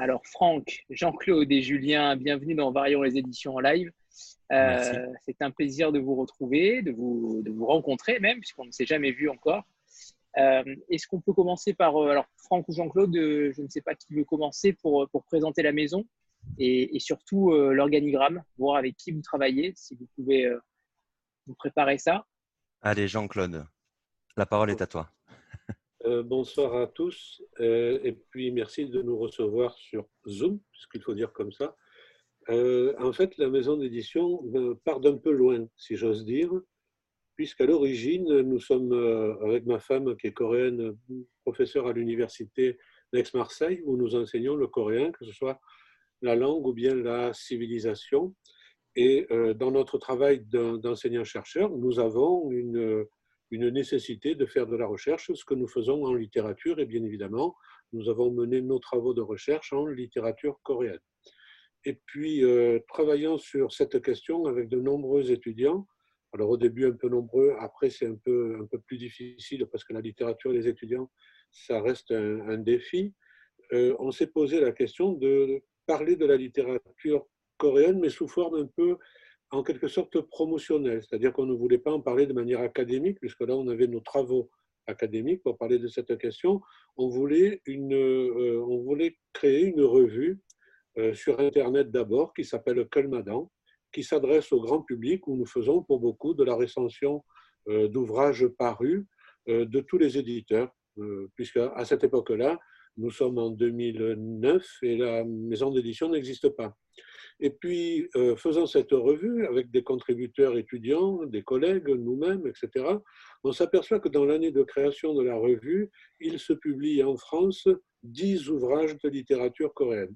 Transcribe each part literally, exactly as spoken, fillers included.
Alors, Franck, Jean-Claude et Julien, bienvenue dans Varions les éditions en live. Merci. Euh, c'est un plaisir de vous retrouver, de vous, de vous rencontrer même, puisqu'on ne s'est jamais vu encore. Euh, Est-ce qu'on peut commencer par, euh, alors Franck ou Jean-Claude, euh, je ne sais pas qui veut commencer pour, pour présenter la maison et, et surtout euh, l'organigramme, voir avec qui vous travaillez, si vous pouvez euh, vous préparer ça. Allez, Jean-Claude, la parole est à toi. Euh, bonsoir à tous euh, et puis merci de nous recevoir sur Zoom, puisqu'il faut dire comme ça. Euh, en fait, la maison d'édition euh, part d'un peu loin, si j'ose dire, puisqu'à l'origine, nous sommes euh, avec ma femme qui est coréenne, professeure à l'université d'Aix-Marseille, où nous enseignons le coréen, que ce soit la langue ou bien la civilisation. Et euh, dans notre travail d'enseignant-chercheur, nous avons une, une nécessité de faire de la recherche, ce que nous faisons en littérature. Et bien évidemment, nous avons mené nos travaux de recherche en littérature coréenne. Et puis, euh, travaillant sur cette question avec de nombreux étudiants, alors au début un peu nombreux, après c'est un peu, un peu plus difficile parce que la littérature et les étudiants, ça reste un, un défi, euh, on s'est posé la question de parler de la littérature coréenne, mais sous forme un peu, en quelque sorte, promotionnelle. C'est-à-dire qu'on ne voulait pas en parler de manière académique, puisque là, on avait nos travaux académiques pour parler de cette question. On voulait, une, euh, on voulait créer une revue euh, sur Internet d'abord, qui s'appelle Kelmadan, qui s'adresse au grand public, où nous faisons pour beaucoup de la recension euh, d'ouvrages parus euh, de tous les éditeurs, euh, puisque à cette époque-là, nous sommes en deux mille neuf et la maison d'édition n'existe pas. Et puis, euh, faisant cette revue avec des contributeurs étudiants, des collègues, nous-mêmes, et cetera, on s'aperçoit que dans l'année de création de la revue, il se publie en France dix ouvrages de littérature coréenne.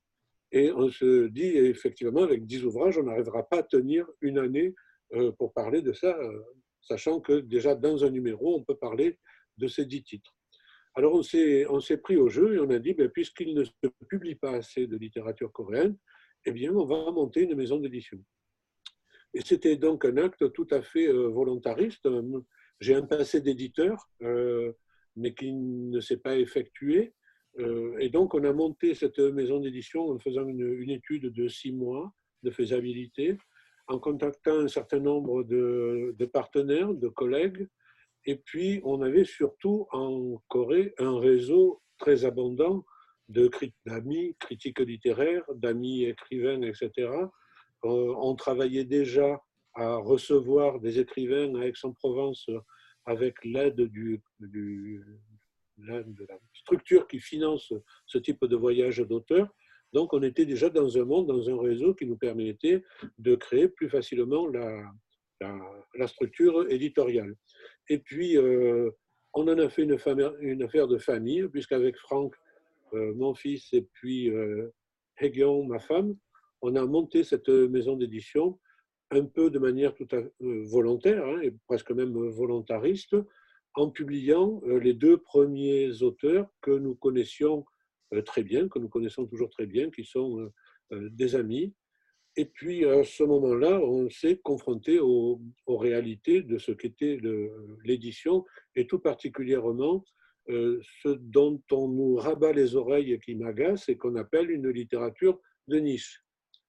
Et on se dit, effectivement, avec dix ouvrages, on n'arrivera pas à tenir une année euh, pour parler de ça, euh, sachant que déjà dans un numéro, on peut parler de ces dix titres. Alors on s'est, on s'est pris au jeu et on a dit, ben, puisqu'il ne se publie pas assez de littérature coréenne, eh bien on va monter une maison d'édition. Et c'était donc un acte tout à fait euh, volontariste. J'ai un passé d'éditeur, euh, mais qui ne s'est pas effectué. Euh, et donc on a monté cette maison d'édition en faisant une, une étude de six mois de faisabilité, en contactant un certain nombre de, de partenaires, de collègues. Et puis, on avait surtout en Corée un réseau très abondant de d'amis critiques littéraires, d'amis écrivains, et cetera. Euh, on travaillait déjà à recevoir des écrivains à Aix-en-Provence avec l'aide du, du, de la structure qui finance ce type de voyage d'auteurs. Donc, on était déjà dans un monde, dans un réseau qui nous permettait de créer plus facilement la, la, la structure éditoriale. Et puis, euh, on en a fait une, une affaire de famille, puisqu'avec Franck, euh, mon fils, et puis euh, Hegyeon, ma femme, on a monté cette maison d'édition un peu de manière tout à euh, volontaire, hein, et presque même volontariste, en publiant euh, les deux premiers auteurs que nous connaissions euh, très bien, que nous connaissons toujours très bien, qui sont euh, euh, des amis. Et puis, à ce moment-là, on s'est confronté aux, aux réalités de ce qu'était l'édition, et tout particulièrement euh, ce dont on nous rabat les oreilles et qui m'agace, et qu'on appelle une littérature de niche.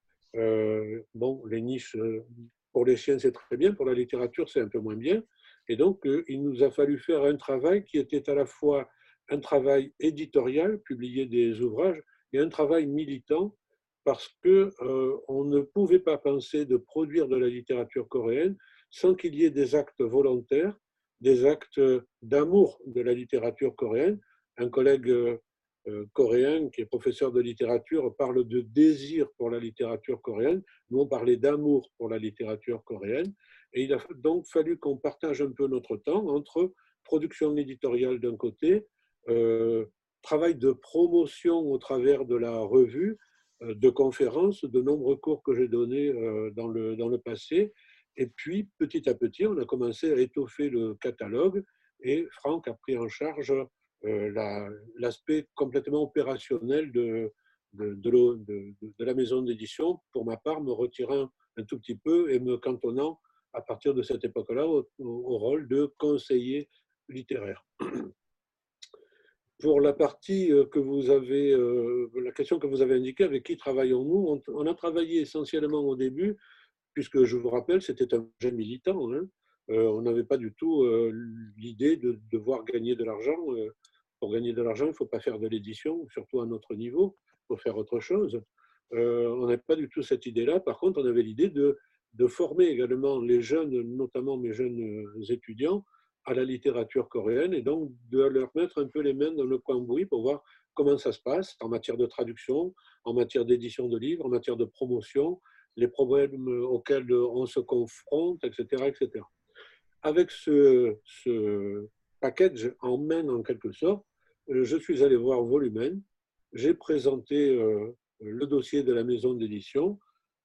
Euh, bon, les niches, euh, pour les chiens, c'est très bien, pour la littérature, c'est un peu moins bien. Et donc, euh, il nous a fallu faire un travail qui était à la fois un travail éditorial, publier des ouvrages, et un travail militant, parce qu'on euh, ne pouvait pas penser de produire de la littérature coréenne sans qu'il y ait des actes volontaires, des actes d'amour de la littérature coréenne. Un collègue euh, coréen qui est professeur de littérature parle de désir pour la littérature coréenne. Nous, on parlait d'amour pour la littérature coréenne. Et il a donc fallu qu'on partage un peu notre temps entre production éditoriale d'un côté, euh, travail de promotion au travers de la revue, de conférences, de nombreux cours que j'ai donnés dans le, dans le passé. Et puis, petit à petit, on a commencé à étoffer le catalogue et Franck a pris en charge euh, l'aspect complètement opérationnel de, de, de, de, de la maison d'édition, pour ma part, me retirant un tout petit peu et me cantonnant à partir de cette époque-là au, au rôle de conseiller littéraire. pour la partie que vous avez, euh, la question que vous avez indiquée, avec qui travaillons-nous? on, on a travaillé essentiellement au début, puisque je vous rappelle, c'était un projet militant. Hein. Euh, on n'avait pas du tout euh, l'idée de devoir gagner de l'argent. Euh, pour gagner de l'argent, il ne faut pas faire de l'édition, surtout à notre niveau, il faut faire autre chose. Euh, on n'avait pas du tout cette idée-là. Par contre, on avait l'idée de, de former également les jeunes, notamment mes jeunes étudiants, à la littérature coréenne et donc de leur mettre un peu les mains dans le cambouis pour voir comment ça se passe en matière de traduction, en matière d'édition de livres, en matière de promotion, les problèmes auxquels on se confronte, et cetera, et cetera. Avec ce, ce package en main, en quelque sorte, je suis allé voir Volumen, j'ai présenté euh, le dossier de la maison d'édition.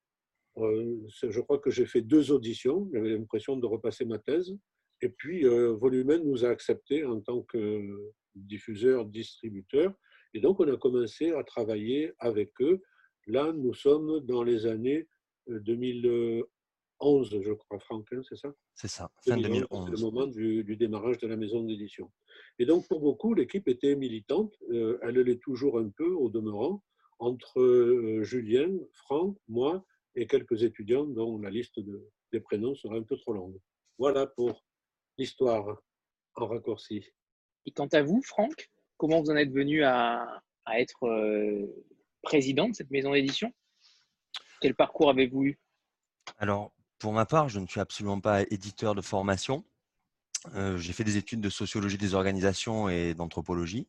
Euh, je crois que j'ai fait deux auditions, j'avais l'impression de repasser ma thèse. Et puis, euh, Volumen nous a acceptés en tant que diffuseur, distributeur. Et donc, on a commencé à travailler avec eux. Là, nous sommes dans les années deux mille onze, je crois, Franck, hein, c'est ça? C'est ça, fin deux mille onze. C'est le moment du, du démarrage de la maison d'édition. Et donc, pour beaucoup, l'équipe était militante. Euh, elle l'est toujours un peu, au demeurant, entre euh, Julien, Franck, moi et quelques étudiants dont la liste de, des prénoms sera un peu trop longue. Voilà pour l'histoire en raccourci. Et quant à vous, Franck, comment vous en êtes venu à, à être euh, président de cette maison d'édition? Quel parcours avez-vous eu? Alors, pour ma part, je ne suis absolument pas éditeur de formation. Euh, j'ai fait des études de sociologie des organisations et d'anthropologie.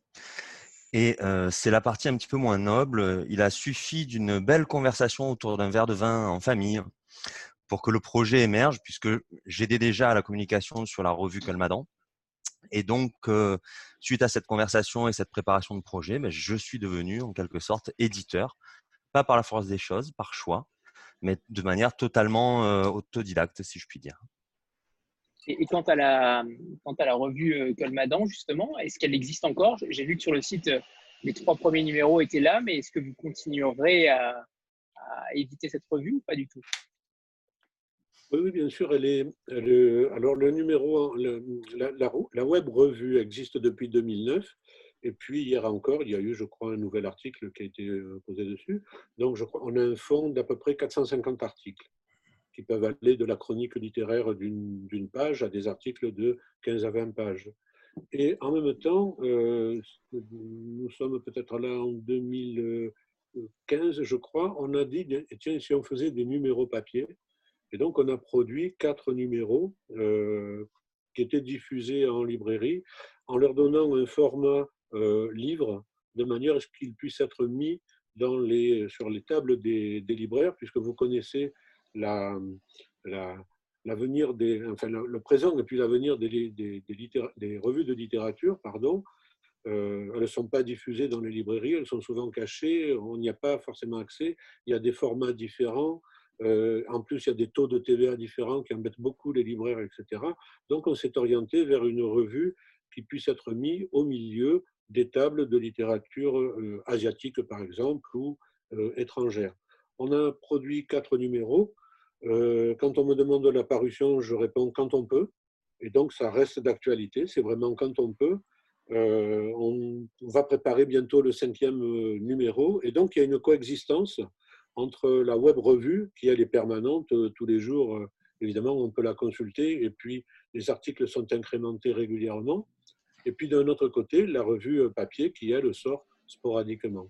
Et euh, c'est la partie un petit peu moins noble. Il a suffi d'une belle conversation autour d'un verre de vin en famille pour que le projet émerge, puisque j'aidais déjà à la communication sur la revue Colmadan. Et donc, euh, suite à cette conversation et cette préparation de projet, ben, je suis devenu en quelque sorte éditeur, pas par la force des choses, par choix, mais de manière totalement euh, autodidacte, si je puis dire. Et, et quant, à la, quant à la revue euh, Colmadan, justement, est-ce qu'elle existe encore? J'ai vu que sur le site, euh, les trois premiers numéros étaient là, mais est-ce que vous continuerez à, à éditer cette revue ou pas du tout? Oui, oui, bien sûr. Elle est, elle est, alors, le numéro, le, la, la, la web revue existe depuis deux mille neuf. Et puis, hier encore, il y a eu, je crois, un nouvel article qui a été posé dessus. Donc, je crois, on a un fonds d'à peu près quatre cent cinquante articles qui peuvent aller de la chronique littéraire d'une d'une page à des articles de quinze à vingt pages. Et en même temps, euh, nous sommes peut-être là en deux mille quinze, je crois, on a dit, tiens, si on faisait des numéros papier. Et donc, on a produit quatre numéros euh, qui étaient diffusés en librairie en leur donnant un format euh, livre de manière à ce qu'ils puissent être mis dans les, sur les tables des, des libraires, puisque vous connaissez la, la, l'avenir des, enfin, le présent et puis l'avenir des, des, des, littéra, des revues de littérature, pardon. Euh, elles ne sont pas diffusées dans les librairies, elles sont souvent cachées, on n'y a pas forcément accès, il y a des formats différents. Euh, en plus, il y a des taux de T V A différents qui embêtent beaucoup les libraires, et cetera. Donc, on s'est orienté vers une revue qui puisse être mise au milieu des tables de littérature euh, asiatique, par exemple, ou euh, étrangère. On a produit quatre numéros. Euh, quand on me demande la parution, je réponds quand on peut. Et donc, ça reste d'actualité. C'est vraiment quand on peut. Euh, on va préparer bientôt le cinquième numéro. Et donc, il y a une coexistence entre la web revue, qui elle est permanente tous les jours, évidemment, on peut la consulter, et puis les articles sont incrémentés régulièrement. Et puis d'un autre côté, la revue papier, qui elle sort sporadiquement.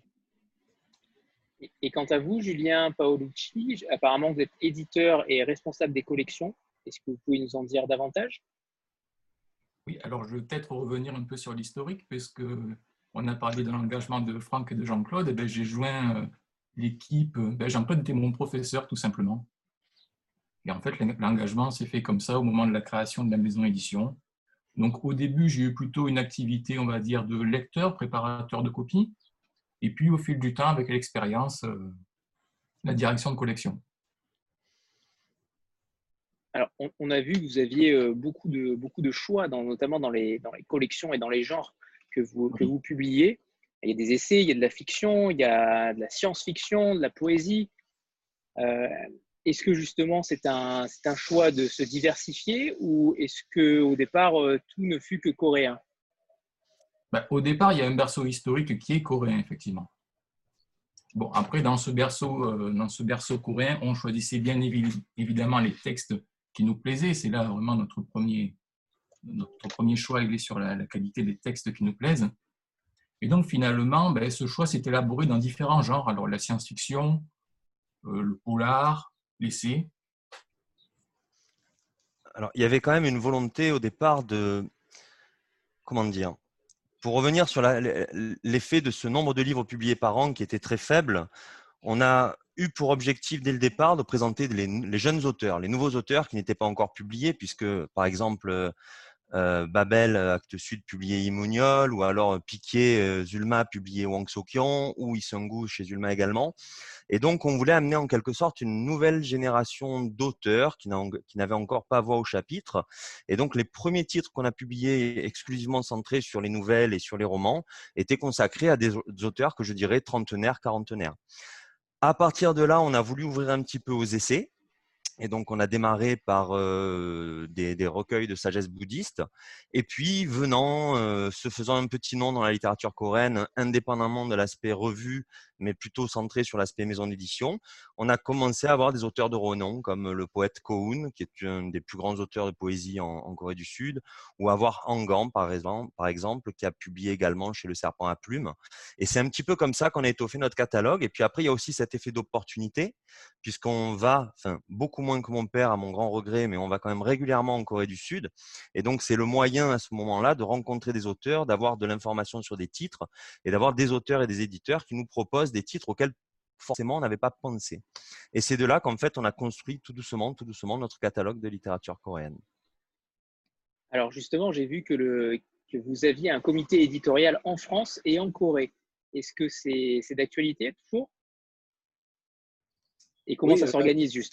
Et, et quant à vous, Julien Paolucci, apparemment vous êtes éditeur et responsable des collections. Est-ce que vous pouvez nous en dire davantage? Oui, alors je vais peut-être revenir un peu sur l'historique, puisque on a parlé de l'engagement de Franck et de Jean-Claude. Eh j'ai joint l'équipe. Ben, Jean-Claude était mon professeur, tout simplement. Et en fait, l'engagement s'est fait comme ça au moment de la création de la maison édition. Donc, au début, j'ai eu plutôt une activité, on va dire, de lecteur, préparateur de copies. Et puis, au fil du temps, avec l'expérience, euh, la direction de collection. Alors, on, on a vu que vous aviez euh, beaucoup, de, beaucoup de choix, dans, notamment dans les, dans les collections et dans les genres que vous, que vous publiez. Il y a des essais, il y a de la fiction, il y a de la science-fiction, de la poésie. Euh, est-ce que justement c'est un, c'est un choix de se diversifier ou est-ce qu'au départ euh, tout ne fut que coréen? Ben, au départ, il y a un berceau historique qui est coréen, effectivement. Bon, après, dans ce berceau, euh, dans ce berceau coréen, on choisissait bien évidemment les textes qui nous plaisaient. C'est là vraiment notre premier, notre premier choix, il est sur la, la qualité des textes qui nous plaisent. Et donc, finalement, ben, ce choix s'est élaboré dans différents genres. Alors, la science-fiction, euh, le polar, l'essai. Alors, il y avait quand même une volonté au départ de, comment dire, pour revenir sur la, l'effet de ce nombre de livres publiés par an qui était très faible, on a eu pour objectif dès le départ de présenter les, les jeunes auteurs, les nouveaux auteurs qui n'étaient pas encore publiés, puisque, par exemple, Euh, Babel, Actes Sud, publié Imoniol, ou alors Piquet, euh, Zulma, publié Wang Sokion, ou Isungu chez Zulma également. Et donc, on voulait amener en quelque sorte une nouvelle génération d'auteurs qui n'avaient encore pas voix au chapitre. Et donc, les premiers titres qu'on a publiés exclusivement centrés sur les nouvelles et sur les romans étaient consacrés à des auteurs que je dirais trentenaires, quarantenaires. À partir de là, on a voulu ouvrir un petit peu aux essais. Et donc, on a démarré par euh, des, des recueils de sagesse bouddhiste. Et puis, venant, euh, se faisant un petit nom dans la littérature coréenne, indépendamment de l'aspect revue, mais plutôt centré sur l'aspect maison d'édition, on a commencé à avoir des auteurs de renom, comme le poète Ko Eun, qui est un des plus grands auteurs de poésie en, en Corée du Sud, ou avoir Hangan, par exemple, par exemple, qui a publié également chez Le Serpent à Plumes. Et c'est un petit peu comme ça qu'on a étoffé notre catalogue. Et puis après, il y a aussi cet effet d'opportunité, puisqu'on va, enfin, beaucoup moins que mon père, à mon grand regret, mais on va quand même régulièrement en Corée du Sud. Et donc, c'est le moyen à ce moment-là de rencontrer des auteurs, d'avoir de l'information sur des titres et d'avoir des auteurs et des éditeurs qui nous proposent des titres auxquels forcément on n'avait pas pensé. Et c'est de là qu'en fait, on a construit tout doucement, tout doucement notre catalogue de littérature coréenne. Alors justement, j'ai vu que, le, que vous aviez un comité éditorial en France et en Corée. Est-ce que c'est, c'est d'actualité toujours ? Et comment oui, ça s'organise justement ?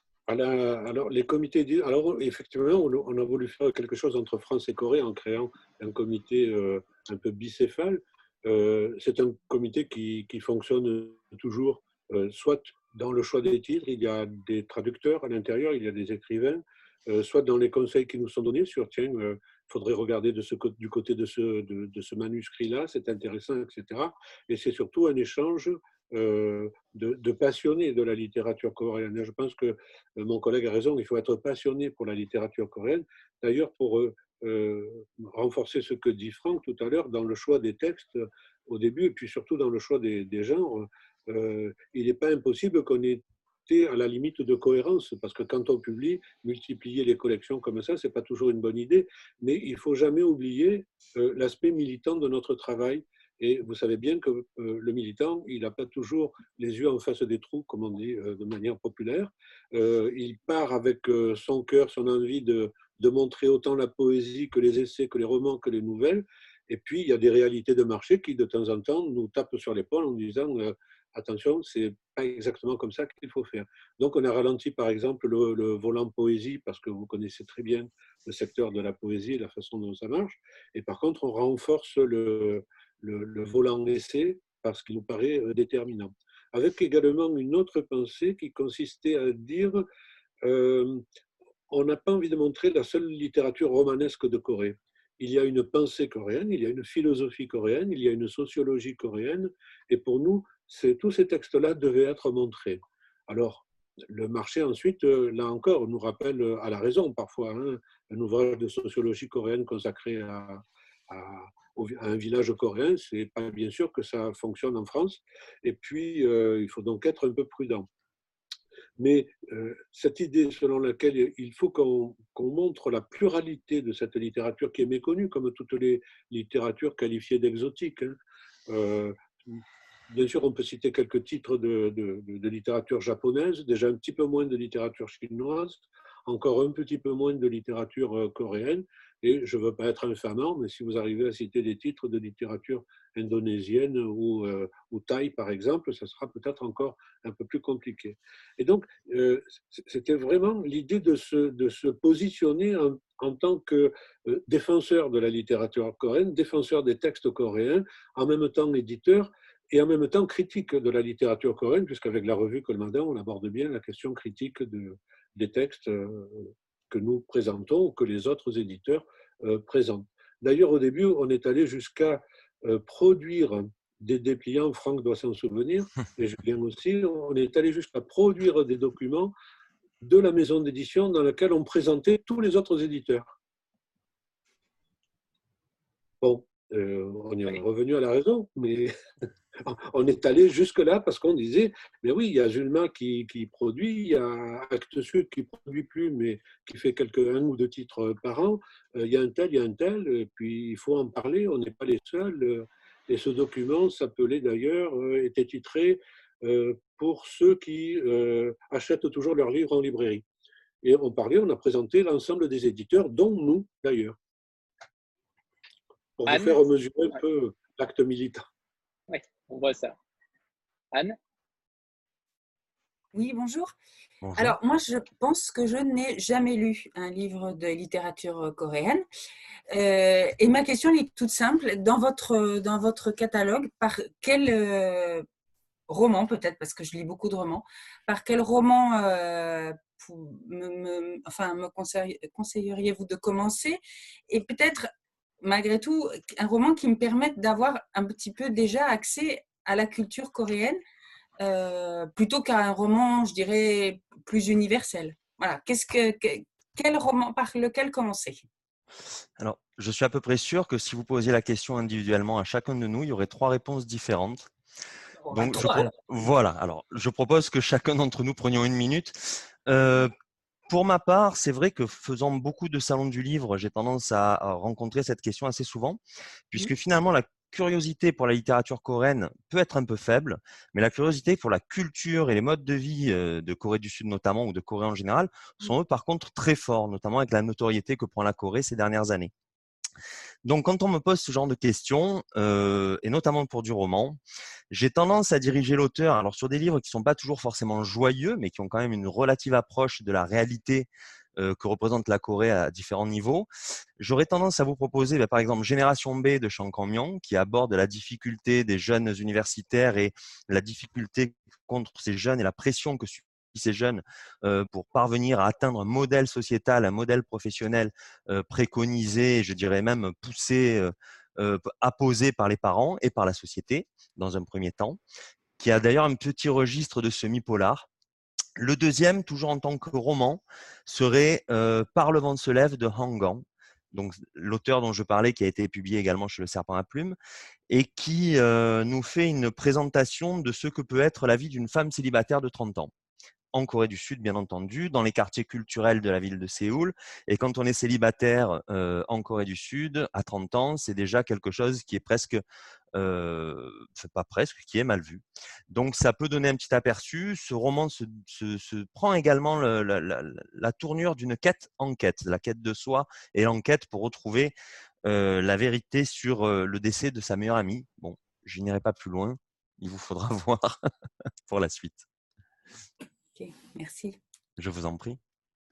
alors, alors, les comités, alors effectivement, on a voulu faire quelque chose entre France et Corée en créant un comité euh, un peu bicéphale. Euh, c'est un comité qui, qui fonctionne toujours, euh, soit dans le choix des titres, il y a des traducteurs à l'intérieur, il y a des écrivains, euh, soit dans les conseils qui nous sont donnés sur, tiens, il euh, faudrait regarder de ce, du côté de ce, de, de ce manuscrit-là, c'est intéressant, et cetera. Et c'est surtout un échange Euh, de, de passionnés de la littérature coréenne. Je pense que euh, mon collègue a raison, il faut être passionné pour la littérature coréenne. D'ailleurs, pour euh, euh, renforcer ce que dit Franck tout à l'heure, dans le choix des textes euh, au début, et puis surtout dans le choix des, des genres, euh, il n'est pas impossible qu'on ait été à la limite de cohérence, parce que quand on publie, multiplier les collections comme ça, ce n'est pas toujours une bonne idée, mais il ne faut jamais oublier euh, l'aspect militant de notre travail. Et vous savez bien que euh, le militant, il n'a pas toujours les yeux en face des trous, comme on dit euh, de manière populaire. Euh, il part avec euh, son cœur, son envie de, de montrer autant la poésie que les essais, que les romans, que les nouvelles. Et puis, il y a des réalités de marché qui, de temps en temps, nous tapent sur l'épaule en disant euh, attention, c'est pas exactement comme ça qu'il faut faire. Donc, on a ralenti, par exemple, le, le volant poésie, parce que vous connaissez très bien le secteur de la poésie et la façon dont ça marche. Et par contre, on renforce le Le, le volant essai parce qu'il nous paraît déterminant. Avec également une autre pensée qui consistait à dire euh, on n'a pas envie de montrer la seule littérature romanesque de Corée. Il y a une pensée coréenne, il y a une philosophie coréenne, il y a une sociologie coréenne, et pour nous, tous ces textes-là devaient être montrés. Alors, le marché ensuite, là encore, nous rappelle à la raison parfois hein, un ouvrage de sociologie coréenne consacré à, à à un village coréen, c'est pas bien sûr que ça fonctionne en France. Et puis, euh, il faut donc être un peu prudent. Mais euh, cette idée selon laquelle il faut qu'on qu'on montre la pluralité de cette littérature qui est méconnue, comme toutes les littératures qualifiées d'exotiques. Hein. Euh, bien sûr, on peut citer quelques titres de, de, de, de littérature japonaise, déjà un petit peu moins de littérature chinoise, encore un petit peu moins de littérature coréenne. Et je ne veux pas être infamant, mais si vous arrivez à citer des titres de littérature indonésienne ou, euh, ou thaï, par exemple, ça sera peut-être encore un peu plus compliqué. Et donc, euh, c'était vraiment l'idée de se, de se positionner en, en tant que euh, défenseur de la littérature coréenne, défenseur des textes coréens, en même temps éditeur et en même temps critique de la littérature coréenne, puisqu'avec la revue Colmadan, on aborde bien la question critique de, des textes euh, que nous présentons ou que les autres éditeurs euh, présentent. D'ailleurs, au début, on est allé jusqu'à euh, produire des dépliants, Franck doit s'en souvenir, et Julien aussi, on est allé jusqu'à produire des documents de la maison d'édition dans laquelle on présentait tous les autres éditeurs. Bon, euh, on est Oui. revenu à la raison, mais on est allé jusque-là parce qu'on disait, mais oui, il y a Julma qui, qui produit, il y a Actes Sud qui ne produit plus, mais qui fait quelques un ou deux titres par an, il y a un tel, il y a un tel, et puis il faut en parler, on n'est pas les seuls. Et ce document s'appelait d'ailleurs, était titré pour ceux qui achètent toujours leurs livres en librairie. Et on parlait, on a présenté l'ensemble des éditeurs, dont nous d'ailleurs, pour Anne, vous faire mesurer un peu l'acte militant. Oui, on voit ça. Anne? Oui, bonjour. Bonjour. Alors, moi, je pense que je n'ai jamais lu un livre de littérature coréenne. Euh, et ma question est toute simple. Dans votre, dans votre catalogue, par quel euh, roman, peut-être, parce que je lis beaucoup de romans, par quel roman euh, pour, me, me, enfin, me conseille, conseilleriez-vous de commencer? Et peut-être, malgré tout, un roman qui me permette d'avoir un petit peu déjà accès à la culture coréenne, euh, plutôt qu'un roman, je dirais, plus universel. Voilà. Qu'est-ce que, que, quel roman, par lequel commencer? Alors, je suis à peu près sûr que si vous posiez la question individuellement à chacun de nous, il y aurait trois réponses différentes. Donc, je trois, pro... alors. Voilà. Alors, je propose que chacun d'entre nous prenions une minute. Euh, pour ma part, c'est vrai que faisant beaucoup de salons du livre, j'ai tendance à rencontrer cette question assez souvent, puisque finalement, la curiosité pour la littérature coréenne peut être un peu faible, mais la curiosité pour la culture et les modes de vie de Corée du Sud notamment, ou de Corée en général, sont eux par contre très forts, notamment avec la notoriété que prend la Corée ces dernières années. Donc, quand on me pose ce genre de questions, euh, et notamment pour du roman, j'ai tendance à diriger l'auteur alors sur des livres qui ne sont pas toujours forcément joyeux, mais qui ont quand même une relative approche de la réalité euh, que représente la Corée à différents niveaux. J'aurais tendance à vous proposer, bah, par exemple, Génération B de Chang Kang-myung, qui aborde la difficulté des jeunes universitaires et la difficulté contre ces jeunes et la pression que ces jeunes euh, pour parvenir à atteindre un modèle sociétal, un modèle professionnel euh, préconisé, je dirais même poussé, euh, euh, apposé par les parents et par la société dans un premier temps, qui a d'ailleurs un petit registre de semi-polar. Le deuxième, toujours en tant que roman, serait euh, Par le vent se lève de Han Gang, donc l'auteur dont je parlais, qui a été publié également chez Le Serpent à Plumes, et qui euh, nous fait une présentation de ce que peut être la vie d'une femme célibataire de trente ans. En Corée du Sud, bien entendu, dans les quartiers culturels de la ville de Séoul. Et quand on est célibataire euh, en Corée du Sud, à trente ans, c'est déjà quelque chose qui est presque, euh, pas presque, qui est mal vu. Donc, ça peut donner un petit aperçu. Ce roman se, se, se prend également le, la, la, la tournure d'une quête-enquête, la quête de soi et l'enquête pour retrouver euh, la vérité sur euh, le décès de sa meilleure amie. Bon, je n'irai pas plus loin. Il vous faudra voir pour la suite. Ok, merci. Je vous en prie.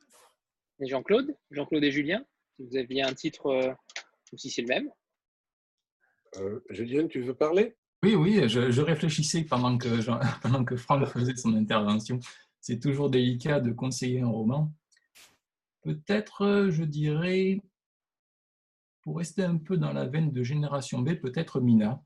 Et Jean-Claude, Jean-Claude et Julien, si vous aviez un titre, euh, ou si c'est le même. Euh, Julien, tu veux parler? Oui, oui, je, je réfléchissais pendant que, pendant que Franck faisait son intervention. C'est toujours délicat de conseiller un roman. Peut-être, je dirais, pour rester un peu dans la veine de Génération B, peut-être Mina,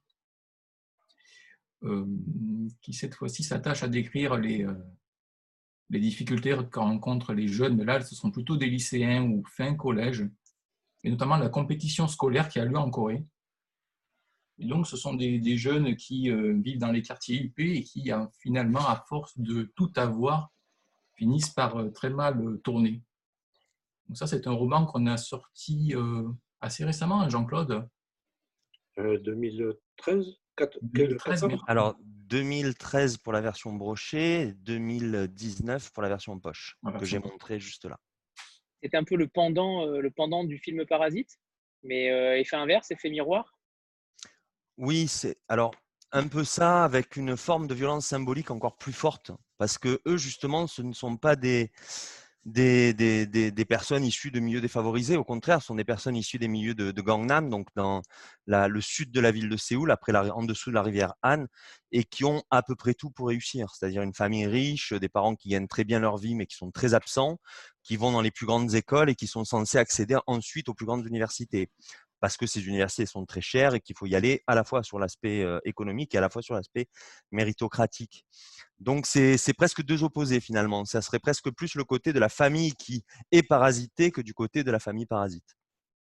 euh, qui cette fois-ci s'attache à décrire les, euh, les difficultés que rencontrent les jeunes. Mais là, ce sont plutôt des lycéens ou fin collège, et notamment la compétition scolaire qui a lieu en Corée. Et donc, ce sont des, des jeunes qui euh, vivent dans les quartiers huppés et qui, euh, finalement, à force de tout avoir, finissent par euh, très mal euh, tourner. Donc ça, c'est un roman qu'on a sorti euh, assez récemment, Jean-Claude. euh, deux mille treize deux mille treize, mais... Alors, deux mille treize pour la version brochée, deux mille dix-neuf pour la version poche, la version que j'ai montré juste là. C'est un peu le pendant, euh, le pendant du film Parasite, mais euh, effet inverse, effet miroir. Oui, c'est alors un peu ça avec une forme de violence symbolique encore plus forte, parce que eux justement, ce ne sont pas des Des, des, des, des personnes issues de milieux défavorisés. Au contraire, ce sont des personnes issues des milieux de, de Gangnam, donc dans la, le sud de la ville de Séoul, après la, en dessous de la rivière Han, et qui ont à peu près tout pour réussir. C'est-à-dire une famille riche, des parents qui gagnent très bien leur vie, mais qui sont très absents, qui vont dans les plus grandes écoles et qui sont censés accéder ensuite aux plus grandes universités. parce que ces universités sont très chères et qu'il faut y aller à la fois sur l'aspect euh, économique et à la fois sur l'aspect méritocratique. Donc, c'est c'est presque deux opposés finalement. Ça serait presque plus le côté de la famille qui est parasitée que du côté de la famille parasite.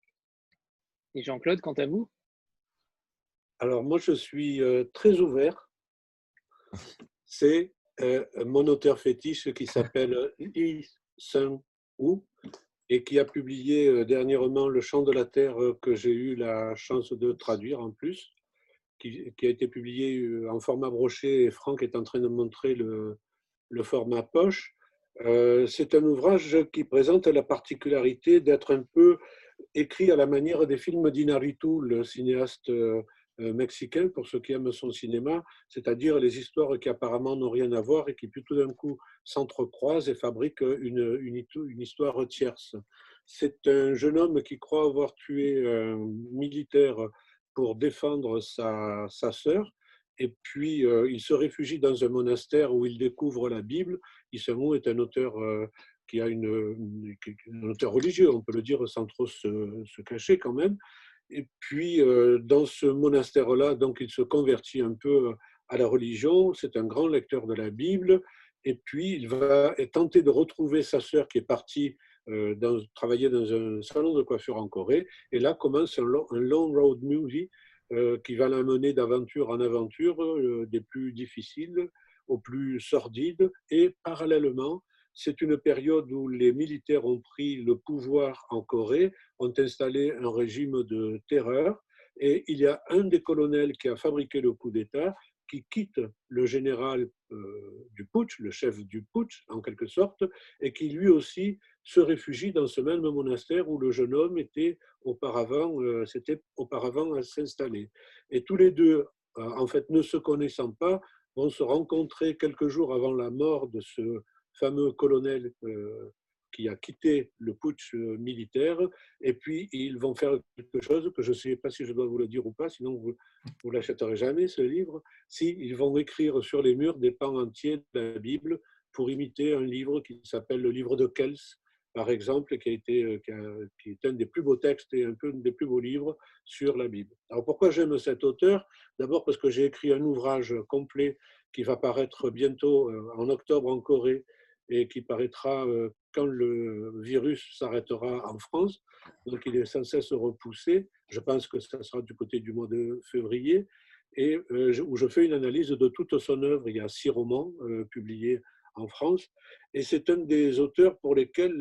Et Jean-Claude, quant à vous? Alors moi, je suis euh, très ouvert. C'est euh, mon auteur fétiche qui s'appelle Lee Sung-woo et qui a publié euh, dernièrement Le Chant de la Terre euh, que j'ai eu la chance de traduire en plus, qui, qui a été publié euh, en format broché et Franck est en train de montrer le, le format poche. Euh, c'est un ouvrage qui présente la particularité d'être un peu écrit à la manière des films d'Inarritu, le cinéaste euh, mexicain, pour ceux qui aiment son cinéma, c'est-à-dire les histoires qui apparemment n'ont rien à voir et qui puis tout d'un coup s'entrecroisent et fabriquent une, une, une histoire tierce. C'est un jeune homme qui croit avoir tué un militaire pour défendre sa, sa sœur, et puis euh, il se réfugie dans un monastère où il découvre la Bible. Isamu est un auteur euh, qui a une, une, un auteur religieux, on peut le dire sans trop se, se cacher quand même. Et puis euh, dans ce monastère-là, donc il se convertit un peu à la religion. C'est un grand lecteur de la Bible. Et puis il va tenter de retrouver sa sœur qui est partie euh, dans, travailler dans un salon de coiffure en Corée. Et là commence un long, un long road movie Euh, qui va l'amener d'aventure en aventure, euh, des plus difficiles aux plus sordides. Et parallèlement, c'est une période où les militaires ont pris le pouvoir en Corée, ont installé un régime de terreur, et il y a un des colonels qui a fabriqué le coup d'État qui quitte le général euh, du putsch, le chef du putsch en quelque sorte, et qui lui aussi se réfugie dans ce même monastère où le jeune homme était auparavant, euh, s'était auparavant à s'installer. Et tous les deux, euh, en fait, ne se connaissant pas, vont se rencontrer quelques jours avant la mort de ce fameux colonel euh, qui a quitté le putsch militaire, et puis ils vont faire quelque chose que je ne sais pas si je dois vous le dire ou pas, sinon vous ne l'achèterez jamais, ce livre. Si, ils vont écrire sur les murs des pans entiers de la Bible pour imiter un livre qui s'appelle le livre de Kels, par exemple, qui, a été, qui, a, qui est un des plus beaux textes et un peu un des plus beaux livres sur la Bible. Alors pourquoi j'aime cet auteur? D'abord parce que j'ai écrit un ouvrage complet qui va paraître bientôt en octobre en Corée et qui paraîtra quand le virus s'arrêtera en France. Donc il est sans cesse repoussé. Je pense que ça sera du côté du mois de février, et où je fais une analyse de toute son œuvre. Il y a six romans euh, publiés en France, et c'est un des auteurs pour lesquels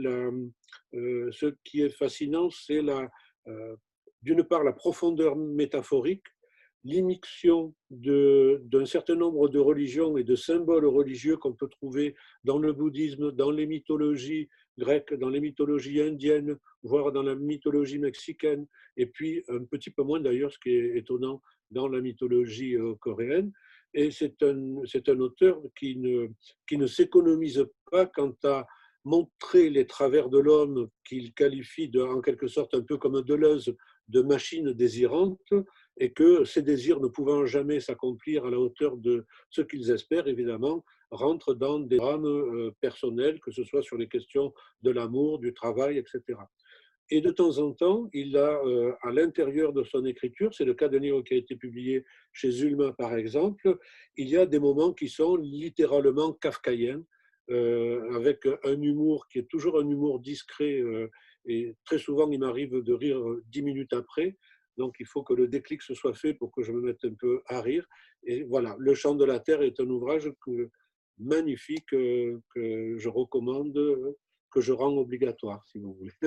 euh, ce qui est fascinant, c'est la, euh, d'une part la profondeur métaphorique, l'immixtion d'un certain nombre de religions et de symboles religieux qu'on peut trouver dans le bouddhisme, dans les mythologies grecques, dans les mythologies indiennes, voire dans la mythologie mexicaine, et puis un petit peu moins d'ailleurs, ce qui est étonnant, dans la mythologie coréenne. Et c'est un, c'est un auteur qui ne, qui ne s'économise pas quant à montrer les travers de l'homme qu'il qualifie de, en quelque sorte un peu comme Deleuze de machine désirante, et que ces désirs ne pouvant jamais s'accomplir à la hauteur de ce qu'ils espèrent, évidemment, rentrent dans des drames personnels, que ce soit sur les questions de l'amour, du travail, et cetera. Et de temps en temps, il a euh, à l'intérieur de son écriture, c'est le cas d'un livre qui a été publié chez Zulma par exemple, il y a des moments qui sont littéralement kafkaïens, euh, avec un humour qui est toujours un humour discret, euh, et très souvent il m'arrive de rire dix minutes après, donc il faut que le déclic se soit fait pour que je me mette un peu à rire. Et voilà, Le Chant de la Terre est un ouvrage que, magnifique que, que je recommande, que je rends obligatoire, si vous voulez.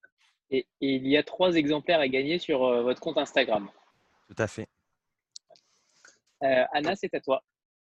Et, et il y a trois exemplaires à gagner sur euh, votre compte Instagram. Tout à fait. Euh, Anna, c'est à toi.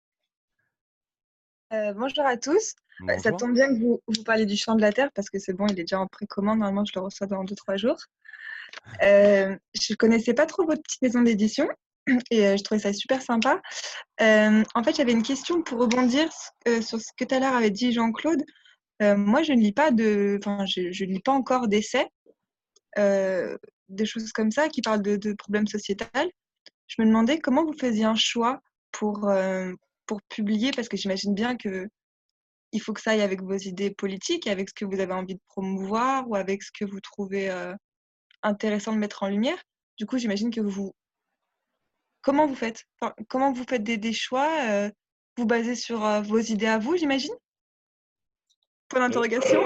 Euh, bonjour à tous. Bonjour. Ça tombe bien que vous, vous parliez du Chant de la Terre parce que c'est bon, il est déjà en précommande. Normalement, je le reçois dans deux trois jours. Euh, je ne connaissais pas trop votre petite maison d'édition et euh, je trouvais ça super sympa. Euh, en fait, j'avais une question pour rebondir euh, sur ce que tout à l'heure avait dit Jean-Claude. Euh, moi, je ne lis pas de, enfin, je, je lis pas encore d'essais, euh, des choses comme ça qui parlent de, de problèmes sociétals. Je me demandais comment vous faisiez un choix pour euh, pour publier, parce que j'imagine bien que il faut que ça aille avec vos idées politiques, avec ce que vous avez envie de promouvoir ou avec ce que vous trouvez euh, intéressant de mettre en lumière. Du coup, j'imagine que vous... Comment vous faites enfin, Comment vous faites des, des choix euh, Vous basez sur euh, vos idées à vous, j'imagine? Point d'interrogation.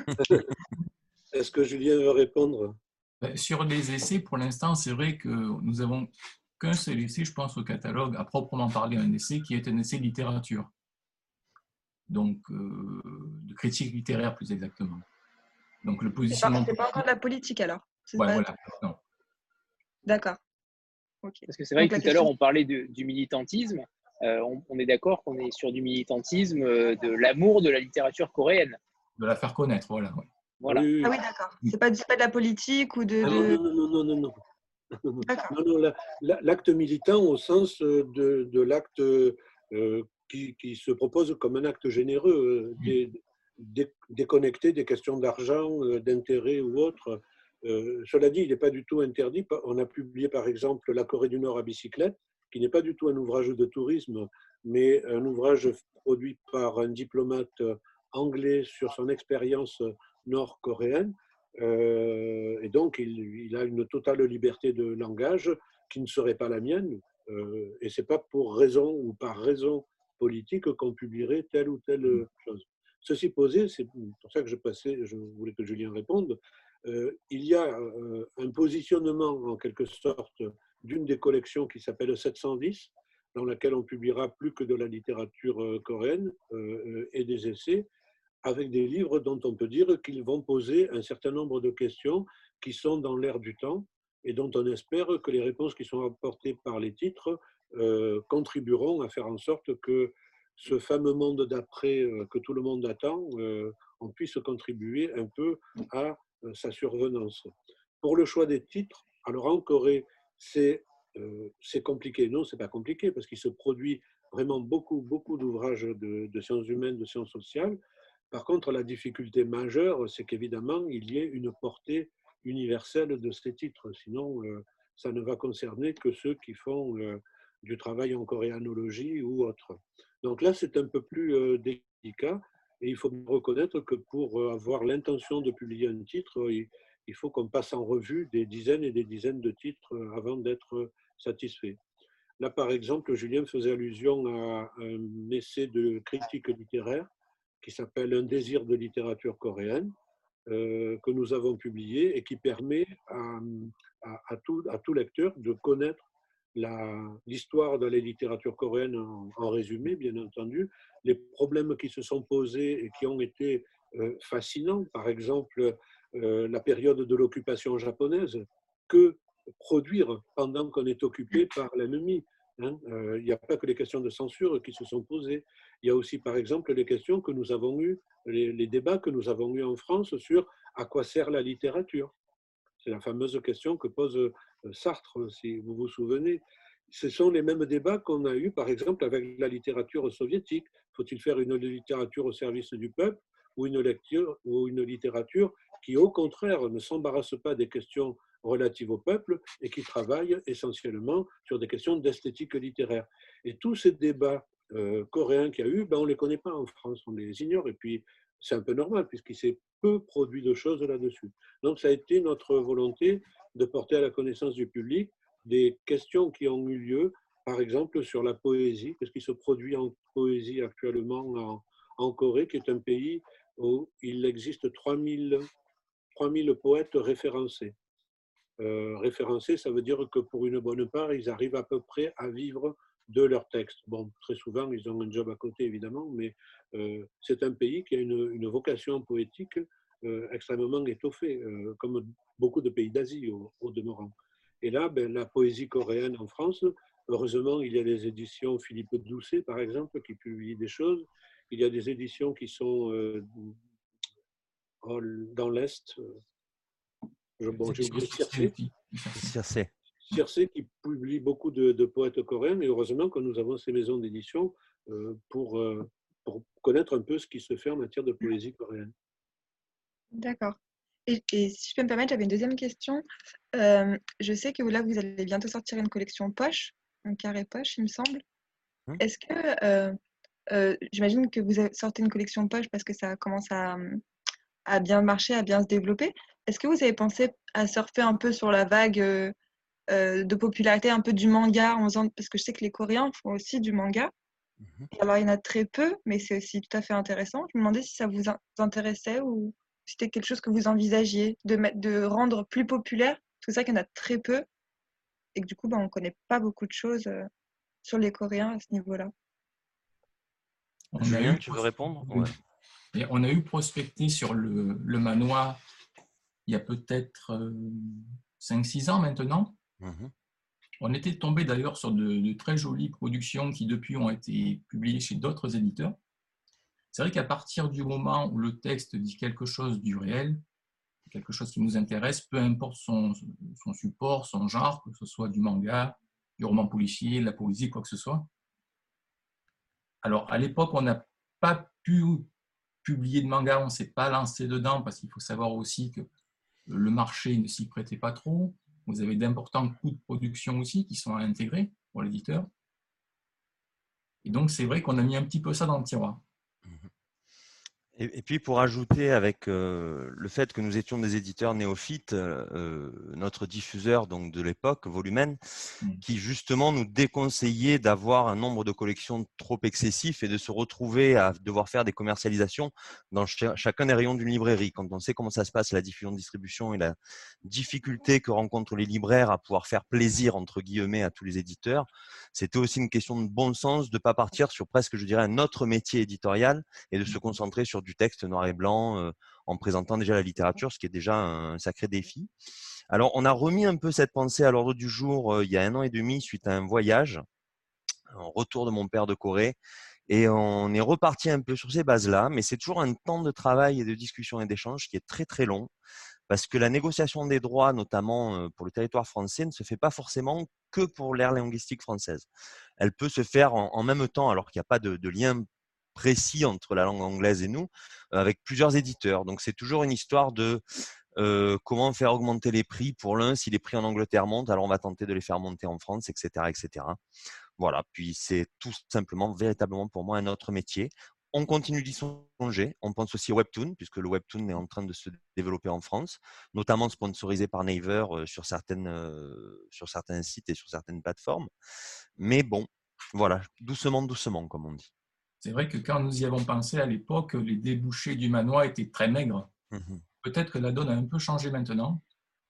Est-ce que Julien veut répondre? Sur les essais, pour l'instant, c'est vrai que nous avons qu'un seul essai, je pense, au catalogue, à proprement parler, un essai qui est un essai de littérature. Donc, euh, de critique littéraire, plus exactement. Donc, le positionnement... C'est pas, pas encore de la politique, alors? Ouais, pas... voilà. Non. D'accord. Okay. Parce que c'est vrai Donc, que tout question... à l'heure, on parlait de, du militantisme. Euh, on, on est d'accord qu'on est sur du militantisme, euh, de l'amour de la littérature coréenne. De la faire connaître, voilà. Ouais. Voilà. Oui, oui. Ah oui, d'accord. C'est pas, pas de la politique ou de... Ah, de... non, non, non, non, non. non, non la, la, l'acte militant au sens de, de l'acte euh, qui, qui se propose comme un acte généreux, dé, dé, déconnecté des questions d'argent, d'intérêt ou autre. Euh, cela dit, il n'est pas du tout interdit. On a publié par exemple La Corée du Nord à bicyclette, qui n'est pas du tout un ouvrage de tourisme, mais un ouvrage produit par un diplomate anglais sur son expérience nord-coréenne. Euh, et donc, il, il a une totale liberté de langage qui ne serait pas la mienne. Euh, et ce n'est pas pour raison ou par raison politique qu'on publierait telle ou telle chose. Ceci posé, c'est pour ça que je, passais, je voulais que Julien réponde, euh, il y a euh, un positionnement en quelque sorte d'une des collections qui s'appelle sept cent dix, dans laquelle on publiera plus que de la littérature euh, coréenne euh, et des essais, avec des livres dont on peut dire qu'ils vont poser un certain nombre de questions qui sont dans l'air du temps et dont on espère que les réponses qui sont apportées par les titres euh, contribueront à faire en sorte que ce fameux monde d'après euh, que tout le monde attend, euh, on puisse contribuer un peu à euh, sa survenance. Pour le choix des titres, alors en Corée, c'est euh, c'est compliqué. Non, c'est pas compliqué parce qu'il se produit vraiment beaucoup, beaucoup d'ouvrages de, de sciences humaines, de sciences sociales. Par contre, la difficulté majeure, c'est qu'évidemment, il y ait une portée universelle de ces titres. Sinon, euh, ça ne va concerner que ceux qui font euh, du travail en coréanologie ou autre. Donc là, c'est un peu plus euh, délicat. Et il faut reconnaître que pour avoir l'intention de publier un titre, il, il faut qu'on passe en revue des dizaines et des dizaines de titres avant d'être satisfait. Là, par exemple, Julien faisait allusion à un essai de critique littéraire qui s'appelle Un désir de littérature coréenne, euh, que nous avons publié et qui permet à, à, à, tout, à tout lecteur de connaître l'histoire de la littérature coréenne en, en résumé, bien entendu, les problèmes qui se sont posés et qui ont été euh, fascinants, par exemple euh, la période de l'occupation japonaise, que produire pendant qu'on est occupé par l'ennemi. Hein, euh, il n'y a pas que les questions de censure qui se sont posées. Il y a aussi, par exemple, les questions que nous avons eues, les, les débats que nous avons eus en France sur à quoi sert la littérature. C'est la fameuse question que pose Sartre, si vous vous souvenez. Ce sont les mêmes débats qu'on a eus, par exemple, avec la littérature soviétique. Faut-il faire une littérature au service du peuple ou une, lecture, ou une littérature qui, au contraire, ne s'embarrasse pas des questions relatives au peuple et qui travaille essentiellement sur des questions d'esthétique littéraire. Et tous ces débats euh, coréens qu'il y a eu, ben, on ne les connaît pas en France, on les ignore. Et puis, c'est un peu normal, puisqu'il s'est peu produit de choses là-dessus. Donc, ça a été notre volonté de porter à la connaissance du public des questions qui ont eu lieu, par exemple, sur la poésie, parce qu'il se produit en poésie actuellement en, en Corée, qui est un pays où il existe trois mille poètes référencés. Euh, référencés, ça veut dire que pour une bonne part, ils arrivent à peu près à vivre de leurs textes. Bon, très souvent, ils ont un job à côté, évidemment, mais euh, c'est un pays qui a une, une vocation poétique euh, extrêmement étoffée, euh, comme beaucoup de pays d'Asie, au, au demeurant. Et là, ben, la poésie coréenne en France, heureusement, il y a des éditions Philippe Doucet, par exemple, qui publient des choses. Il y a des éditions qui sont euh, dans l'Est. Je, bon, j'ai oublié Circé. Circé. Circé qui publie beaucoup de, de poètes coréens, et heureusement que nous avons ces maisons d'édition euh, pour, euh, pour connaître un peu ce qui se fait en matière de poésie coréenne. D'accord. Et, et si je peux me permettre, j'avais une deuxième question. Euh, je sais que là, vous allez bientôt sortir une collection poche, un carré poche, il me semble. Hum. Est-ce que, euh, euh, j'imagine que vous sortez une collection poche parce que ça commence à, à bien marcher, à bien se développer. Est-ce que vous avez pensé à surfer un peu sur la vague euh, euh, de popularité un peu du manga en faisant, parce que je sais que les Coréens font aussi du manga. Mhm. Alors, il y en a très peu, mais c'est aussi tout à fait intéressant. Je me demandais si ça vous in- intéressait ou si c'était quelque chose que vous envisagiez de, mettre, de rendre plus populaire. Parce que c'est vrai qu'il y en a très peu et que du coup, bah, on ne connaît pas beaucoup de choses euh, sur les Coréens à ce niveau-là. On a Julien, eu tu veux répondre? Ouais. Et on a eu prospecté sur le, le manoir il y a peut-être euh, cinq six ans maintenant. Mhm. On était tombé d'ailleurs sur de, de très jolies productions qui depuis ont été publiées chez d'autres éditeurs. C'est vrai qu'à partir du moment où le texte dit quelque chose du réel, quelque chose qui nous intéresse, peu importe son, son support, son genre, que ce soit du manga, du roman policier, de la poésie, quoi que ce soit. Alors à l'époque, on n'a pas pu publier de manga, on ne s'est pas lancé dedans parce qu'il faut savoir aussi que le marché ne s'y prêtait pas trop. Vous avez d'importants coûts de production aussi qui sont à intégrer pour l'éditeur. Et donc, c'est vrai qu'on a mis un petit peu ça dans le tiroir. Et, et puis pour ajouter avec euh, le fait que nous étions des éditeurs néophytes, euh, notre diffuseur donc de l'époque, Volumen, Mm. qui justement nous déconseillait d'avoir un nombre de collections trop excessif et de se retrouver à devoir faire des commercialisations dans ch chacun des rayons d'une librairie. Quand on sait comment ça se passe, la diffusion de distribution et la difficulté que rencontrent les libraires à pouvoir faire plaisir entre guillemets à tous les éditeurs, c'était aussi une question de bon sens de ne pas partir sur presque, je dirais, un autre métier éditorial et de se concentrer sur du texte noir et blanc euh, en présentant déjà la littérature, ce qui est déjà un sacré défi. Alors, on a remis un peu cette pensée à l'ordre du jour euh, il y a un an et demi suite à un voyage, un retour de mon père de Corée, et on est reparti un peu sur ces bases-là, mais c'est toujours un temps de travail et de discussion et d'échange qui est très très long, parce que la négociation des droits, notamment euh, pour le territoire français, ne se fait pas forcément que pour l'ère linguistique française. Elle peut se faire en, en même temps, alors qu'il n'y a pas de, de lien précis entre la langue anglaise et nous, avec plusieurs éditeurs. Donc c'est toujours une histoire de euh, comment faire augmenter les prix pour l'un. Si les prix en Angleterre montent, alors on va tenter de les faire monter en France, et cetera, et cetera. Voilà. Puis c'est tout simplement, véritablement pour moi, un autre métier. On continue d'y songer. On pense aussi au webtoon, puisque le webtoon est en train de se développer en France, notamment sponsorisé par Naver euh, sur certaines, euh, sur certains sites et sur certaines plateformes. Mais bon, voilà, doucement, doucement, comme on dit. C'est vrai que quand nous y avons pensé à l'époque, les débouchés du manoir étaient très maigres. Mmh. Peut-être que la donne a un peu changé maintenant.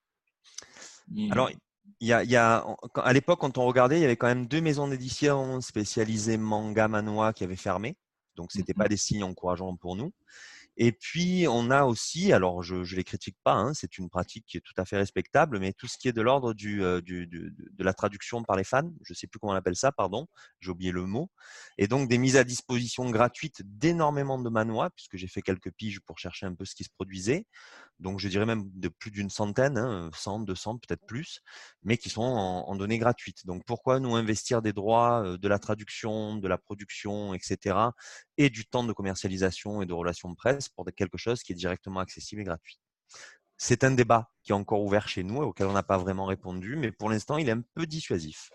Mais... Alors, il y a, il y a, à l'époque, quand on regardait, il y avait quand même deux maisons d'édition spécialisées manga, manhwa qui avaient fermé. Donc, ce n'était pas des signes encourageants pour nous. Et puis, on a aussi, alors je ne les critique pas, hein, c'est une pratique qui est tout à fait respectable, mais tout ce qui est de l'ordre du, euh, du, du, de la traduction par les fans, je ne sais plus comment on appelle ça, pardon, j'ai oublié le mot, et donc des mises à disposition gratuites d'énormément de manhwa, puisque j'ai fait quelques piges pour chercher un peu ce qui se produisait, donc je dirais même de plus d'une centaine, hein, cent, deux cents, peut-être plus, mais qui sont en, en données gratuites. Donc pourquoi nous investir des droits euh, de la traduction, de la production, et cetera, et du temps de commercialisation et de relations de presse pour quelque chose qui est directement accessible et gratuit. C'est un débat qui est encore ouvert chez nous et auquel on n'a pas vraiment répondu, mais pour l'instant, il est un peu dissuasif.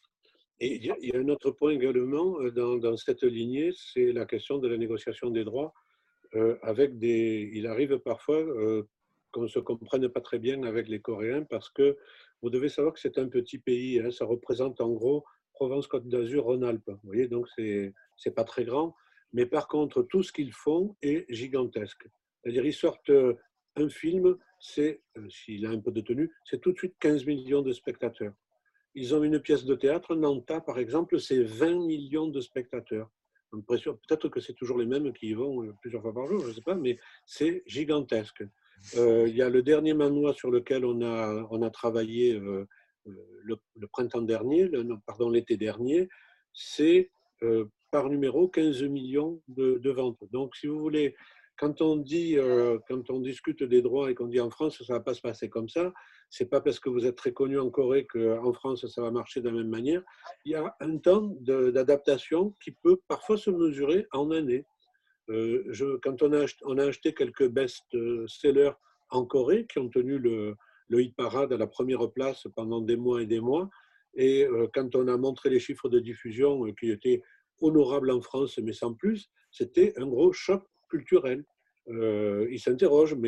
Et il y a un autre point également dans, dans cette lignée, c'est la question de la négociation des droits. Euh, avec des, il arrive parfois euh, qu'on ne se comprenne pas très bien avec les Coréens parce que vous devez savoir que c'est un petit pays, hein, ça représente en gros Provence-Côte d'Azur, Rhône-Alpes. Vous voyez, donc c'est c'est pas très grand, mais par contre tout ce qu'ils font est gigantesque. C'est-à-dire ils sortent un film, c'est euh, s'il a un peu de tenue, c'est tout de suite quinze millions de spectateurs. Ils ont une pièce de théâtre, Nanta par exemple, c'est vingt millions de spectateurs. Peut-être que c'est toujours les mêmes qui y vont plusieurs fois par jour, je ne sais pas, mais c'est gigantesque. Euh, il y a le dernier manhwa sur lequel on a, on a travaillé euh, le, le printemps dernier, le, non, pardon, l'été dernier, c'est euh, par numéro quinze millions de, de ventes. Donc, si vous voulez, quand on dit, euh, quand on discute des droits et qu'on dit en France, ça ne va pas se passer comme ça, c'est pas parce que vous êtes très connu en Corée qu'en France, ça va marcher de la même manière. Il y a un temps d'adaptation qui peut parfois se mesurer en années. Euh, je, quand on a, acheté, on a acheté quelques best-sellers en Corée qui ont tenu le, le hit parade à la première place pendant des mois et des mois, et euh, quand on a montré les chiffres de diffusion euh, qui étaient honorables en France, mais sans plus, c'était un gros choc culturel. Euh, ils s'interrogent, mais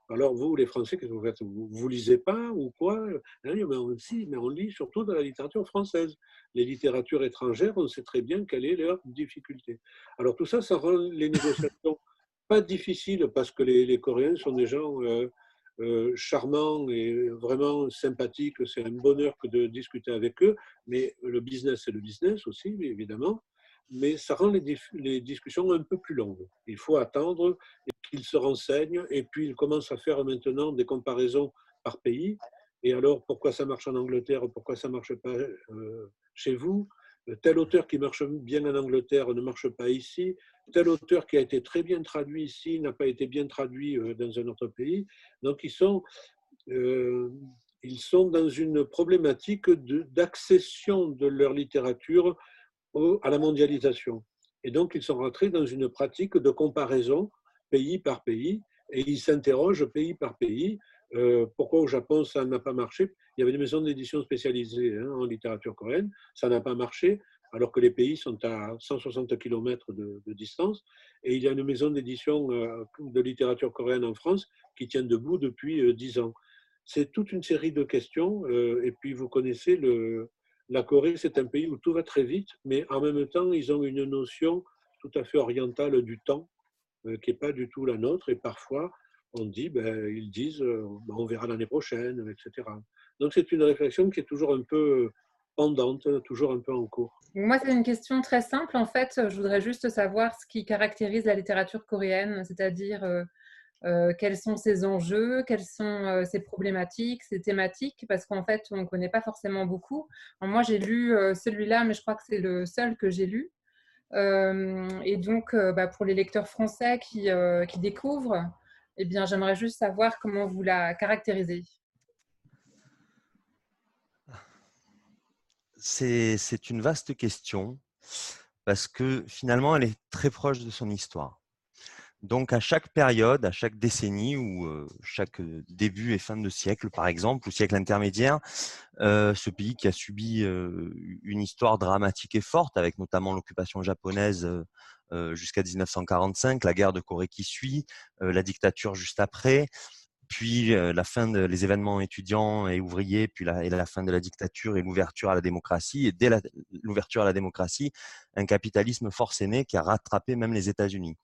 Alors vous, les Français, qu'est-ce que vous faites? Vous ne lisez pas ou quoi? Mais on, si, mais on lit surtout de la littérature française. Les littératures étrangères, on sait très bien quelle est leur difficulté. Alors tout ça, ça rend les négociations pas difficiles parce que les, les Coréens sont des gens euh, euh, charmants et vraiment sympathiques. C'est un bonheur que de discuter avec eux. Mais le business, c'est le business aussi, évidemment. Mais ça rend les, les discussions un peu plus longues. Il faut attendre qu'ils se renseignent et puis ils commencent à faire maintenant des comparaisons par pays. Et alors, pourquoi ça marche en Angleterre, pourquoi ça ne marche pas euh, chez vous? Tel auteur qui marche bien en Angleterre ne marche pas ici. Tel auteur qui a été très bien traduit ici n'a pas été bien traduit dans un autre pays. Donc, ils sont, euh, ils sont dans une problématique d'accession de, de leur littérature à la mondialisation. Et donc, ils sont rentrés dans une pratique de comparaison pays par pays, et ils s'interrogent pays par pays. Euh, pourquoi au Japon, ça n'a pas marché? Il y avait des maisons d'édition spécialisées hein, en littérature coréenne, ça n'a pas marché, alors que les pays sont à cent soixante kilomètres de, de distance. Et il y a une maison d'édition euh, de littérature coréenne en France qui tient debout depuis euh, dix ans. C'est toute une série de questions, euh, et puis vous connaissez le... La Corée, c'est un pays où tout va très vite, mais en même temps, ils ont une notion tout à fait orientale du temps, euh, qui n'est pas du tout la nôtre. Et parfois, on dit, ben, ils disent, euh, ben, on verra l'année prochaine, et cetera. Donc, c'est une réflexion qui est toujours un peu pendante, toujours un peu en cours. Moi, c'est une question très simple. En fait, je voudrais juste savoir ce qui caractérise la littérature coréenne, c'est-à-dire euh, Euh, quels sont ses enjeux, quelles sont euh, ses problématiques, ses thématiques, parce qu'en fait, on ne connaît pas forcément beaucoup. Alors, moi, j'ai lu euh, celui-là, mais je crois que c'est le seul que j'ai lu. Euh, et donc, euh, bah, pour les lecteurs français qui, euh, qui découvrent, eh bien, j'aimerais juste savoir comment vous la caractérisez. C'est, c'est une vaste question parce que finalement, elle est très proche de son histoire. Donc, à chaque période, à chaque décennie ou euh, chaque début et fin de siècle, par exemple, ou siècle intermédiaire, euh, ce pays qui a subi euh, une histoire dramatique et forte, avec notamment l'occupation japonaise euh, jusqu'à dix-neuf cent quarante-cinq, la guerre de Corée qui suit, euh, la dictature juste après, puis euh, la fin des de, événements étudiants et ouvriers, puis la, et la fin de la dictature et l'ouverture à la démocratie. Et dès la, l'ouverture à la démocratie, un capitalisme forcené qui a rattrapé même les États-Unis.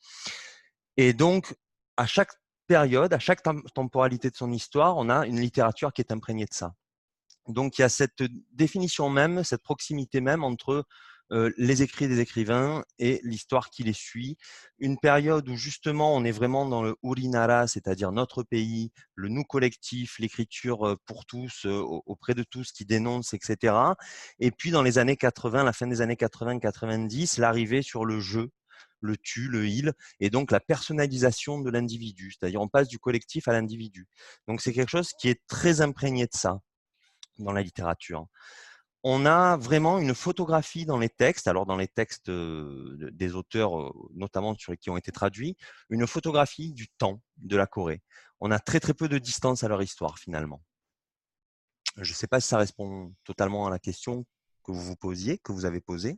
Et donc, à chaque période, à chaque temporalité de son histoire, on a une littérature qui est imprégnée de ça. Donc, il y a cette définition même, cette proximité même entre euh, les écrits des écrivains et l'histoire qui les suit. Une période où justement, on est vraiment dans le urinara, c'est-à-dire notre pays, le nous collectif, l'écriture pour tous, euh, auprès de tous, qui dénonce, et cetera. Et puis, dans les années quatre-vingts, la fin des années quatre-vingts quatre-vingt-dix, l'arrivée sur le jeu, le tu, le il, et donc la personnalisation de l'individu. C'est-à-dire on passe du collectif à l'individu. Donc c'est quelque chose qui est très imprégné de ça dans la littérature. On a vraiment une photographie dans les textes, alors dans les textes des auteurs, notamment sur qui ont été traduits, une photographie du temps de la Corée. On a très très peu de distance à leur histoire finalement. Je ne sais pas si ça répond totalement à la question que vous vous posiez, que vous avez posée.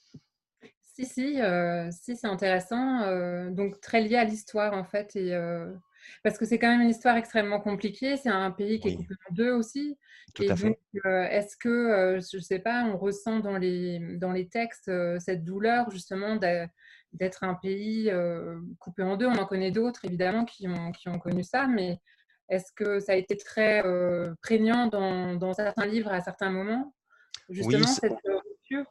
Si, si, euh, si c'est intéressant. Euh, donc, très lié à l'histoire, en fait. Et, euh, parce que c'est quand même une histoire extrêmement compliquée. C'est un pays qui oui. est coupé en deux aussi. Tout et à donc, fait. Euh, est-ce que, euh, je ne sais pas, on ressent dans les, dans les textes euh, cette douleur, justement, d'être un pays euh, coupé en deux? On en connaît d'autres, évidemment, qui ont, qui ont connu ça. Mais est-ce que ça a été très euh, prégnant dans, dans certains livres à certains moments? Justement, oui, cette rupture.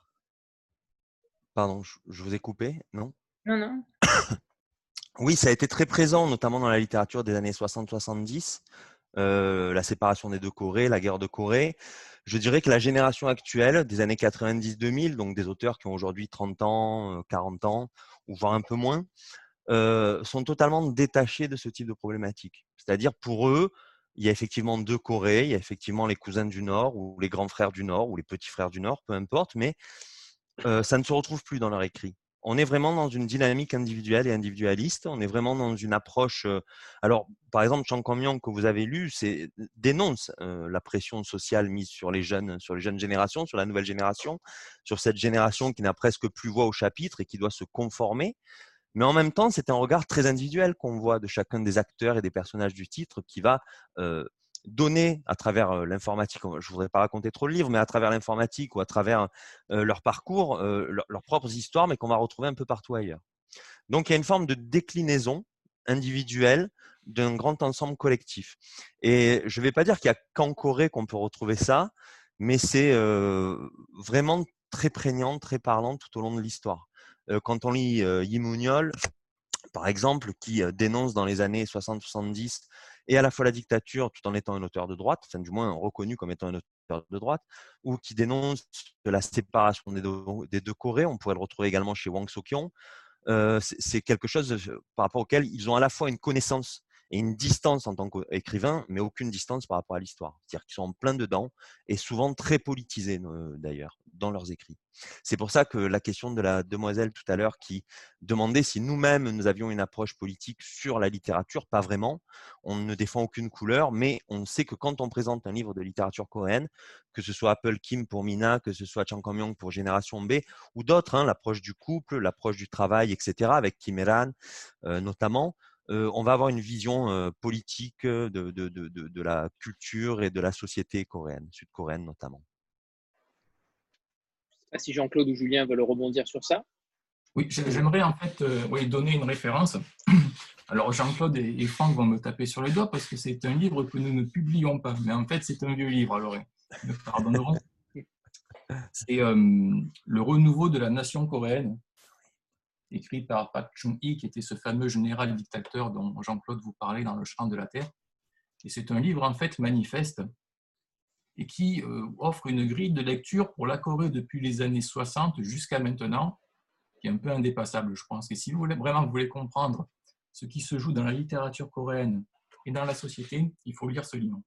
Pardon, je vous ai coupé, non? Non, non. Oui, ça a été très présent, notamment dans la littérature des années soixante soixante-dix, euh, la séparation des deux Corées, la guerre de Corée. Je dirais que la génération actuelle, des années quatre-vingt-dix deux mille, donc des auteurs qui ont aujourd'hui trente ans, quarante ans, ou voire un peu moins, euh, sont totalement détachés de ce type de problématique. C'est-à-dire, pour eux, il y a effectivement deux Corées, il y a effectivement les cousins du Nord, ou les grands frères du Nord, ou les petits frères du Nord, peu importe, mais euh, ça ne se retrouve plus dans leur écrit. On est vraiment dans une dynamique individuelle et individualiste. On est vraiment dans une approche. Euh, alors, par exemple, Chang Kom-yong que vous avez lu, c'est dénonce euh, la pression sociale mise sur les jeunes, sur les jeunes générations, sur la nouvelle génération, sur cette génération qui n'a presque plus voix au chapitre et qui doit se conformer. Mais en même temps, c'est un regard très individuel qu'on voit de chacun des acteurs et des personnages du titre qui va euh, donner à travers l'informatique, je ne voudrais pas raconter trop le livre, mais à travers l'informatique ou à travers euh, leur parcours, euh, leur, leurs propres histoires, mais qu'on va retrouver un peu partout ailleurs. Donc, il y a une forme de déclinaison individuelle d'un grand ensemble collectif. Et je ne vais pas dire qu'il n'y a qu'en Corée qu'on peut retrouver ça, mais c'est euh, vraiment très prégnant, très parlant tout au long de l'histoire. Euh, quand on lit euh, Lee Moon-yeol, par exemple, qui euh, dénonce dans les années soixante soixante-dix et à la fois la dictature tout en étant un auteur de droite, enfin du moins reconnu comme étant un auteur de droite, ou qui dénonce la séparation des deux, des deux Corées, on pourrait le retrouver également chez Hwang So-kyung. Euh, c'est quelque chose de, par rapport auquel ils ont à la fois une connaissance et une distance en tant qu'écrivain, mais aucune distance par rapport à l'histoire. C'est-à-dire qu'ils sont en plein dedans et souvent très politisés euh, d'ailleurs dans leurs écrits. C'est pour ça que la question de la demoiselle tout à l'heure qui demandait si nous-mêmes nous avions une approche politique sur la littérature, pas vraiment. On ne défend aucune couleur, mais on sait que quand on présente un livre de littérature coréenne, que ce soit Apple Kim pour Mina, que ce soit Chang Kom-yong pour Génération B, ou d'autres, hein, l'approche du couple, l'approche du travail, et cetera, avec Kim Hee-ran euh, notamment, euh, on va avoir une vision euh, politique de, de, de, de, de la culture et de la société coréenne, sud-coréenne notamment. Je ne sais pas si Jean-Claude ou Julien veulent rebondir sur ça. Oui, j'aimerais en fait euh, oui, donner une référence. Alors Jean-Claude et, et Franck vont me taper sur les doigts parce que c'est un livre que nous ne publions pas. Mais en fait, c'est un vieux livre, alors ils me pardonneront. C'est euh, Le renouveau de la nation coréenne, écrit par Park Chung-hee, qui était ce fameux général dictateur dont Jean-Claude vous parlait dans Le Champ de la Terre. Et c'est un livre en fait manifeste et qui euh, offre une grille de lecture pour la Corée depuis les années soixante jusqu'à maintenant, qui est un peu indépassable, je pense. Et si vous voulez vraiment vous voulez comprendre ce qui se joue dans la littérature coréenne et dans la société, il faut lire ce livre.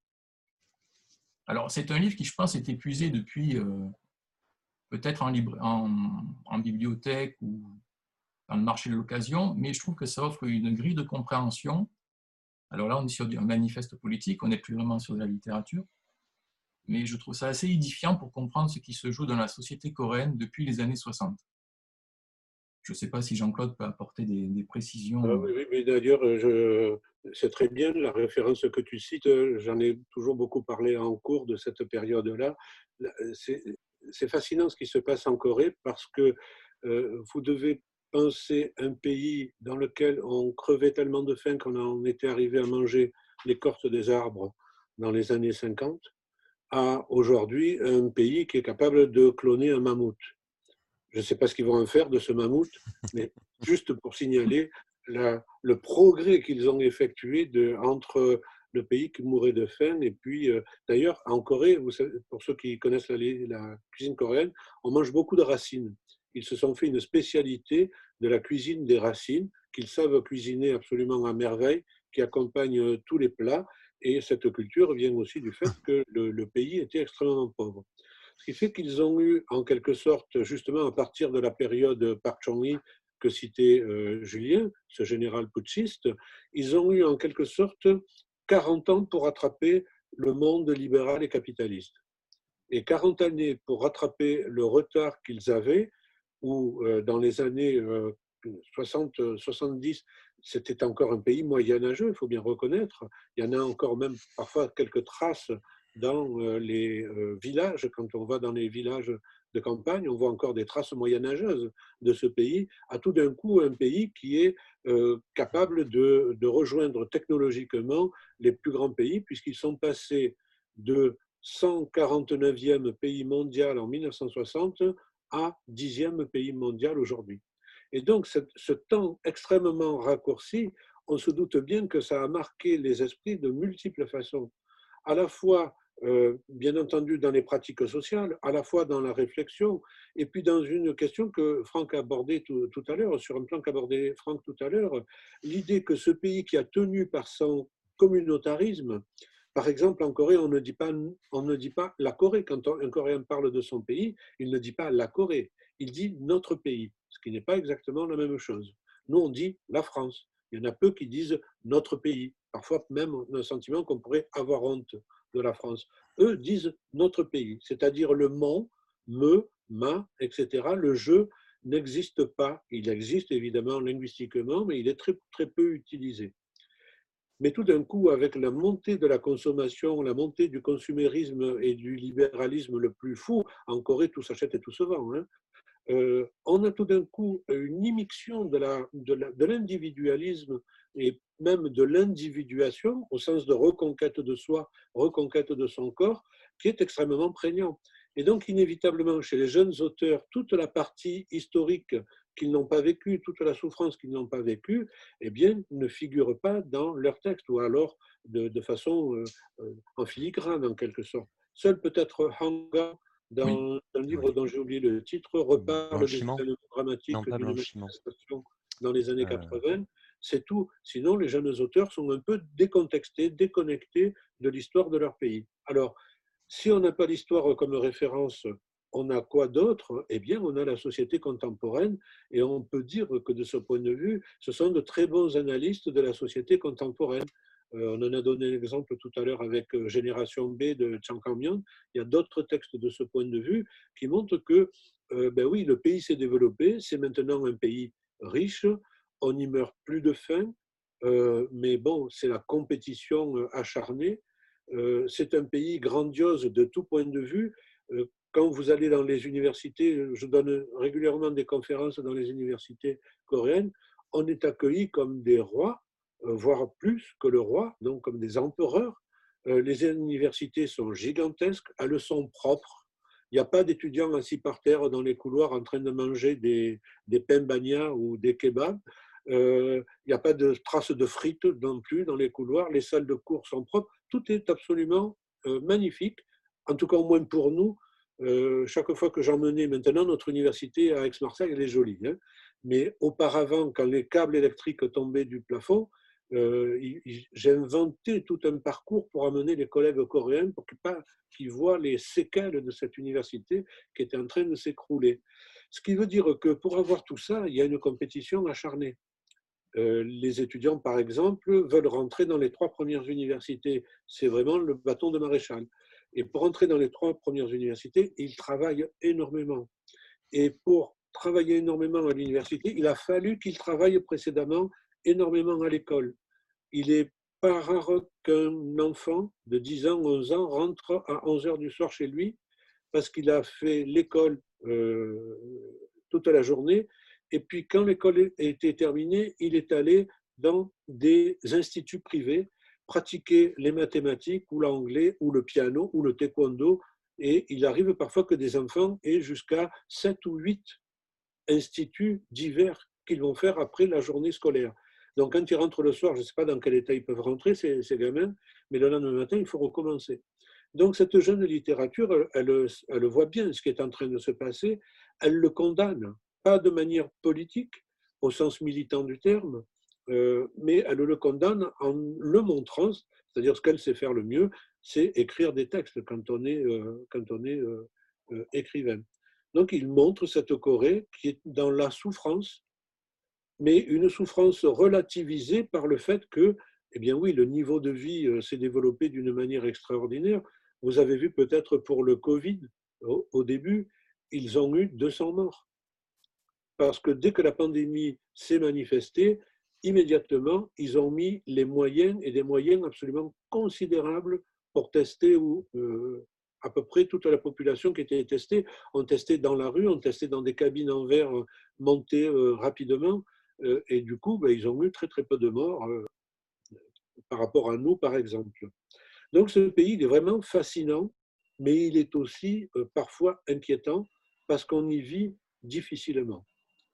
Alors, c'est un livre qui, je pense, est épuisé depuis euh, peut-être en, en, en bibliothèque ou dans le marché de l'occasion, mais je trouve que ça offre une grille de compréhension. Alors là, on est sur un manifeste politique, on n'est plus vraiment sur de la littérature, mais je trouve ça assez édifiant pour comprendre ce qui se joue dans la société coréenne depuis les années soixante. Je ne sais pas si Jean-Claude peut apporter des, des précisions. Ah oui, oui, mais d'ailleurs, c'est très bien la référence que tu cites. J'en ai toujours beaucoup parlé en cours de cette période-là. C'est fascinant ce qui se passe en Corée parce que euh, vous devez penser un pays dans lequel on crevait tellement de faim qu'on en était arrivé à manger l'écorce des arbres dans les années cinquante, à aujourd'hui un pays qui est capable de cloner un mammouth. Je ne sais pas ce qu'ils vont en faire de ce mammouth, mais juste pour signaler la, le progrès qu'ils ont effectué de, entre le pays qui mourait de faim et puis, euh, d'ailleurs, en Corée, vous savez, pour ceux qui connaissent la, la cuisine coréenne, on mange beaucoup de racines. Ils se sont fait une spécialité de la cuisine des racines, qu'ils savent cuisiner absolument à merveille, qui accompagne tous les plats. Et cette culture vient aussi du fait que le, le pays était extrêmement pauvre. Ce qui fait qu'ils ont eu, en quelque sorte, justement à partir de la période Park Chung-hee que citait euh, Julien, ce général putschiste, ils ont eu en quelque sorte quarante ans pour rattraper le monde libéral et capitaliste. Et quarante années pour rattraper le retard qu'ils avaient, où euh, dans les années euh, soixante soixante-dix, c'était encore un pays moyenâgeux, il faut bien reconnaître. Il y en a encore même parfois quelques traces dans les villages. Quand on va dans les villages de campagne, on voit encore des traces moyenâgeuses de ce pays, à tout d'un coup un pays qui est euh, capable de, de rejoindre technologiquement les plus grands pays, puisqu'ils sont passés de cent quarante-neuvième pays mondial en mille neuf cent soixante à dixième pays mondial aujourd'hui. Et donc ce, ce temps extrêmement raccourci, on se doute bien que ça a marqué les esprits de multiples façons, à la fois Euh, bien entendu dans les pratiques sociales, à la fois dans la réflexion, et puis dans une question que Franck a abordée tout, tout à l'heure, sur un plan qu'abordait Franck tout à l'heure, l'idée que ce pays qui a tenu par son communautarisme, par exemple en Corée, on ne dit pas, on ne dit pas la Corée. Quand un Coréen parle de son pays, il ne dit pas la Corée, il dit notre pays, ce qui n'est pas exactement la même chose. Nous, on dit la France. Il y en a peu qui disent notre pays. Parfois même on a un sentiment qu'on pourrait avoir honte de la France. Eux disent notre pays, c'est-à-dire le mon, me, ma, et cetera, le je n'existe pas. Il existe évidemment linguistiquement, mais il est très, très peu utilisé. Mais tout d'un coup, avec la montée de la consommation, la montée du consumérisme et du libéralisme le plus fou, en Corée, tout s'achète et tout se vend, hein, euh, on a tout d'un coup une immixtion de, la, de, la, de l'individualisme et même de l'individuation, au sens de reconquête de soi, reconquête de son corps, qui est extrêmement prégnant. Et donc, inévitablement, chez les jeunes auteurs, toute la partie historique qu'ils n'ont pas vécue, toute la souffrance qu'ils n'ont pas vécue, eh bien, ne figure pas dans leur texte, ou alors de, de façon euh, en filigrane, en quelque sorte. Seul peut-être Hanga, dans oui. un livre oui. dont j'ai oublié le titre, reparle des événements dramatiques d'une manifestation dans les années euh... quatre-vingts. C'est tout. Sinon, les jeunes auteurs sont un peu décontextés, déconnectés de l'histoire de leur pays. Alors, si on n'a pas l'histoire comme référence, on a quoi d'autre? Eh bien, on a la société contemporaine et on peut dire que de ce point de vue, ce sont de très bons analystes de la société contemporaine. Euh, on en a donné l'exemple tout à l'heure avec Génération B de Chang Kang-myung. Il y a d'autres textes de ce point de vue qui montrent que, euh, ben oui, le pays s'est développé, c'est maintenant un pays riche, on n'y meurt plus de faim, euh, mais bon, c'est la compétition acharnée. Euh, c'est un pays grandiose de tout point de vue. Euh, quand vous allez dans les universités, je donne régulièrement des conférences dans les universités coréennes, on est accueillis comme des rois, euh, voire plus que le roi, donc comme des empereurs. Euh, les universités sont gigantesques, elles sont propres. Il n'y a pas d'étudiants assis par terre dans les couloirs en train de manger des, des pains banya ou des kebabs. Euh, il n'y a pas de traces de frites non plus dans les couloirs. Les salles de cours sont propres. Tout est absolument euh, magnifique, en tout cas au moins pour nous. Euh, chaque fois que j'emmenais maintenant, notre université à Aix-Marseille, elle est jolie. Hein, mais auparavant, quand les câbles électriques tombaient du plafond, euh, j'ai inventé tout un parcours pour amener les collègues coréens pour qu'ils voient les séquelles de cette université qui était en train de s'écrouler. Ce qui veut dire que pour avoir tout ça, il y a une compétition acharnée. Euh, les étudiants, par exemple, veulent rentrer dans les trois premières universités. C'est vraiment le bâton de maréchal. Et pour entrer dans les trois premières universités, ils travaillent énormément. Et pour travailler énormément à l'université, il a fallu qu'ils travaillent précédemment énormément à l'école. Il est pas rare qu'un enfant de dix ans, onze ans rentre à onze heures du soir chez lui parce qu'il a fait l'école euh, toute la journée. Et puis, quand l'école était terminée, il est allé dans des instituts privés pratiquer les mathématiques ou l'anglais ou le piano ou le taekwondo. Et il arrive parfois que des enfants aient jusqu'à sept ou huit instituts divers qu'ils vont faire après la journée scolaire. Donc, quand ils rentrent le soir, je ne sais pas dans quel état ils peuvent rentrer, ces, ces gamins, mais le lendemain matin, il faut recommencer. Donc, cette jeune littérature, elle, elle, elle voit bien ce qui est en train de se passer, elle le condamne, pas de manière politique, au sens militant du terme, euh, mais elle le condamne en le montrant, c'est-à-dire ce qu'elle sait faire le mieux, c'est écrire des textes quand on est, euh, quand on est euh, euh, écrivain. Donc, il montre cette Corée qui est dans la souffrance, mais une souffrance relativisée par le fait que, eh bien oui, le niveau de vie s'est développé d'une manière extraordinaire. Vous avez vu peut-être pour le Covid, au, au début, ils ont eu deux cents morts. Parce que dès que la pandémie s'est manifestée, immédiatement, ils ont mis les moyens, et des moyens absolument considérables pour tester ou, euh, à peu près toute la population qui était testée. On testait dans la rue, on testait dans des cabines en verre montées euh, rapidement. Euh, et du coup, ben, ils ont eu très très peu de morts euh, par rapport à nous, par exemple. Donc ce pays il est vraiment fascinant, mais il est aussi euh, parfois inquiétant parce qu'on y vit difficilement.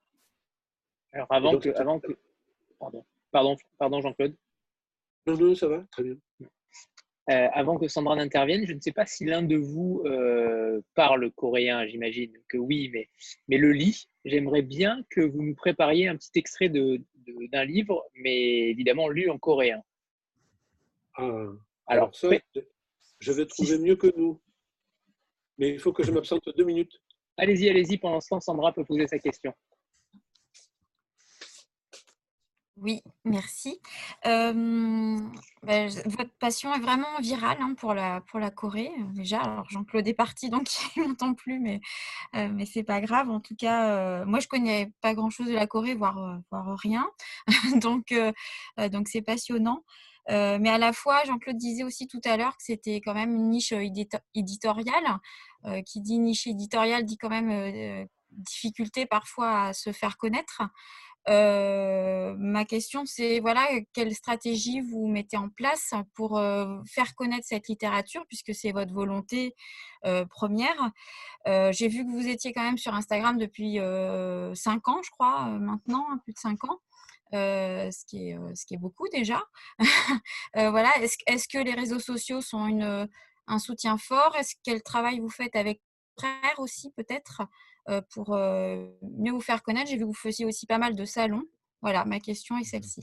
Alors avant donc, que, avant que, pardon, pardon, pardon Jean-Claude. Non, non, ça va, très bien. Euh, avant que Sandra n'intervienne, je ne sais pas si l'un de vous euh, parle coréen, j'imagine que oui, mais, mais le lit. J'aimerais bien que vous nous prépariez un petit extrait de, de, d'un livre, mais évidemment lu en coréen. Ah, alors, alors ça, mais, je vais trouver si, mieux que nous. Mais il faut que je m'absente deux minutes. Allez-y, allez-y. Pendant ce temps, Sandra peut poser sa question. Oui, merci. Euh, ben, je- votre passion est vraiment virale hein, pour la, pour la Corée. euh, Déjà, alors Jean-Claude est parti, donc il m'entend plus, mais, euh, mais c'est pas grave. En tout cas, euh, moi, je connais pas grand-chose de la Corée, voire, euh, voire rien. Donc, euh, euh, donc c'est passionnant. Euh, mais à la fois, Jean-Claude disait aussi tout à l'heure que c'était quand même une niche euh, édito- éditoriale. Euh, qui dit niche éditoriale dit quand même euh, difficulté parfois à se faire connaître. Euh, ma question, c'est voilà, quelle stratégie vous mettez en place pour euh, faire connaître cette littérature, puisque c'est votre volonté euh, première. Euh, j'ai vu que vous étiez quand même sur Instagram depuis euh, cinq ans, je crois, euh, maintenant, hein, plus de cinq ans. Euh, ce, qui est, euh, ce qui est beaucoup déjà. Euh, voilà. Est-ce, est-ce que les réseaux sociaux sont une, un soutien fort? Est-ce quel travail vous faites avec frères aussi peut-être euh, pour euh, mieux vous faire connaître? J'ai vu que vous faisiez aussi pas mal de salons. Voilà, ma question est celle-ci.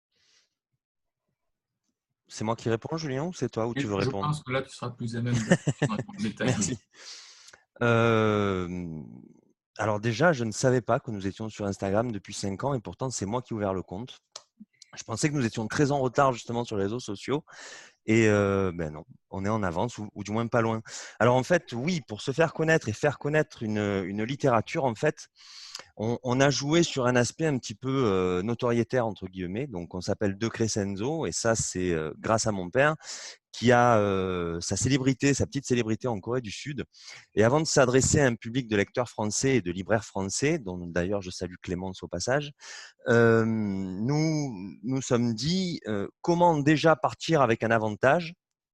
C'est moi qui réponds, Julien, ou c'est toi ou tu veux Je répondre? pense que là, tu seras plus à même de répondre en détail. Merci. Euh, alors déjà, je ne savais pas que nous étions sur Instagram depuis cinq ans et pourtant, c'est moi qui ai ouvert le compte. Je pensais que nous étions très en retard justement sur les réseaux sociaux et euh, ben non, on est en avance ou, ou du moins pas loin. Alors en fait, oui, pour se faire connaître et faire connaître une, une littérature, en fait, on, on a joué sur un aspect un petit peu euh, notoriétaire entre guillemets. Donc on s'appelle De Crescenzo et ça c'est euh, grâce à mon père qui a euh, sa célébrité, sa petite célébrité en Corée du Sud. Et avant de s'adresser à un public de lecteurs français et de libraires français, dont d'ailleurs je salue Clémence au passage, euh, nous nous sommes dit euh, comment déjà partir avec un avantage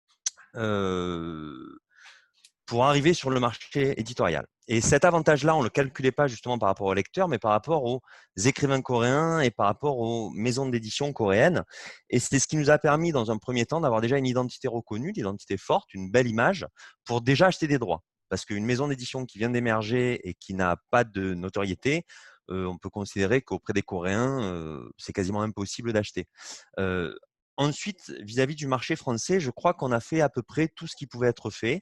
euh, pour arriver sur le marché éditorial. Et cet avantage-là, on ne le calculait pas justement par rapport aux lecteurs, mais par rapport aux écrivains coréens et par rapport aux maisons d'édition coréennes. Et c'est ce qui nous a permis, dans un premier temps, d'avoir déjà une identité reconnue, une identité forte, une belle image, pour déjà acheter des droits. Parce qu'une maison d'édition qui vient d'émerger et qui n'a pas de notoriété, euh, on peut considérer qu'auprès des Coréens, euh, c'est quasiment impossible d'acheter. Euh, ensuite, vis-à-vis du marché français, je crois qu'on a fait à peu près tout ce qui pouvait être fait.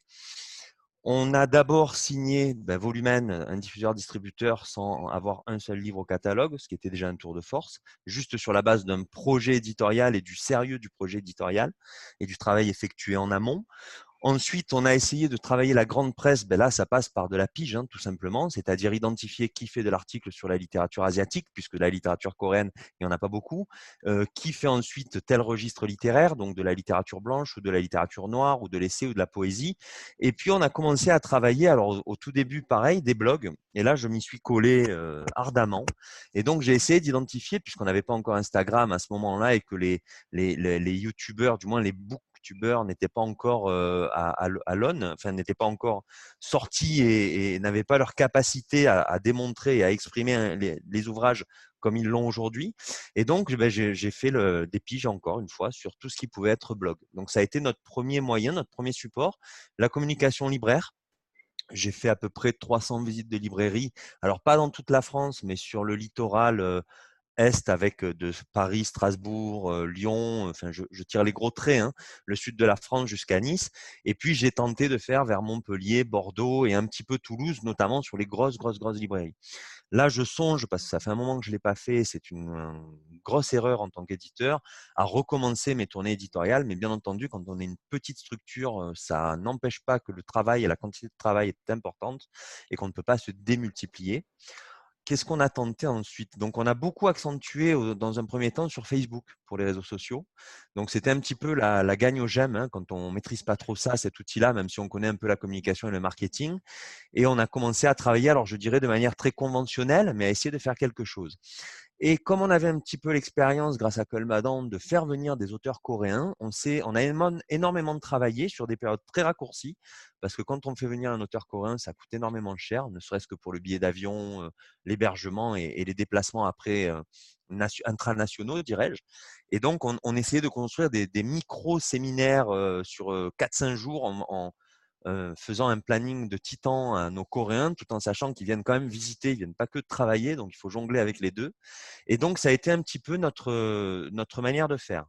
On a d'abord signé ben, Volumen, un diffuseur-distributeur, sans avoir un seul livre au catalogue, ce qui était déjà un tour de force, juste sur la base d'un projet éditorial et du sérieux du projet éditorial et du travail effectué en amont. Ensuite, on a essayé de travailler la grande presse. Ben là, ça passe par de la pige, hein, tout simplement, c'est-à-dire identifier qui fait de l'article sur la littérature asiatique, puisque la littérature coréenne, il n'y en a pas beaucoup, euh, qui fait ensuite tel registre littéraire, donc de la littérature blanche ou de la littérature noire ou de l'essai ou de la poésie. Et puis, on a commencé à travailler, alors au tout début, pareil, des blogs. Et là, je m'y suis collé euh, ardemment. Et donc, j'ai essayé d'identifier, puisqu'on n'avait pas encore Instagram à ce moment-là et que les, les, les, les youtubeurs, du moins les books, youtubeurs n'étaient pas encore euh, à, à, à l'aune, enfin n'étaient pas encore sortis et, et n'avaient pas leur capacité à, à démontrer et à exprimer les, les ouvrages comme ils l'ont aujourd'hui. Et donc, ben, j'ai, j'ai fait le, des piges encore une fois sur tout ce qui pouvait être blog. Donc, ça a été notre premier moyen, notre premier support, la communication libraire. J'ai fait à peu près trois cents visites de librairie. Alors, pas dans toute la France, mais sur le littoral euh, est avec de Paris, Strasbourg, euh, Lyon, enfin je, je tire les gros traits, hein, le sud de la France jusqu'à Nice. Et puis j'ai tenté de faire vers Montpellier, Bordeaux et un petit peu Toulouse, notamment sur les grosses, grosses, grosses librairies. Là, je songe, parce que ça fait un moment que je ne l'ai pas fait, c'est une, une grosse erreur en tant qu'éditeur, à recommencer mes tournées éditoriales. Mais bien entendu, quand on est une petite structure, ça n'empêche pas que le travail et la quantité de travail est importante et qu'on ne peut pas se démultiplier. Qu'est-ce qu'on a tenté ensuite? Donc, on a beaucoup accentué dans un premier temps sur Facebook pour les réseaux sociaux. Donc, c'était un petit peu la, la gagne aux j'aime hein, quand on ne maîtrise pas trop ça, cet outil-là, même si on connaît un peu la communication et le marketing. Et on a commencé à travailler, alors je dirais de manière très conventionnelle, mais à essayer de faire quelque chose. Et comme on avait un petit peu l'expérience, grâce à Colmadan, de faire venir des auteurs coréens, on, s'est, on a énormément travaillé sur des périodes très raccourcies, parce que quand on fait venir un auteur coréen, ça coûte énormément cher, ne serait-ce que pour le billet d'avion, euh, l'hébergement et, et les déplacements après euh, intranationaux, dirais-je. Et donc, on, on essayait de construire des, des micro-séminaires euh, sur euh, quatre cinq jours en, en euh, faisant un planning de titan à nos Coréens, tout en sachant qu'ils viennent quand même visiter, ils viennent pas que de travailler, donc il faut jongler avec les deux. Et donc, ça a été un petit peu notre, notre manière de faire.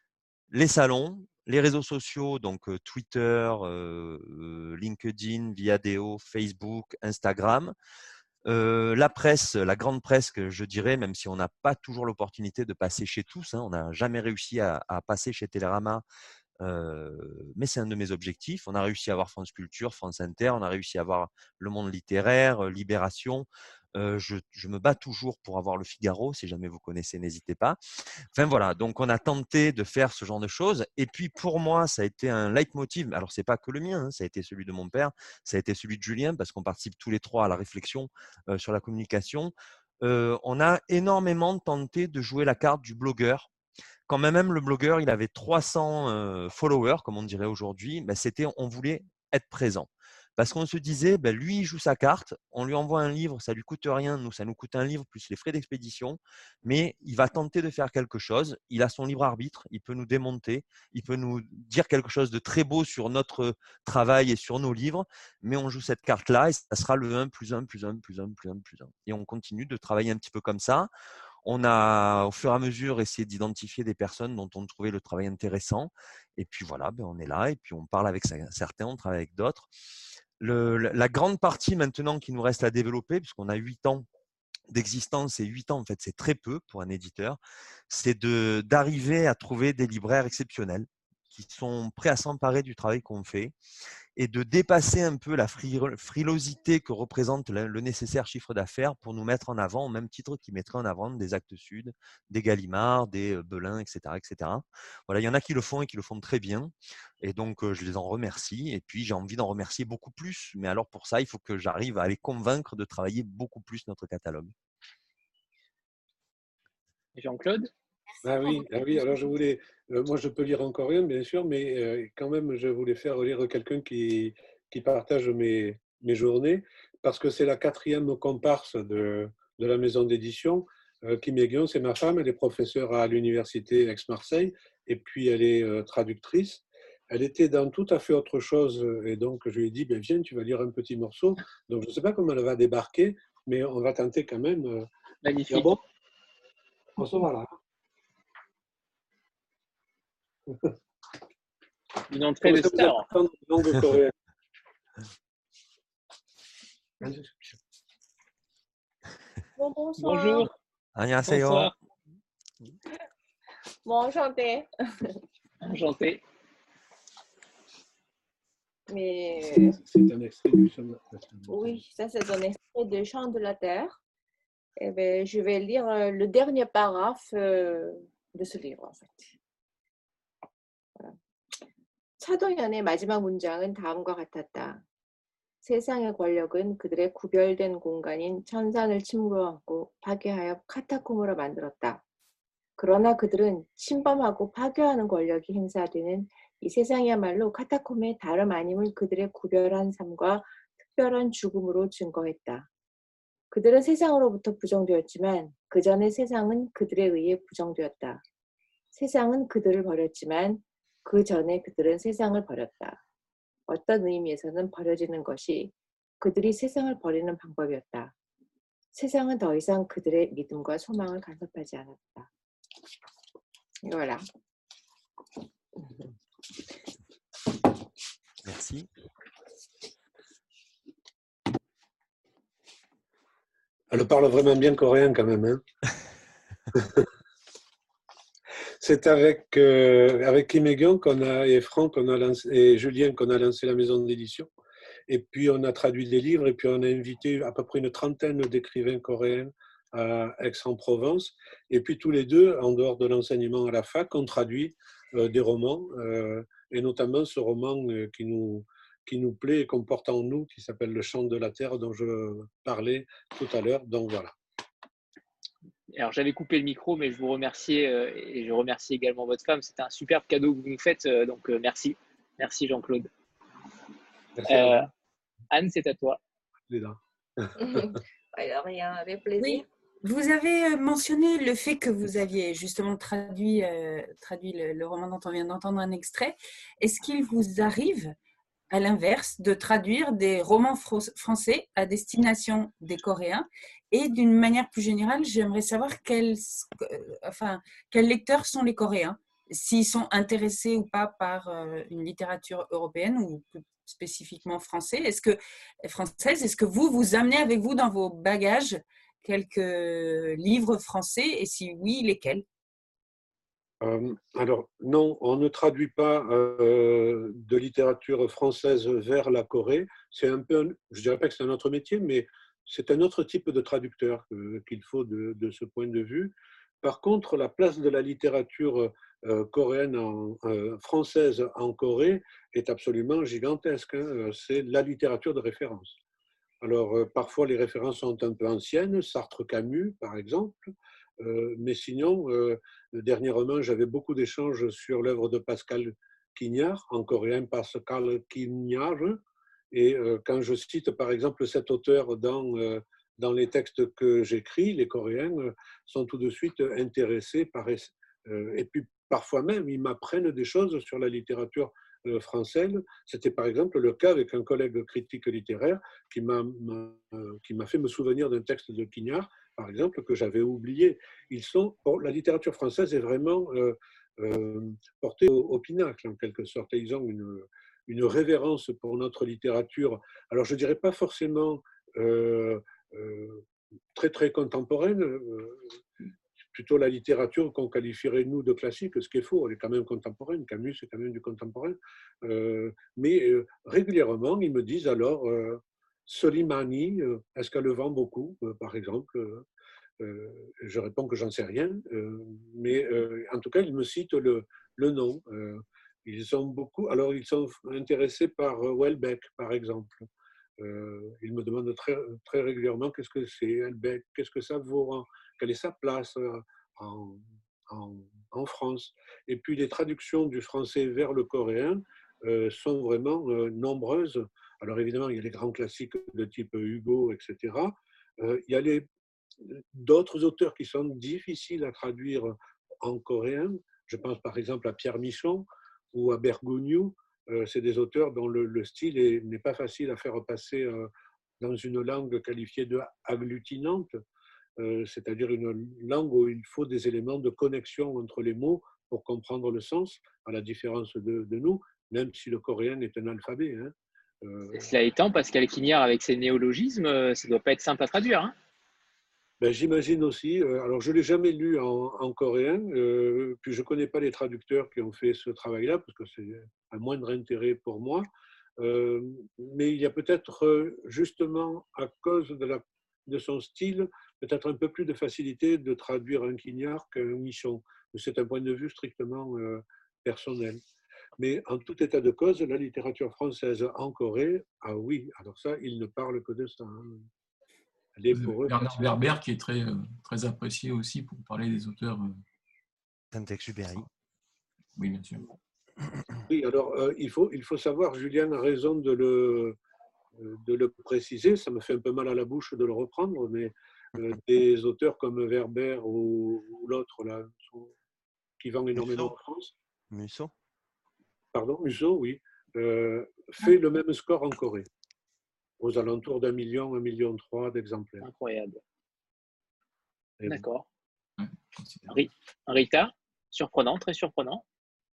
Les salons, les réseaux sociaux, donc euh, Twitter, euh, LinkedIn, Viadeo, Facebook, Instagram. Euh, la presse, la grande presse, que je dirais, même si on n'a pas toujours l'opportunité de passer chez tous, hein, on n'a jamais réussi à, à passer chez Télérama, euh, mais c'est un de mes objectifs. On a réussi à avoir France Culture, France Inter, on a réussi à avoir Le Monde littéraire, Libération. Euh, je, je me bats toujours pour avoir Le Figaro, si jamais vous connaissez, n'hésitez pas. Enfin voilà, donc on a tenté de faire ce genre de choses. Et puis pour moi, ça a été un leitmotiv. Alors c'est pas que le mien, hein, ça a été celui de mon père, ça a été celui de Julien, parce qu'on participe tous les trois à la réflexion euh, sur la communication. Euh, on a énormément tenté de jouer la carte du blogueur. Quand même le blogueur, il avait trois cents euh, followers, comme on dirait aujourd'hui, ben c'était, on voulait être présent. Parce qu'on se disait, ben lui, il joue sa carte, on lui envoie un livre, ça lui coûte rien, nous, ça nous coûte un livre plus les frais d'expédition, mais il va tenter de faire quelque chose, il a son libre arbitre, il peut nous démonter, il peut nous dire quelque chose de très beau sur notre travail et sur nos livres, mais on joue cette carte-là et ça sera le un plus un plus un plus un plus un plus un. Et on continue de travailler un petit peu comme ça. On a, au fur et à mesure, essayé d'identifier des personnes dont on trouvait le travail intéressant. Et puis voilà, ben on est là et puis on parle avec certains, on travaille avec d'autres. Le, la grande partie maintenant qui nous reste à développer, puisqu'on a huit ans d'existence et huit ans, en fait, c'est très peu pour un éditeur, c'est de, d'arriver à trouver des libraires exceptionnels qui sont prêts à s'emparer du travail qu'on fait et de dépasser un peu la frilosité que représente le nécessaire chiffre d'affaires pour nous mettre en avant, au même titre qu'ils mettraient en avant des Actes Sud, des Gallimard, des Belin, et cetera, et cetera. Voilà, il y en a qui le font et qui le font très bien. Et donc, je les en remercie. Et puis, j'ai envie d'en remercier beaucoup plus. Mais alors, pour ça, il faut que j'arrive à les convaincre de travailler beaucoup plus notre catalogue. Jean-Claude ? Ah oui, ah oui, alors je voulais, euh, moi je peux lire en coréen bien sûr, mais euh, quand même je voulais faire lire quelqu'un qui, qui partage mes, mes journées, parce que c'est la quatrième comparse de, de la maison d'édition. Euh, Kim Hye-gyun, c'est ma femme, elle est professeure à l'université Aix-Marseille, et puis elle est euh, traductrice. Elle était dans tout à fait autre chose, et donc je lui ai dit, ben, viens, tu vas lire un petit morceau. Donc je ne sais pas comment elle va débarquer, mais on va tenter quand même. Euh, Magnifique. Bon, on se voit là. Une entrée de star. Langue coréenne. Bon, bonsoir. Bonjour. 안녕하세요. Bonsoir. Bon, enchanté. Enchanté. Mais C'est un extrait du chant de la terre. oui, ça c'est un extrait de Chant de la Terre. Eh bien, je vais lire le dernier paragraphe de ce livre, en fait. voilà. 차도연의 마지막 문장은 다음과 같았다. 세상의 권력은 그들의 구별된 공간인 천상을 침범하고 파괴하여 카타콤으로 만들었다. 그러나 그들은 침범하고 파괴하는 권력이 행사되는 이 세상이야말로 카타콤의 다름 아님을 그들의 구별한 삶과 특별한 죽음으로 증거했다. 그들은 세상으로부터 부정되었지만 그 전에 세상은 그들에 의해 부정되었다. 세상은 그들을 버렸지만 그 전에 그들은 세상을 버렸다. 어떤 의미에서는 버려지는 것이 그들이 세상을 버리는 방법이었다. 세상은 더 이상 그들의 믿음과 소망을 간섭하지 않았다. Voilà. Merci. Elle parle vraiment bien coréen quand même. Hein. C'est avec, euh, avec Kim Hye-gyun qu'on a, et Franck qu'on a lancé, et Julien qu'on a lancé la maison d'édition. Et puis on a traduit des livres et puis on a invité à peu près une trentaine d'écrivains coréens à Aix-en-Provence. Et puis tous les deux, en dehors de l'enseignement à la fac, ont traduit euh, des romans, euh, et notamment ce roman euh, qui, nous, qui nous plaît et qu'on porte en nous, qui s'appelle Le Chant de la Terre, dont je parlais tout à l'heure. Donc voilà. Alors, j'avais coupé le micro, mais je vous remercie euh, et je remercie également votre femme. C'était un superbe cadeau que vous nous faites, euh, donc euh, merci. Merci Jean-Claude. Merci euh, Anne, c'est à toi. Alors, rien, avec plaisir. Oui. Vous avez mentionné le fait que vous aviez justement traduit, euh, traduit le, le roman dont on vient d'entendre un extrait. Est-ce qu'il vous arrive, à l'inverse, de traduire des romans fr- français à destination des Coréens? Et d'une manière plus générale, j'aimerais savoir quels, euh, enfin, quels lecteurs sont les Coréens, s'ils sont intéressés ou pas par euh, une littérature européenne ou spécifiquement français, est-ce que, française, est-ce que vous, vous amenez avec vous dans vos bagages quelques livres français et si oui, lesquels? Euh, alors, non, on ne traduit pas euh, de littérature française vers la Corée. C'est un peu, un- je dirais pas que c'est un autre métier, mais c'est un autre type de traducteur euh, qu'il faut de, de ce point de vue. Par contre, la place de la littérature euh, coréenne, en, euh, française en Corée est absolument gigantesque, hein. C'est la littérature de référence. Alors, euh, parfois, les références sont un peu anciennes, Sartre-Camus, par exemple, euh, mais sinon, euh, dernièrement, j'avais beaucoup d'échanges sur l'œuvre de Pascal Quignard, en coréen Pascal Quignard, et euh, quand je cite, par exemple, cet auteur dans, euh, dans les textes que j'écris, les Coréens euh, sont tout de suite intéressés par... euh, et puis, parfois même, ils m'apprennent des choses sur la littérature euh, française. C'était par exemple le cas avec un collègue critique littéraire qui m'a qui m'a fait me souvenir d'un texte de Quignard, par exemple, que j'avais oublié. Ils sont, bon, la littérature française est vraiment euh, euh, portée au, au pinacle, en quelque sorte. Et ils ont une, une révérence pour notre littérature. Alors, je ne dirais pas forcément euh, euh, très, très contemporaine, euh, plutôt la littérature qu'on qualifierait, nous, de classique, ce qui est faux, elle est quand même contemporaine. Camus, c'est quand même du contemporain. Euh, mais euh, régulièrement, ils me disent alors, euh, Soleimani, euh, est-ce qu'elle le vend beaucoup, euh, par exemple euh, euh, Je réponds que j'en sais rien. Euh, mais euh, en tout cas, ils me citent le, le nom. Euh, ils sont beaucoup, alors, ils sont intéressés par Houellebecq, par exemple. Euh, ils me demandent très, très régulièrement qu'est-ce que c'est Houellebecq, qu'est-ce que ça vaut, quelle est sa place en, en, en France. Et puis les traductions du français vers le coréen euh, sont vraiment euh, nombreuses. Alors évidemment, il y a les grands classiques de type Hugo, et cetera. Euh, il y a les, d'autres auteurs qui sont difficiles à traduire en coréen. Je pense par exemple à Pierre Michon ou à Bergogneau. Euh, c'est des auteurs dont le, le style est, n'est pas facile à faire passer euh, dans une langue qualifiée de agglutinante, euh, c'est-à-dire une langue où il faut des éléments de connexion entre les mots pour comprendre le sens, à la différence de, de nous, même si le coréen est un alphabet. Hein. Euh, Cela étant, Pascal Quignard, avec ses néologismes, ça ne doit pas être simple à traduire. Hein. Ben, j'imagine aussi. Alors, je ne l'ai jamais lu en, en coréen, euh, puis je ne connais pas les traducteurs qui ont fait ce travail-là, parce que c'est un moindre intérêt pour moi. Euh, mais il y a peut-être, justement, à cause de, la, de son style, peut-être un peu plus de facilité de traduire un Quignard qu'un Michon. C'est un point de vue strictement euh, personnel. Mais en tout état de cause, la littérature française en Corée, ah oui, alors ça, ils ne parlent que de ça. Hein. Pour eux, Bernard Werber, qui est très, très apprécié aussi pour parler des auteurs. Saint-Exupéry. Oui, bien sûr. Oui, alors euh, il, faut, il faut savoir, Julien a raison de le, de le préciser, ça me fait un peu mal à la bouche de le reprendre, mais euh, des auteurs comme Werber ou, ou l'autre, là, qui vend énormément en France. Musso. Pardon, Musso, oui, euh, fait le même score en Corée, aux alentours d'un million, un million trois d'exemplaires. Incroyable. Et d'accord. Oui. Rita, surprenant, très surprenant.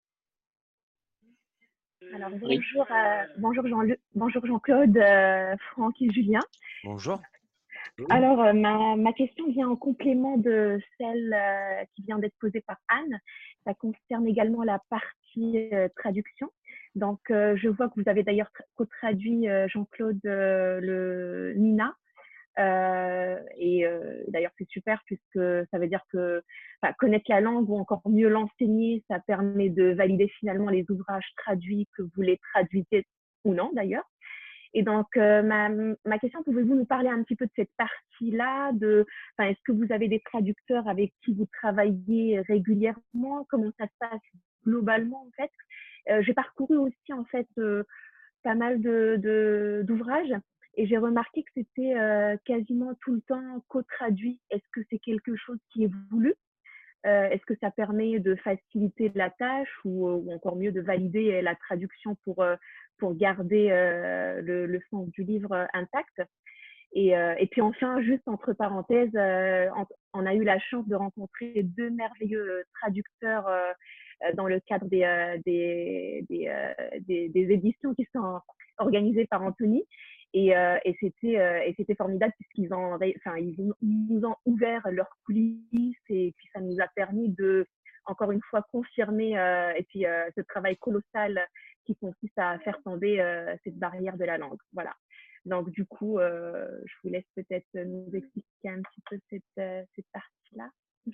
Alors, bonjour, euh, bonjour, Jean bonjour Jean-Claude, euh, Franck et Julien. Bonjour. Alors, euh, ma, ma question vient en complément de celle euh, qui vient d'être posée par Anne. Ça concerne également la partie euh, traduction. Donc, euh, je vois que vous avez d'ailleurs co-traduit euh, Jean-Claude euh, le Nina. Euh, et euh, d'ailleurs, c'est super puisque ça veut dire que enfin, connaître la langue ou encore mieux l'enseigner, ça permet de valider finalement les ouvrages traduits, que vous les traduisez ou non d'ailleurs. Et donc, euh, ma, ma question, pouvez-vous nous parler un petit peu de cette partie-là de, enfin, est-ce que vous avez des traducteurs avec qui vous travaillez régulièrement? Comment ça se passe globalement en fait? euh, J'ai parcouru aussi en fait euh, pas mal de, de, d'ouvrages. Et j'ai remarqué que c'était euh, quasiment tout le temps co-traduit. Est-ce que c'est quelque chose qui est voulu? euh, Est-ce que ça permet de faciliter la tâche ou, ou encore mieux de valider la traduction pour, euh, pour garder euh, le, le sens du livre intact? Et, euh, et puis enfin, juste entre parenthèses, euh, on a eu la chance de rencontrer deux merveilleux traducteurs euh, euh, dans le cadre des, euh, des, des, euh, des, des éditions qui sont organisées par Anthony. Et, euh, et c'était euh, et c'était formidable puisqu'ils ont, enfin, ils nous ont ouvert leurs coulisses et puis ça nous a permis de, encore une fois, confirmer euh, et puis euh, ce travail colossal qui consiste à faire tomber euh, cette barrière de la langue. Voilà. Donc du coup, euh, je vous laisse peut-être nous expliquer un petit peu cette, euh, cette partie-là.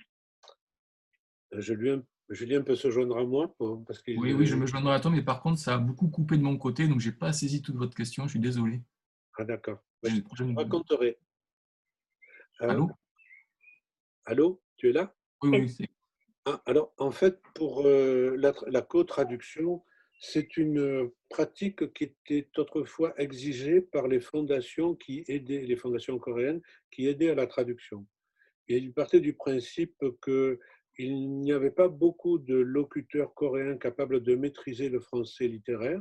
Julien, Julien peut se joindre à moi pour, parce qu'il. Oui, oui, je me joindrai à toi, mais par contre, ça a beaucoup coupé de mon côté, donc je n'ai pas saisi toute votre question. Je suis désolé. Ah d'accord. Je, Je, je... je raconterai. Euh, Allô? Allô, tu es là? Oui, oui, c'est. Ah, alors, en fait, pour euh, la, la co-traduction, c'est une pratique qui était autrefois exigée par les fondations qui aidaient, les fondations coréennes qui aidaient à la traduction. Et il partait du principe qu'il n'y avait pas beaucoup de locuteurs coréens capables de maîtriser le français littéraire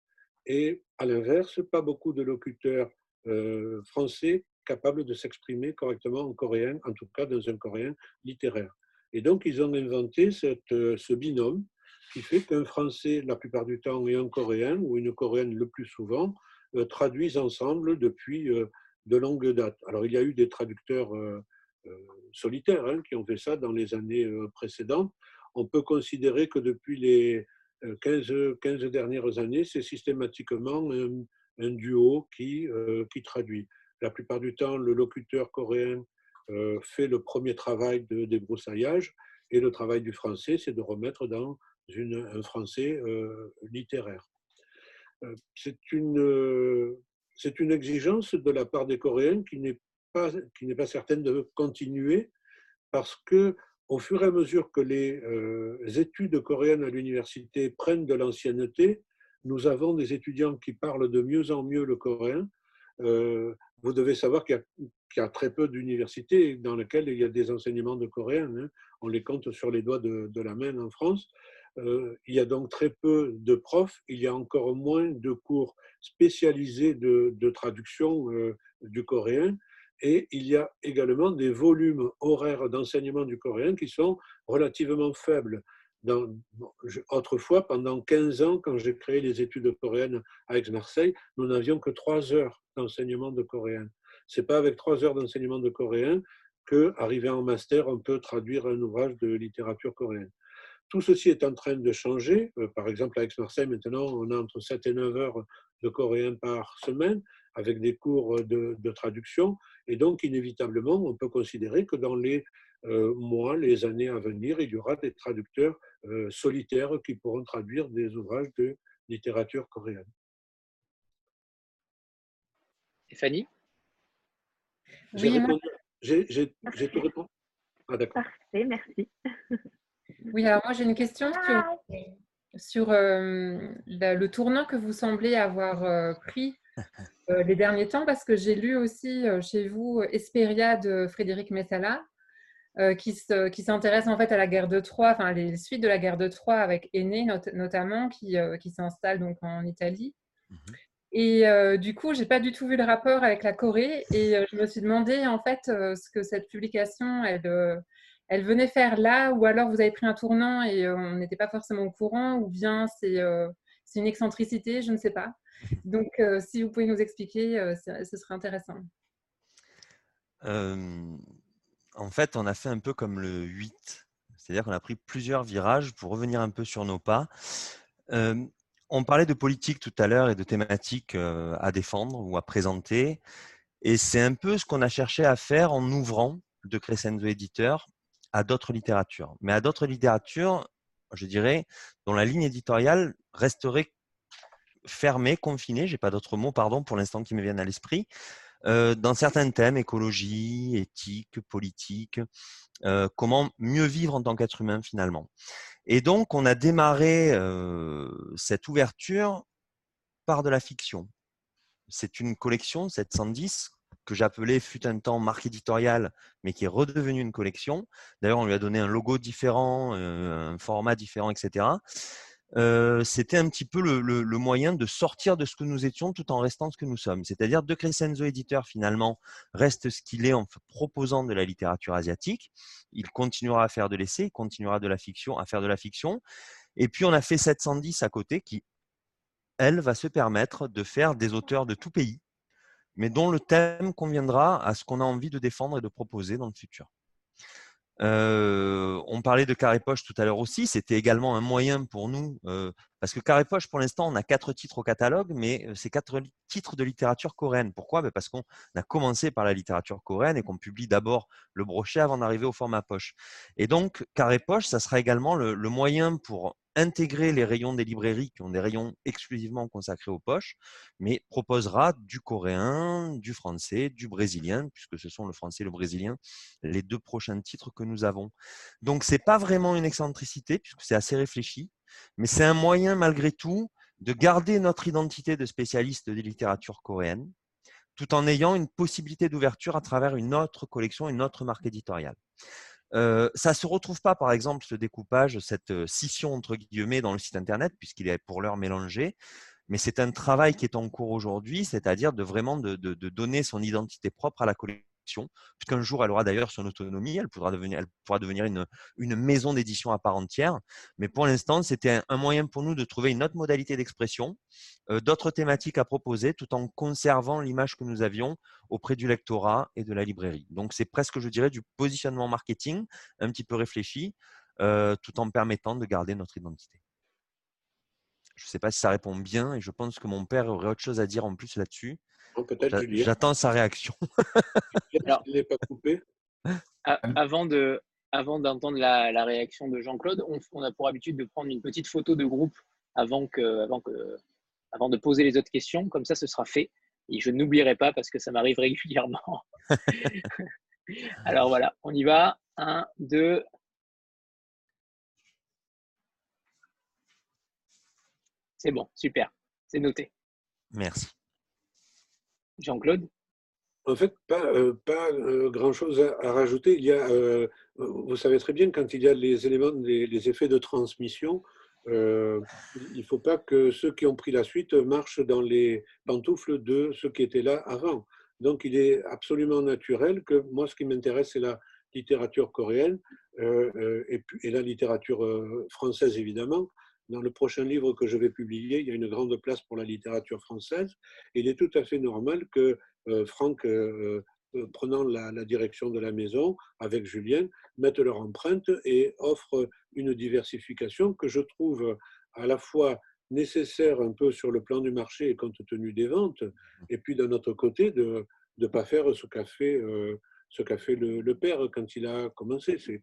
et, à l'inverse, pas beaucoup de locuteurs euh, français capables de s'exprimer correctement en coréen, en tout cas dans un coréen littéraire. Et donc, ils ont inventé cette, ce binôme qui fait qu'un Français, la plupart du temps, et un Coréen, ou une Coréenne le plus souvent, euh, traduisent ensemble depuis euh, de longues dates. Alors, il y a eu des traducteurs euh, euh, solitaires hein, qui ont fait ça dans les années euh, précédentes. On peut considérer que depuis les quinze, quinze dernières années, c'est systématiquement un, un duo qui, euh, qui traduit. La plupart du temps, le locuteur coréen euh, fait le premier travail de débroussaillage et le travail du français, c'est de remettre dans une, un français euh, littéraire. Euh, c'est une, euh, c'est une exigence de la part des Coréens qui n'est pas, qui n'est pas certaine de continuer parce que au fur et à mesure que les euh, études coréennes à l'université prennent de l'ancienneté, nous avons des étudiants qui parlent de mieux en mieux le coréen. Euh, vous devez savoir qu'il y, qu'il y a très peu d'universités dans lesquelles il y a des enseignements de coréen. Hein. On les compte sur les doigts de, de la main en France. Euh, il y a donc très peu de profs. Il y a encore moins de cours spécialisés de, de traduction euh, du coréen. Et il y a également des volumes horaires d'enseignement du coréen qui sont relativement faibles. Dans, autrefois, pendant quinze ans, quand j'ai créé les études coréennes à Aix-Marseille, nous n'avions que trois heures d'enseignement de coréen. Ce n'est pas avec trois heures d'enseignement de coréen qu'arrivé en master, on peut traduire un ouvrage de littérature coréenne. Tout ceci est en train de changer. Par exemple, à Aix-Marseille, maintenant, on a entre sept et neuf heures de coréen par semaine, avec des cours de, de traduction. Et donc, inévitablement, on peut considérer que dans les euh, mois, les années à venir, il y aura des traducteurs euh, solitaires qui pourront traduire des ouvrages de littérature coréenne. Stéphanie? J'ai Oui, répondu. J'ai, j'ai, j'ai tout répondu. Ah, d'accord. Parfait, merci. Oui, alors moi j'ai une question sur, sur euh, la- le tournant que vous semblez avoir euh, pris euh, les derniers temps, parce que j'ai lu aussi euh, chez vous Hesperia de Frédéric Messala, euh, qui se- qui s'intéresse en fait à la guerre de Troie, enfin les suites de la guerre de Troie avec Énée not- notamment, qui, euh, qui s'installe donc en Italie. Et euh, du coup, j'ai pas du tout vu le rapport avec la Corée, et euh, je me suis demandé en fait euh, ce que cette publication elle euh, elle venait faire là, ou alors vous avez pris un tournant et euh, on n'était pas forcément au courant, ou bien c'est euh, c'est une excentricité, je ne sais pas. Donc, euh, si vous pouvez nous expliquer, euh, ce ce serait intéressant. Euh, en fait, on a fait un peu comme le huit, c'est-à-dire qu'on a pris plusieurs virages pour revenir un peu sur nos pas. Euh, on parlait de politique tout à l'heure et de thématiques euh, à défendre ou à présenter, et c'est un peu ce qu'on a cherché à faire en ouvrant de Crescendo Éditeur à d'autres littératures, mais à d'autres littératures, je dirais, dont la ligne éditoriale resterait fermée, confinée, j'ai pas d'autres mots, pardon, pour l'instant qui me viennent à l'esprit, euh, dans certains thèmes, écologie, éthique, politique, euh, comment mieux vivre en tant qu'être humain finalement. Et donc, on a démarré euh, cette ouverture par de la fiction. C'est une collection, sept cent dix, que j'appelais fut un temps marque éditoriale, mais qui est redevenue une collection. D'ailleurs, on lui a donné un logo différent, euh, un format différent, et cetera. euh, c'était un petit peu le, le, le moyen de sortir de ce que nous étions tout en restant ce que nous sommes. C'est-à-dire De Crescenzo éditeur, finalement, reste ce qu'il est en proposant de la littérature asiatique. Il continuera à faire de l'essai, il continuera de la fiction, à faire de la fiction. Et puis, on a fait sept cent dix à côté qui, elle, va se permettre de faire des auteurs de tout pays, mais dont le thème conviendra à ce qu'on a envie de défendre et de proposer dans le futur. Euh, on parlait de Carré Poche tout à l'heure aussi, c'était également un moyen pour nous, euh, parce que Carré Poche, pour l'instant, on a quatre titres au catalogue, mais c'est quatre titres de littérature coréenne. Pourquoi? Ben parce qu'on a commencé par la littérature coréenne et qu'on publie d'abord le brochet avant d'arriver au format poche. Et donc, Carré Poche, ça sera également le, le moyen pour intégrer les rayons des librairies qui ont des rayons exclusivement consacrés aux poches, mais proposera du coréen, du français, du brésilien, puisque ce sont le français et le brésilien, les deux prochains titres que nous avons. Donc, ce n'est pas vraiment une excentricité, puisque c'est assez réfléchi, mais c'est un moyen malgré tout de garder notre identité de spécialiste des littératures coréennes, tout en ayant une possibilité d'ouverture à travers une autre collection, une autre marque éditoriale. Euh, ça ne se retrouve pas, par exemple, ce découpage, cette scission entre guillemets dans le site internet, puisqu'il est pour l'heure mélangé, mais c'est un travail qui est en cours aujourd'hui, c'est-à-dire de vraiment de, de, de donner son identité propre à la collection, puisqu'un jour elle aura d'ailleurs son autonomie, elle pourra devenir, elle pourra devenir une, une maison d'édition à part entière, mais pour l'instant c'était un, un moyen pour nous de trouver une autre modalité d'expression, euh, d'autres thématiques à proposer, tout en conservant l'image que nous avions auprès du lectorat et de la librairie. Donc c'est presque, je dirais, du positionnement marketing, un petit peu réfléchi, euh, tout en permettant de garder notre identité. Je ne sais pas si ça répond bien et je pense que mon père aurait autre chose à dire en plus là-dessus. Peut-être Julien. J'attends sa réaction. Alors, il n'est pas coupé. Avant de, avant d'entendre la, la réaction de Jean-Claude, on, on a pour habitude de prendre une petite photo de groupe avant, que, avant, que, avant de poser les autres questions. Comme ça, ce sera fait. Et je n'oublierai pas parce que ça m'arrive régulièrement. Alors voilà, on y va. Un, deux. C'est bon, super. C'est noté. Merci. Jean-Claude? En fait, pas, euh, pas euh, grand-chose à, à rajouter. Il y a, euh, vous savez très bien, quand il y a les éléments, les, les effets de transmission, euh, il ne faut pas que ceux qui ont pris la suite marchent dans les pantoufles de ceux qui étaient là avant. Donc, il est absolument naturel que moi, ce qui m'intéresse, c'est la littérature coréenne euh, euh, et, et la littérature euh, française, évidemment. Dans le prochain livre que je vais publier, il y a une grande place pour la littérature française. Il est tout à fait normal que euh, Franck, euh, euh, prenant la, la direction de la maison avec Julien, mettent leur empreinte et offrent une diversification que je trouve à la fois nécessaire un peu sur le plan du marché et compte tenu des ventes, et puis d'un autre côté, de ne pas faire ce qu'a fait, euh, ce qu'a fait le, le père quand il a commencé. Il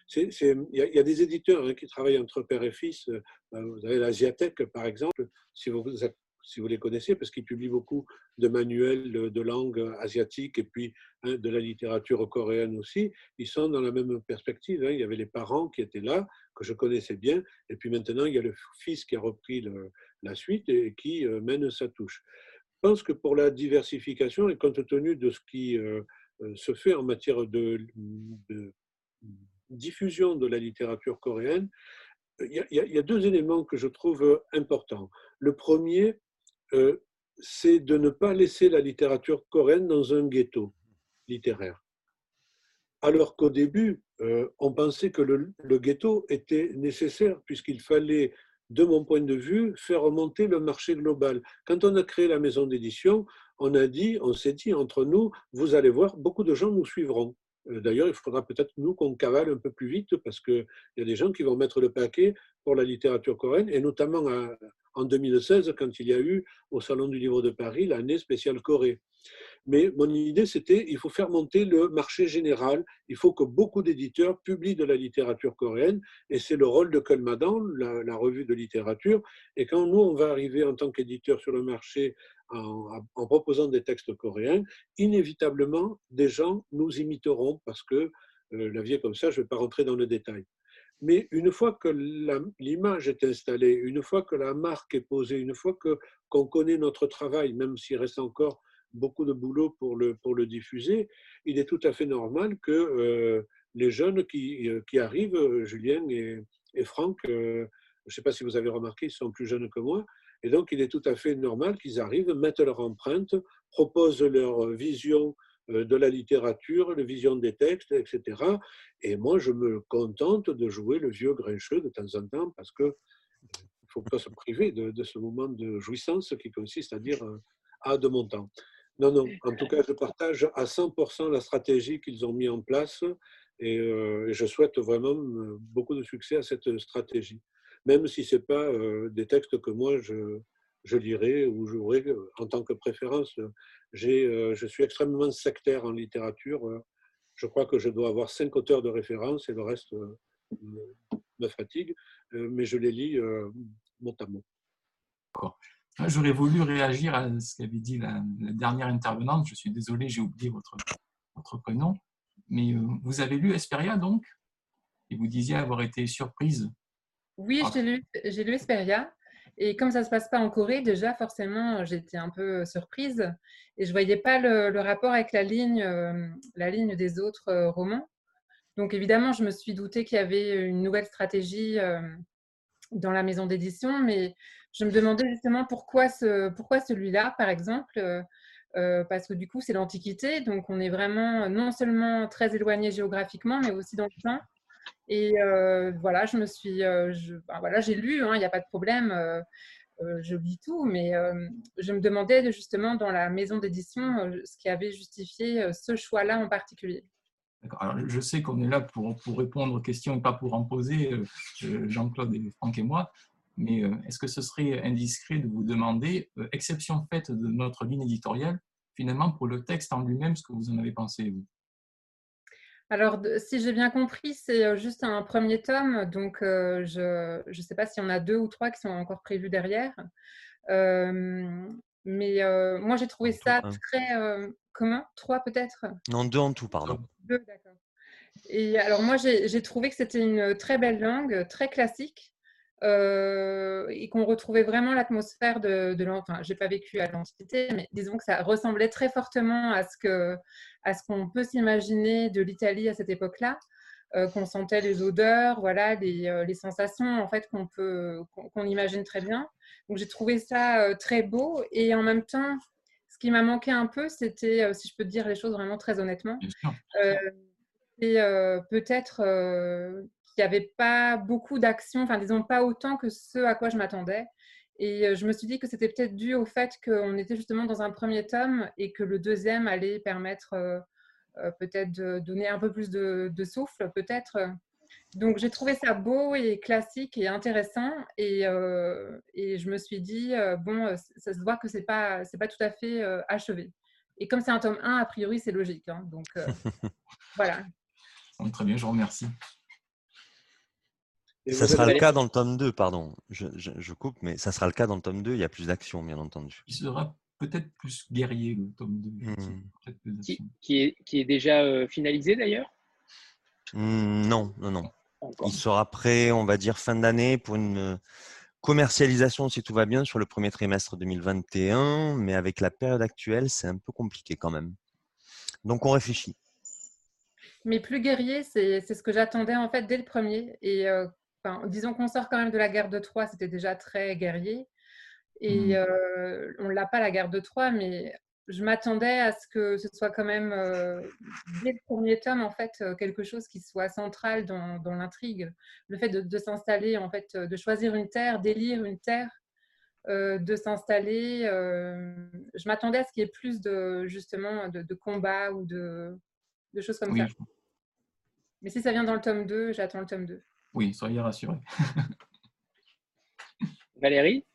y, y a des éditeurs hein, qui travaillent entre père et fils. Vous avez l'Asiatech, par exemple, si vous, si vous les connaissez, parce qu'ils publient beaucoup de manuels de langue asiatique et puis hein, de la littérature coréenne aussi. Ils sont dans la même perspective. Hein. Il y avait les parents qui étaient là, que je connaissais bien, et puis maintenant, il y a le fils qui a repris le, la suite et qui euh, mène sa touche. Je pense que pour la diversification, et compte tenu de ce qui euh, se fait en matière de, de diffusion de la littérature coréenne, il y, a, il y a deux éléments que je trouve importants. Le premier, euh, c'est de ne pas laisser la littérature coréenne dans un ghetto littéraire. Alors qu'au début, euh, on pensait que le, le ghetto était nécessaire puisqu'il fallait, de mon point de vue, faire remonter le marché global. Quand on a créé la maison d'édition, on a dit, on s'est dit entre nous, vous allez voir, beaucoup de gens nous suivront. D'ailleurs, il faudra peut-être nous qu'on cavale un peu plus vite parce qu'il y a des gens qui vont mettre le paquet pour la littérature coréenne, et notamment à, en deux mille seize, quand il y a eu au Salon du Livre de Paris l'année spéciale Corée. Mais mon idée, c'était il faut faire monter le marché général, il faut que beaucoup d'éditeurs publient de la littérature coréenne, et c'est le rôle de Colmadan, la, la revue de littérature. Et quand nous, on va arriver en tant qu'éditeur sur le marché en, en proposant des textes coréens, inévitablement, des gens nous imiteront parce que euh, la vie est comme ça, je ne vais pas rentrer dans le détail. Mais une fois que l'image est installée, une fois que la marque est posée, une fois que, qu'on connaît notre travail, même s'il reste encore beaucoup de boulot pour le, pour le diffuser, il est tout à fait normal que euh, les jeunes qui, qui arrivent, Julien et, et Franck, euh, je ne sais pas si vous avez remarqué, ils sont plus jeunes que moi. Et donc, il est tout à fait normal qu'ils arrivent, mettent leur empreinte, proposent leur vision de la littérature, la vision des textes, et cetera. Et moi, je me contente de jouer le vieux grincheux de temps en temps parce que il ne faut pas se priver de, de ce moment de jouissance qui consiste à dire « Ah, de mon temps ». Non, non, en tout cas, je partage à cent pour cent la stratégie qu'ils ont mis en place et, euh, et je souhaite vraiment beaucoup de succès à cette stratégie. Même si ce n'est pas euh, des textes que moi je, je lirai ou jouerai en tant que préférence. J'ai, euh, je suis extrêmement sectaire en littérature. Je crois que je dois avoir cinq auteurs de référence et le reste euh, me, me fatigue, euh, mais je les lis euh, mot à mot. D'accord. J'aurais voulu réagir à ce qu'avait dit la, la dernière intervenante. Je suis désolé, j'ai oublié votre, votre prénom. Mais euh, vous avez lu Hesperia, donc? Et vous disiez avoir été surprise. Oui, Ah. j'ai lu, j'ai lu Hesperia. Et comme ça ne se passe pas en Corée, déjà, forcément, j'étais un peu surprise. Et je ne voyais pas le, le rapport avec la ligne, euh, la ligne des autres euh, romans. Donc, évidemment, je me suis doutée qu'il y avait une nouvelle stratégie euh, dans la maison d'édition, mais je me demandais justement pourquoi, ce, pourquoi celui-là, par exemple, euh, euh, parce que du coup, c'est l'Antiquité, donc on est vraiment non seulement très éloigné géographiquement, mais aussi dans le temps. Et euh, voilà, je me suis, euh, je, ben voilà, j'ai lu, il hein, n'y a pas de problème, euh, euh, je lis tout, mais euh, je me demandais justement dans la maison d'édition euh, ce qui avait justifié euh, ce choix-là en particulier. Alors, je sais qu'on est là pour, pour répondre aux questions et pas pour en poser, euh, Jean-Claude et Franck et moi, mais euh, est-ce que ce serait indiscret de vous demander, euh, exception faite de notre ligne éditoriale, finalement pour le texte en lui-même, ce que vous en avez pensé, vous? Alors, de, si j'ai bien compris, c'est juste un premier tome, donc euh, je ne sais pas s'il y en a deux ou trois qui sont encore prévus derrière. Euh, mais euh, moi, j'ai trouvé ça tout, très… Euh, comment? Trois peut-être? Non, deux en tout, pardon. Deux, d'accord. Et alors, moi, j'ai trouvé que c'était une très belle langue, très classique, euh, et qu'on retrouvait vraiment l'atmosphère de, de l'Antiquité. Enfin, je n'ai pas vécu à l'Antiquité, mais disons que ça ressemblait très fortement à ce que, à ce qu'on peut s'imaginer de l'Italie à cette époque-là, euh, qu'on sentait les odeurs, voilà, les, euh, les sensations en fait qu'on peut, qu'on qu'on imagine très bien. Donc, j'ai trouvé ça euh, très beau, et en même temps, ce qui m'a manqué un peu, c'était, euh, si je peux te dire les choses vraiment très honnêtement, euh, et euh, peut-être euh, qu'il n'y avait pas beaucoup d'actions, enfin disons pas autant que ce à quoi je m'attendais. Et euh, je me suis dit que c'était peut-être dû au fait qu'on était justement dans un premier tome et que le deuxième allait permettre euh, euh, peut-être de donner un peu plus de, de souffle, peut-être. Donc j'ai trouvé ça beau et classique et intéressant. Et, euh, et je me suis dit, euh, bon, ça se voit que ce n'est pas, c'est pas tout à fait euh, achevé. Et comme c'est un tome un, a priori, c'est logique. Hein, donc euh, voilà. Très bien, je vous remercie. Et ça sera le cas dans le tome deux, pardon. Je, je, je coupe, mais ça sera le cas dans le tome deux. Il y a plus d'action, bien entendu. Il sera peut-être plus guerrier, le tome deux. Mmh. Qui, qui, est, qui est déjà euh, finalisé d'ailleurs? mmh, Non, non, non. Encore. Il sera prêt, on va dire, fin d'année pour une commercialisation, si tout va bien, sur le premier trimestre deux mille vingt et un. Mais avec la période actuelle, c'est un peu compliqué quand même. Donc, on réfléchit. Mais plus guerrier, c'est ce que j'attendais en fait dès le premier. Et euh, enfin, disons qu'on sort quand même de la guerre de Troie, c'était déjà très guerrier. Et mmh. euh, on ne l'a pas la guerre de Troie, mais je m'attendais à ce que ce soit quand même euh, dès le premier tome en fait quelque chose qui soit central dans, dans l'intrigue. Le fait de, de s'installer en fait, de choisir une terre, d'élire une terre, euh, de s'installer. Euh, je m'attendais à ce qu'il y ait plus de justement de, de combats ou de de choses comme oui. ça. Mais si ça vient dans le tome deux, j'attends le tome deux. Oui, soyez rassurés. Valérie?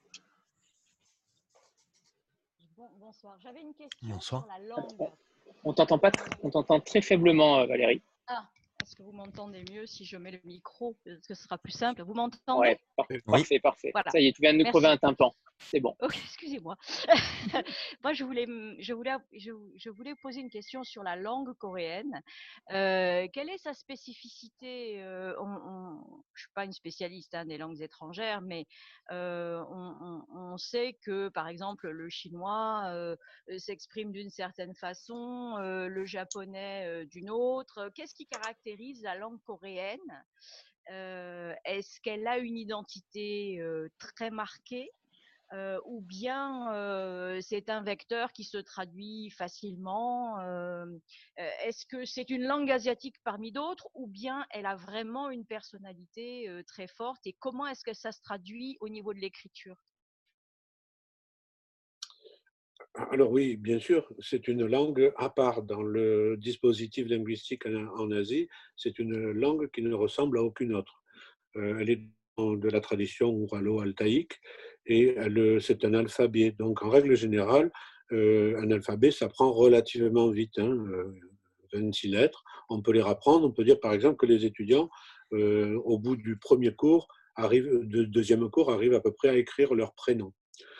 Bon, bonsoir. J'avais une question bonsoir. sur la langue. On t'entend pas, on t'entend très faiblement, Valérie. Ah, est-ce que vous m'entendez mieux si je mets le micro? Parce que ce sera plus simple. Vous m'entendez? Ouais, parfait, oui. parfait, parfait. Voilà. Ça y est, tu viens de nous crever un tympan. C'est bon. Ok, excusez-moi. Moi, je voulais, je, voulais, je, je voulais poser une question sur la langue coréenne. Euh, quelle est sa spécificité? euh, on, on, Je ne suis pas une spécialiste hein, des langues étrangères, mais euh, on, on, on sait que, par exemple, le chinois euh, s'exprime d'une certaine façon, euh, le japonais euh, d'une autre. Qu'est-ce qui caractérise la langue coréenne? euh, est-ce qu'elle a une identité euh, très marquée euh, ou bien euh, c'est un vecteur qui se traduit facilement euh, euh, Est-ce que c'est une langue asiatique parmi d'autres ou bien elle a vraiment une personnalité euh, très forte et comment est-ce que ça se traduit au niveau de l'écriture? Alors oui, bien sûr, c'est une langue à part dans le dispositif linguistique en, en Asie. C'est une langue qui ne ressemble à aucune autre. Euh, elle est de la tradition ouralo-altaïque et elle, c'est un alphabet. Donc en règle générale, euh, un alphabet s'apprend relativement vite, hein, euh, vingt-six lettres. On peut les rapprendre. On peut dire par exemple que les étudiants, euh, au bout du premier cours, arrivent, de deuxième cours, arrivent à peu près à écrire leur prénom.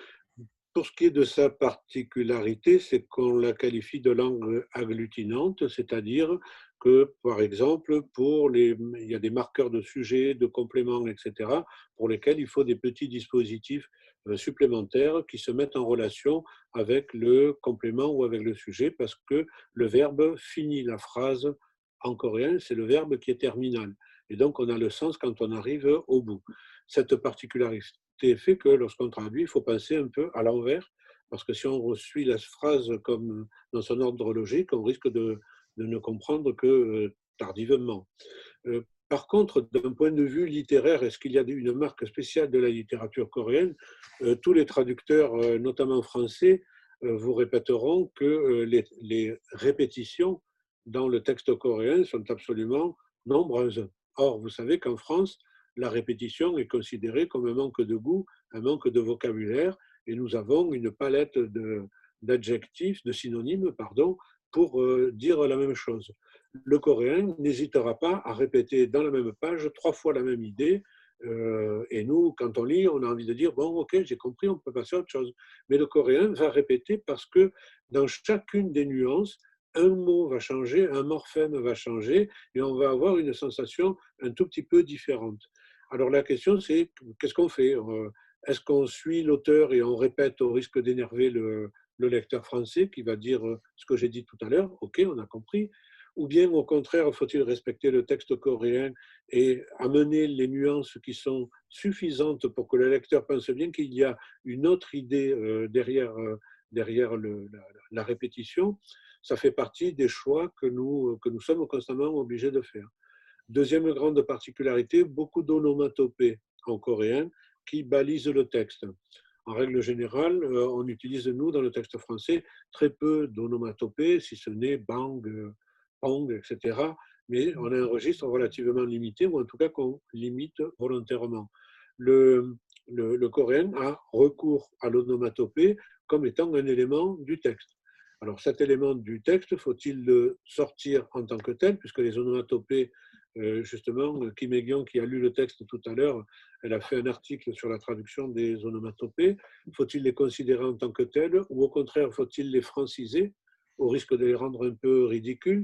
Pour ce qui est de sa particularité, c'est qu'on la qualifie de langue agglutinante, c'est-à-dire que, par exemple, pour les, il y a des marqueurs de sujets, de compléments, et cetera, pour lesquels il faut des petits dispositifs supplémentaires qui se mettent en relation avec le complément ou avec le sujet, parce que le verbe finit la phrase en coréen, c'est le verbe qui est terminal. Et donc, on a le sens quand on arrive au bout. Cette particularité fait que lorsqu'on traduit, il faut penser un peu à l'envers, parce que si on suit la phrase comme dans son ordre logique, on risque de, de ne comprendre que euh, tardivement. Euh, par contre, d'un point de vue littéraire, est-ce qu'il y a une marque spéciale de la littérature coréenne? euh, Tous les traducteurs, euh, notamment français, euh, vous répéteront que euh, les, les répétitions dans le texte coréen sont absolument nombreuses. Or, vous savez qu'en France, la répétition est considérée comme un manque de goût, un manque de vocabulaire, et nous avons une palette de, d'adjectifs, de synonymes, pardon, pour euh, dire la même chose. Le coréen n'hésitera pas à répéter dans la même page trois fois la même idée, euh, et nous, quand on lit, on a envie de dire, bon, ok, j'ai compris, on peut passer à autre chose. Mais le coréen va répéter parce que dans chacune des nuances, un mot va changer, un morphème va changer, et on va avoir une sensation un tout petit peu différente. Alors la question, c'est qu'est-ce qu'on fait? Est-ce qu'on suit l'auteur et on répète au risque d'énerver le, le lecteur français qui va dire ce que j'ai dit tout à l'heure? Ok, on a compris. Ou bien au contraire, faut-il respecter le texte coréen et amener les nuances qui sont suffisantes pour que le lecteur pense bien qu'il y a une autre idée derrière, derrière le, la, la répétition? Ça fait partie des choix que nous, que nous sommes constamment obligés de faire. Deuxième grande particularité, beaucoup d'onomatopées en coréen qui balisent le texte. En règle générale, on utilise, nous, dans le texte français, très peu d'onomatopées, si ce n'est bang, pong, et cetera. Mais on a un registre relativement limité, ou en tout cas qu'on limite volontairement. Le, le, le coréen a recours à l'onomatopée comme étant un élément du texte. Alors cet élément du texte, faut-il le sortir en tant que tel, puisque les onomatopées, euh, justement, Kim Hye-gyeong, qui a lu le texte tout à l'heure, elle a fait un article sur la traduction des onomatopées. Faut-il les considérer en tant que telles, ou au contraire, faut-il les franciser, au risque de les rendre un peu ridicules?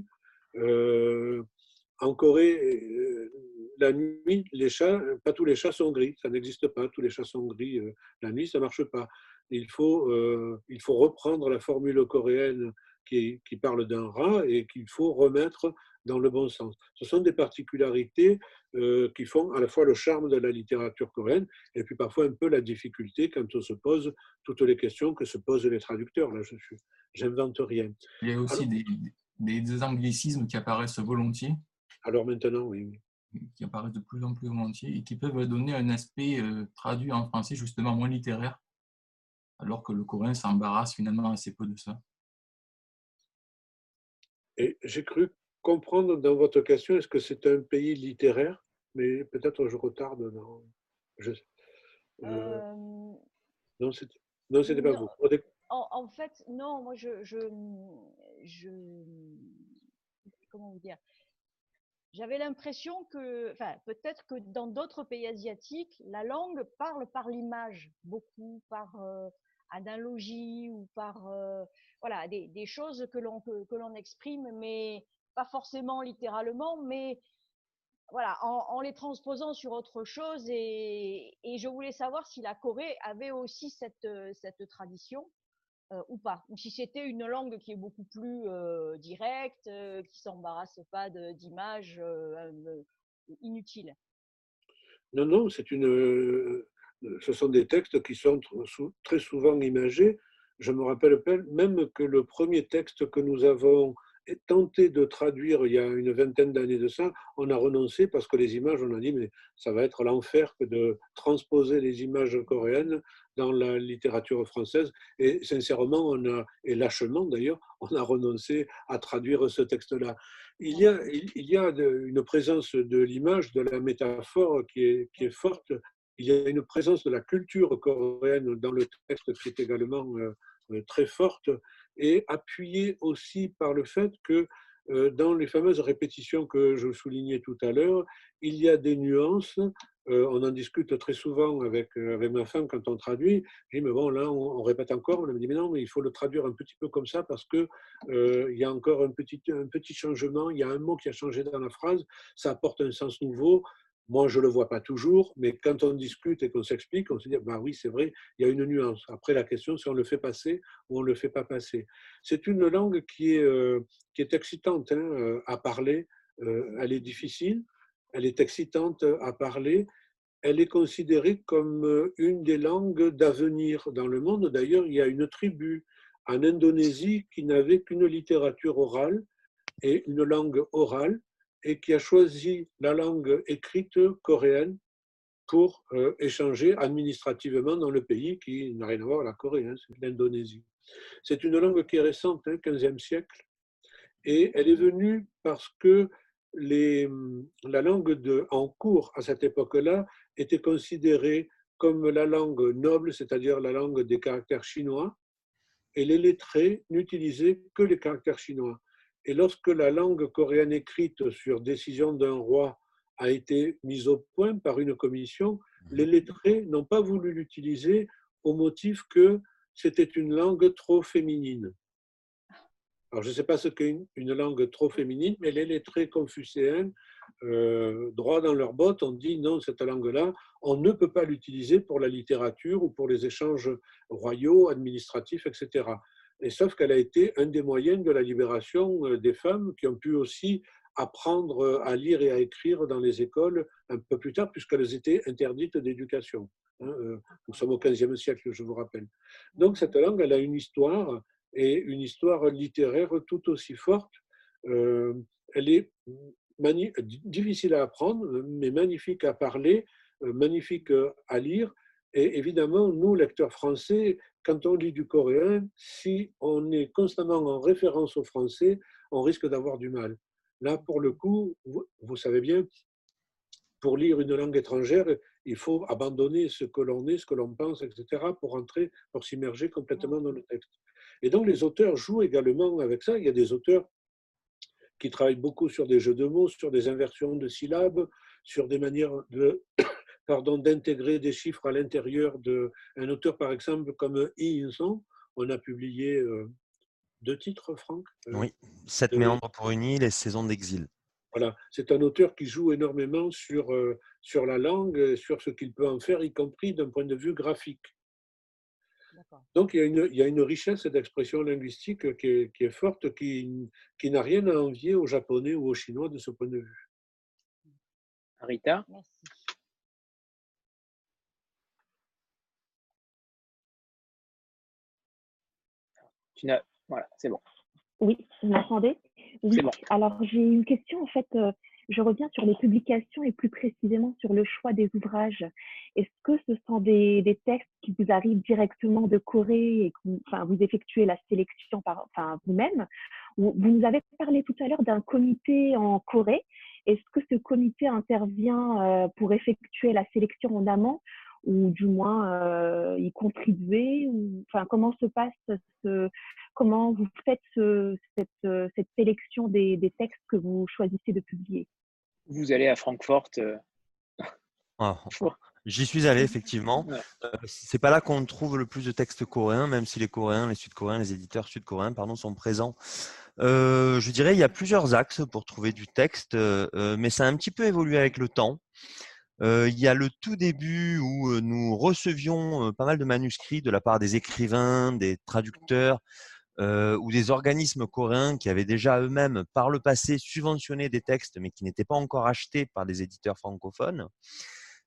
euh, En Corée, euh, la nuit, les chats, pas tous les chats sont gris, ça n'existe pas, tous les chats sont gris, euh, la nuit, ça ne marche pas. Il faut, euh, il faut reprendre la formule coréenne qui, qui parle d'un rat et qu'il faut remettre dans le bon sens. Ce sont des particularités euh, qui font à la fois le charme de la littérature coréenne et puis parfois un peu la difficulté quand on se pose toutes les questions que se posent les traducteurs. Là, je n'invente rien. Il y a aussi Alors, des, des, des anglicismes qui apparaissent volontiers. Alors maintenant, oui. Qui apparaissent de plus en plus volontiers et qui peuvent donner un aspect euh, traduit en français justement moins littéraire, alors que le coréen s'embarrasse finalement assez peu de ça. Et j'ai cru comprendre dans votre question, est-ce que c'est un pays littéraire? Mais peut-être je retarde. Dans... Je... Euh... Euh, non, c'était non, c'était pas vous. En, en fait, non, moi je, je, je comment vous dire? J'avais l'impression que, enfin, peut-être que dans d'autres pays asiatiques, la langue parle par l'image, beaucoup par euh, analogie ou par euh, voilà des, des choses que l'on que, que l'on exprime, mais pas forcément littéralement, mais voilà en, en les transposant sur autre chose. Et, et je voulais savoir si la Corée avait aussi cette cette tradition. Euh, ou pas, ou si c'était une langue qui est beaucoup plus euh, directe, euh, qui s'embarrasse pas d'images euh, euh, inutiles. Non, non, c'est une, euh, ce sont des textes qui sont très souvent imagés. Je me rappelle même que le premier texte que nous avons tenté de traduire il y a une vingtaine d'années de ça, on a renoncé parce que les images, on a dit, mais ça va être l'enfer que de transposer les images coréennes dans la littérature française. Et sincèrement, on a, et lâchement d'ailleurs, on a renoncé à traduire ce texte-là. Il y a, il y a une présence de l'image, de la métaphore qui est, qui est forte. Il y a une présence de la culture coréenne dans le texte qui est également euh, très forte, et appuyée aussi par le fait que euh, dans les fameuses répétitions que je soulignais tout à l'heure, il y a des nuances. Euh, on en discute très souvent avec, avec ma femme quand on traduit. Je dis, mais bon, là, on, on répète encore. On me dit, mais non, mais il faut le traduire un petit peu comme ça parce qu'il euh, y a encore un petit, un petit changement. Il y a un mot qui a changé dans la phrase. Ça apporte un sens nouveau. Moi, je ne le vois pas toujours, mais quand on discute et qu'on s'explique, on se dit, bah oui, c'est vrai, il y a une nuance. Après, la question, c'est on le fait passer ou on ne le fait pas passer. C'est une langue qui est, euh, qui est excitante hein, à parler. Euh, elle est difficile, elle est excitante à parler. Elle est considérée comme une des langues d'avenir dans le monde. D'ailleurs, il y a une tribu en Indonésie qui n'avait qu'une littérature orale et une langue orale, et qui a choisi la langue écrite coréenne pour euh, échanger administrativement dans le pays qui n'a rien à voir avec la Corée, hein, c'est l'Indonésie. C'est une langue qui est récente, hein, quinzième siècle, et elle est venue parce que les, la langue de, en cours à cette époque-là était considérée comme la langue noble, c'est-à-dire la langue des caractères chinois, et les lettrés n'utilisaient que les caractères chinois. Et lorsque la langue coréenne écrite sur décision d'un roi a été mise au point par une commission, les lettrés n'ont pas voulu l'utiliser au motif que c'était une langue trop féminine. Alors, je ne sais pas ce qu'est une, une langue trop féminine, mais les lettrés confucéens, euh, droit dans leurs bottes, ont dit non, cette langue-là, on ne peut pas l'utiliser pour la littérature ou pour les échanges royaux, administratifs, et cetera. Et sauf qu'elle a été un des moyens de la libération des femmes qui ont pu aussi apprendre à lire et à écrire dans les écoles un peu plus tard, puisqu'elles étaient interdites d'éducation. Nous sommes au quinzième siècle, je vous rappelle. Donc cette langue, elle a une histoire, et une histoire littéraire tout aussi forte. Euh, elle est difficile à apprendre, mais magnifique à parler, magnifique à lire. Et évidemment, nous, lecteurs français, quand on lit du coréen, si on est constamment en référence au français, on risque d'avoir du mal. Là, pour le coup, vous, vous savez bien, pour lire une langue étrangère, il faut abandonner ce que l'on est, ce que l'on pense, et cetera, pour entrer, pour s'immerger complètement dans le texte. Et donc, les auteurs jouent également avec ça. Il y a des auteurs qui travaillent beaucoup sur des jeux de mots, sur des inversions de syllabes, sur des manières de, pardon, d'intégrer des chiffres à l'intérieur d'un auteur, par exemple, comme Yi In-sung. On a publié euh, deux titres, Franck. Oui, Sept de... méandres pour une île et Saison d'exil. Voilà, c'est un auteur qui joue énormément sur, euh, sur la langue, sur ce qu'il peut en faire, y compris d'un point de vue graphique. Donc, il y, a une, il y a une richesse d'expression linguistique qui est, qui est forte, qui, qui n'a rien à envier aux Japonais ou aux Chinois de ce point de vue. Rita ? Merci. Tu n'as... Voilà, c'est bon. Oui, vous m'entendez ? Oui. Bon. Alors, j'ai une question, en fait, euh, je reviens sur les publications et plus précisément sur le choix des ouvrages. Est-ce que ce sont des, des textes qui vous arrivent directement de Corée et que vous, enfin, vous effectuez la sélection par, enfin, vous-même? Vous nous avez parlé tout à l'heure d'un comité en Corée. Est-ce que ce comité intervient euh, pour effectuer la sélection en amont ou du moins euh, y contribuer ou, enfin, comment se passe ce, comment vous faites ce, cette, cette sélection des, des textes que vous choisissez de publier? Vous allez à Francfort. Euh... Ah, j'y suis allé effectivement. Ouais. Euh, c'est pas là qu'on trouve le plus de textes coréens, même si les Coréens, les Sud-Coréens, les éditeurs sud-coréens, pardon, sont présents. Euh, je dirais il y a plusieurs axes pour trouver du texte, euh, mais ça a un petit peu évolué avec le temps. Euh, il y a le tout début où euh, nous recevions euh, pas mal de manuscrits de la part des écrivains, des traducteurs euh, ou des organismes coréens qui avaient déjà eux-mêmes par le passé subventionné des textes mais qui n'étaient pas encore achetés par des éditeurs francophones.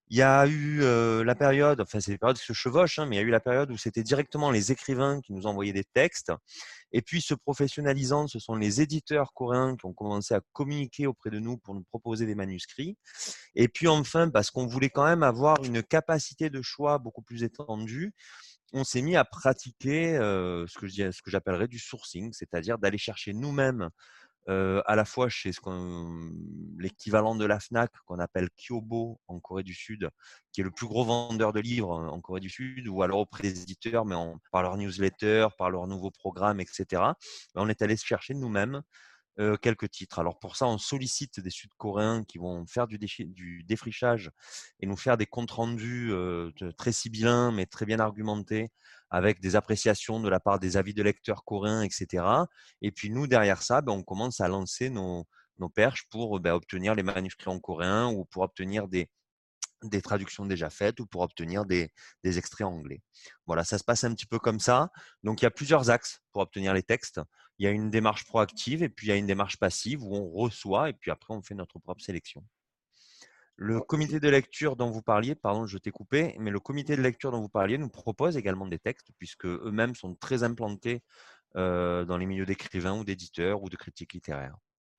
Il y a eu euh, la période, enfin c'est des périodes qui se chevauchent, hein, mais il y a eu la période où c'était directement les écrivains qui nous envoyaient des textes. Et puis, se professionnalisant, ce sont les éditeurs coréens qui ont commencé à communiquer auprès de nous pour nous proposer des manuscrits. Et puis enfin, parce qu'on voulait quand même avoir une capacité de choix beaucoup plus étendue, on s'est mis à pratiquer euh, ce que je- ce que j'appellerais du sourcing, c'est-à-dire d'aller chercher nous-mêmes euh, à la fois chez ce qu'on- l'équivalent de la FNAC qu'on appelle Kyobo en Corée du Sud, qui est le plus gros vendeur de livres en Corée du Sud, ou alors auprès des éditeurs, mais en- par leur newsletter, par leurs nouveaux programmes, et cetera. Ben, on est allé se chercher nous-mêmes euh, quelques titres. Alors pour ça, on sollicite des Sud-Coréens qui vont faire du, déchi- du défrichage et nous faire des comptes rendus euh, de- très sibyllins, mais très bien argumentés, avec des appréciations de la part des avis de lecteurs coréens, et cetera. Et puis nous, derrière ça, ben, on commence à lancer nos, nos perches pour ben, obtenir les manuscrits en coréen ou pour obtenir des, des traductions déjà faites ou pour obtenir des, des extraits anglais. Voilà, ça se passe un petit peu comme ça. Donc, il y a plusieurs axes pour obtenir les textes. Il y a une démarche proactive et puis il y a une démarche passive où on reçoit et puis après, on fait notre propre sélection. Le comité de lecture dont vous parliez, pardon, je t'ai coupé, mais le comité de lecture dont vous parliez nous propose également des textes puisque eux-mêmes sont très implantés euh, dans les milieux d'écrivains ou d'éditeurs ou de critiques littéraires.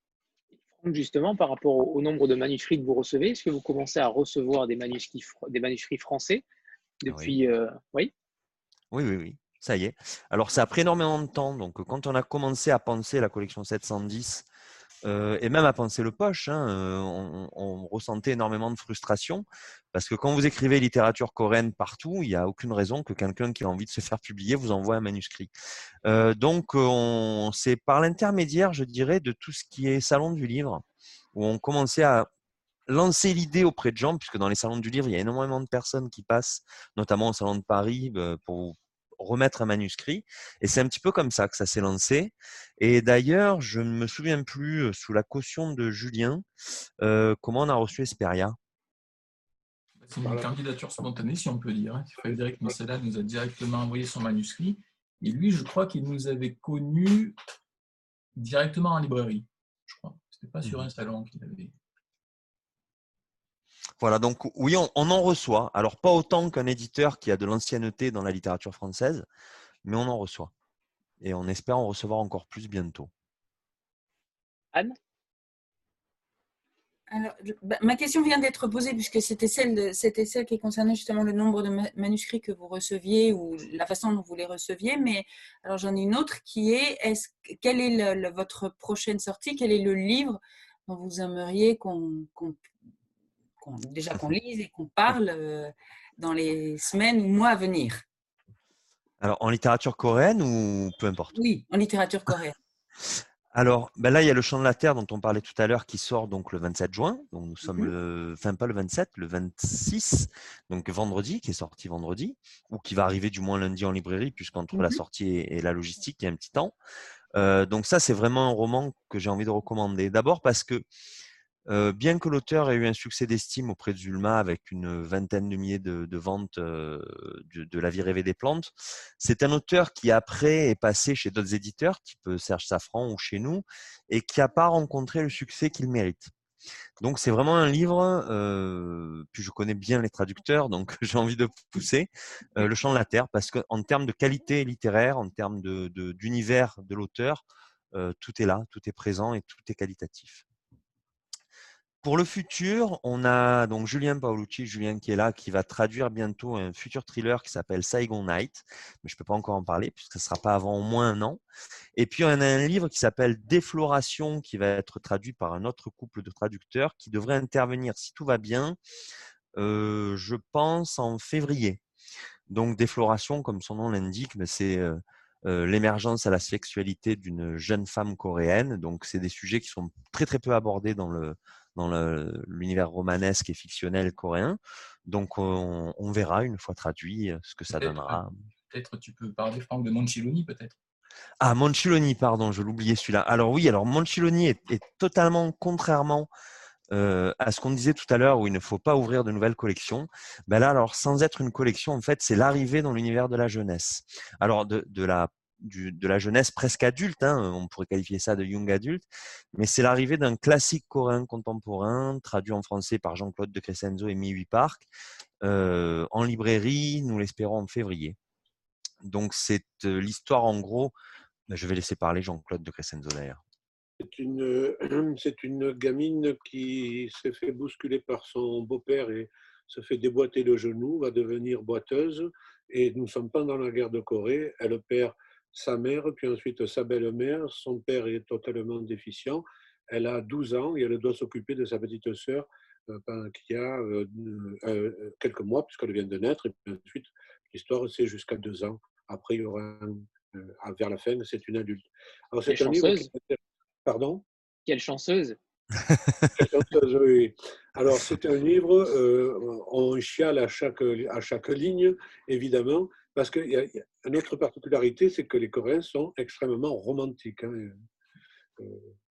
Justement, par rapport au, au nombre de manuscrits que vous recevez, est-ce que vous commencez à recevoir des manuscrits, fr- des manuscrits français Oui. depuis… euh, oui. Oui, oui, oui, ça y est. Alors, ça a pris énormément de temps. Donc, quand on a commencé à penser la collection sept cent dix euh, et même à penser le poche, hein, euh, on, on ressentait énormément de frustration parce que quand vous écrivez littérature coréenne partout, il n'y a aucune raison que quelqu'un qui a envie de se faire publier vous envoie un manuscrit. Euh, donc, on, c'est par l'intermédiaire, je dirais, de tout ce qui est salon du livre où on commençait à lancer l'idée auprès de gens, puisque dans les salons du livre, il y a énormément de personnes qui passent, notamment au salon de Paris, pour remettre un manuscrit. Et c'est un petit peu comme ça que ça s'est lancé. Et d'ailleurs, je ne me souviens plus, sous la caution de Julien, euh, comment on a reçu Esperia. C'est une candidature spontanée, si on peut dire. Frédéric Messella nous a directement envoyé son manuscrit. Et lui, je crois qu'il nous avait connus directement en librairie, je crois. Ce n'était pas sur un salon qu'il avait… Voilà, donc oui, on, on en reçoit. Alors, pas autant qu'un éditeur qui a de l'ancienneté dans la littérature française, mais on en reçoit. Et on espère en recevoir encore plus bientôt. Anne ? Alors, bah, ma question vient d'être posée puisque c'était celle, de, c'était celle qui concernait justement le nombre de ma- manuscrits que vous receviez ou la façon dont vous les receviez. Mais alors j'en ai une autre qui est, est-ce, quelle est le, le, votre prochaine sortie? Quel est le livre dont vous aimeriez qu'on, qu'on, qu'on déjà qu'on lise et qu'on parle euh, dans les semaines ou mois à venir? Alors, en littérature coréenne ou peu importe? Oui, en littérature coréenne. Alors, ben là, il y a Le Chant de la Terre dont on parlait tout à l'heure qui sort donc le vingt-sept juin. Donc, nous sommes Mhm. le, enfin pas le vingt-sept, le vingt-six, donc vendredi, qui est sorti vendredi, ou qui va arriver du moins lundi en librairie, puisqu'entre la Mhm. sortie et, et la logistique, il y a un petit temps. Euh, donc ça, c'est vraiment un roman que j'ai envie de recommander. D'abord parce que euh, bien que l'auteur ait eu un succès d'estime auprès de Zulma avec une vingtaine de milliers de, de ventes euh, de, de La vie rêvée des plantes, c'est un auteur qui après est passé chez d'autres éditeurs, type Serge Safran ou chez nous, et qui n'a pas rencontré le succès qu'il mérite. Donc c'est vraiment un livre, euh, puis je connais bien les traducteurs, donc j'ai envie de pousser euh, Le Chant de la Terre, parce qu'en termes de qualité littéraire, en termes de, de, d'univers de l'auteur, euh, tout est là, tout est présent et tout est qualitatif. Pour le futur, on a donc Julien Paolucci, Julien qui est là, qui va traduire bientôt un futur thriller qui s'appelle Saigon Night, mais je ne peux pas encore en parler puisque ce ne sera pas avant au moins un an. Et puis, on a un livre qui s'appelle Défloration qui va être traduit par un autre couple de traducteurs qui devrait intervenir, si tout va bien, euh, je pense en février. Donc, Défloration, comme son nom l'indique, c'est euh, euh, l'émergence à la sexualité d'une jeune femme coréenne. Donc, c'est des sujets qui sont très, très peu abordés dans le dans le, l'univers romanesque et fictionnel coréen. Donc, on, on verra une fois traduit ce que ça peut-être, donnera. Peut-être tu peux parler, Franck, de Monciloni, peut-être. Ah, Monciloni, pardon, je l'oubliais celui-là. Alors oui, alors Monciloni est, est totalement contrairement euh, à ce qu'on disait tout à l'heure où il ne faut pas ouvrir de nouvelles collections. Ben là, alors sans être une collection, en fait, c'est l'arrivée dans l'univers de la jeunesse. Alors de, de la du, de la jeunesse presque adulte, hein, on pourrait qualifier ça de young adulte, mais c'est l'arrivée d'un classique coréen contemporain, traduit en français par Jean-Claude de Crescenzo et Mi Park, euh, en librairie, nous l'espérons en février. Donc c'est euh, l'histoire en gros, je vais laisser parler Jean-Claude de Crescenzo d'ailleurs. C'est une, c'est une gamine qui s'est fait bousculer par son beau-père et se fait déboîter le genou, va devenir boiteuse. Et nous ne sommes pas dans la guerre de Corée. Elle perd sa mère, puis ensuite sa belle-mère. Son père est totalement déficient. Elle a douze ans et elle doit s'occuper de sa petite sœur euh, qui a euh, euh, quelques mois, puisqu'elle vient de naître. Et puis ensuite, l'histoire, c'est jusqu'à deux ans. Après, il y aura un, euh, vers la fin, c'est une adulte. Alors, c'est un livre qui... Pardon ? Quelle chanceuse. Quelle chanceuse, oui. Alors, c'est un livre, euh, on chiale à chaque, à chaque ligne, évidemment, parce qu'il y a une autre particularité, c'est que les Coréens sont extrêmement romantiques. Hein, euh,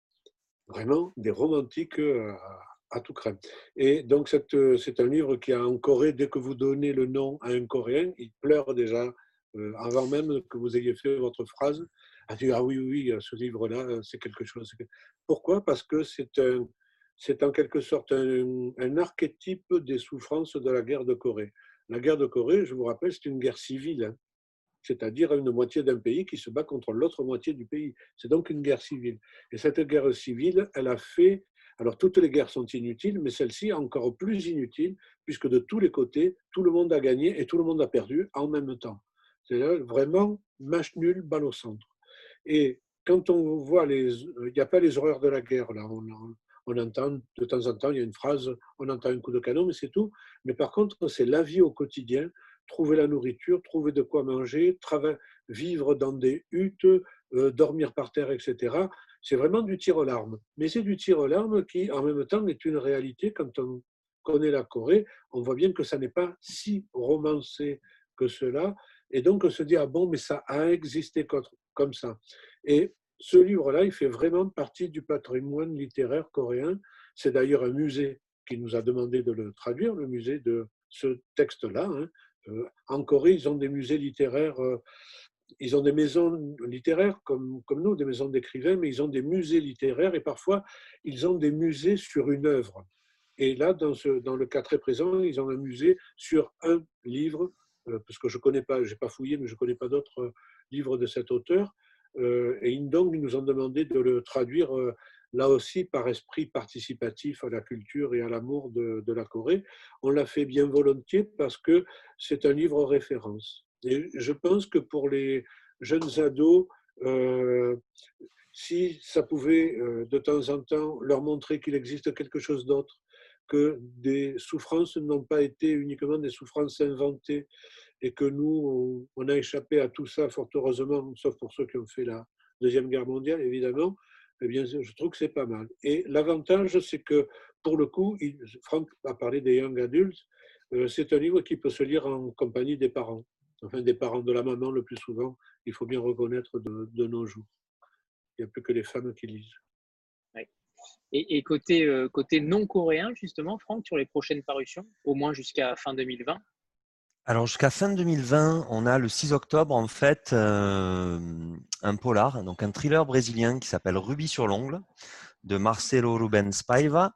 vraiment des romantiques à, à tout craint. Et donc, c'est un livre qui, en Corée, dès que vous donnez le nom à un Coréen, il pleure déjà, euh, avant même que vous ayez fait votre phrase. A dit, ah oui, oui, ce livre-là, c'est quelque chose. Pourquoi ? Parce que c'est un, c'est en quelque sorte un, un archétype des souffrances de la guerre de Corée. La guerre de Corée, je vous rappelle, c'est une guerre civile, hein, c'est-à-dire une moitié d'un pays qui se bat contre l'autre moitié du pays. C'est donc une guerre civile. Et cette guerre civile, elle a fait... Alors, toutes les guerres sont inutiles, mais celle-ci est encore plus inutile, puisque de tous les côtés, tout le monde a gagné et tout le monde a perdu en même temps. C'est vraiment match nul, balle au centre. Et quand on voit les... Il n'y a pas les horreurs de la guerre, là. On, on entend de temps en temps, il y a une phrase, on entend un coup de canon, mais c'est tout. Mais par contre, c'est la vie au quotidien, trouver la nourriture, trouver de quoi manger, travailler, vivre dans des huttes, euh, dormir par terre, et cetera. C'est vraiment du tir aux larmes. Mais c'est du tir aux larmes qui, en même temps, est une réalité. Quand on connaît la Corée, on voit bien que ça n'est pas si romancé que cela. Et donc, on se dit, ah bon, mais ça a existé comme ça. Et ce livre-là, il fait vraiment partie du patrimoine littéraire coréen. C'est d'ailleurs un musée qui nous a demandé de le traduire, le musée de ce texte-là. Hein. Euh, en Corée, ils ont des musées littéraires, euh, ils ont des maisons littéraires comme, comme nous, des maisons d'écrivains, mais ils ont des musées littéraires et parfois, ils ont des musées sur une œuvre. Et là, dans, ce, dans le cas très présent, ils ont un musée sur un livre, euh, parce que je ne connais pas, je n'ai pas fouillé, mais je ne connais pas d'autres euh, livres de cet auteur. Euh, et donc, ils nous ont demandé de le traduire euh, là aussi par esprit participatif à la culture et à l'amour de, de la Corée. On l'a fait bien volontiers parce que c'est un livre référence. Et je pense que pour les jeunes ados, euh, si ça pouvait euh, de temps en temps leur montrer qu'il existe quelque chose d'autre, que des souffrances n'ont pas été uniquement des souffrances inventées et que nous, on, on a échappé à tout ça, fort heureusement, sauf pour ceux qui ont fait la Deuxième Guerre mondiale, évidemment, eh bien, je trouve que c'est pas mal. Et l'avantage, c'est que, pour le coup, il, Franck a parlé des young adultes, euh, c'est un livre qui peut se lire en compagnie des parents, enfin des parents de la maman le plus souvent, il faut bien reconnaître de, de nos jours. Il n'y a plus que les femmes qui lisent. Oui. Et, et côté, euh, côté non coréen, justement, Franck, sur les prochaines parutions, au moins jusqu'à fin deux mille vingt? Alors jusqu'à fin deux mille vingt, on a le six octobre en fait euh, un polar, donc un thriller brésilien qui s'appelle Rubis sur l'ongle de Marcelo Rubens Paiva,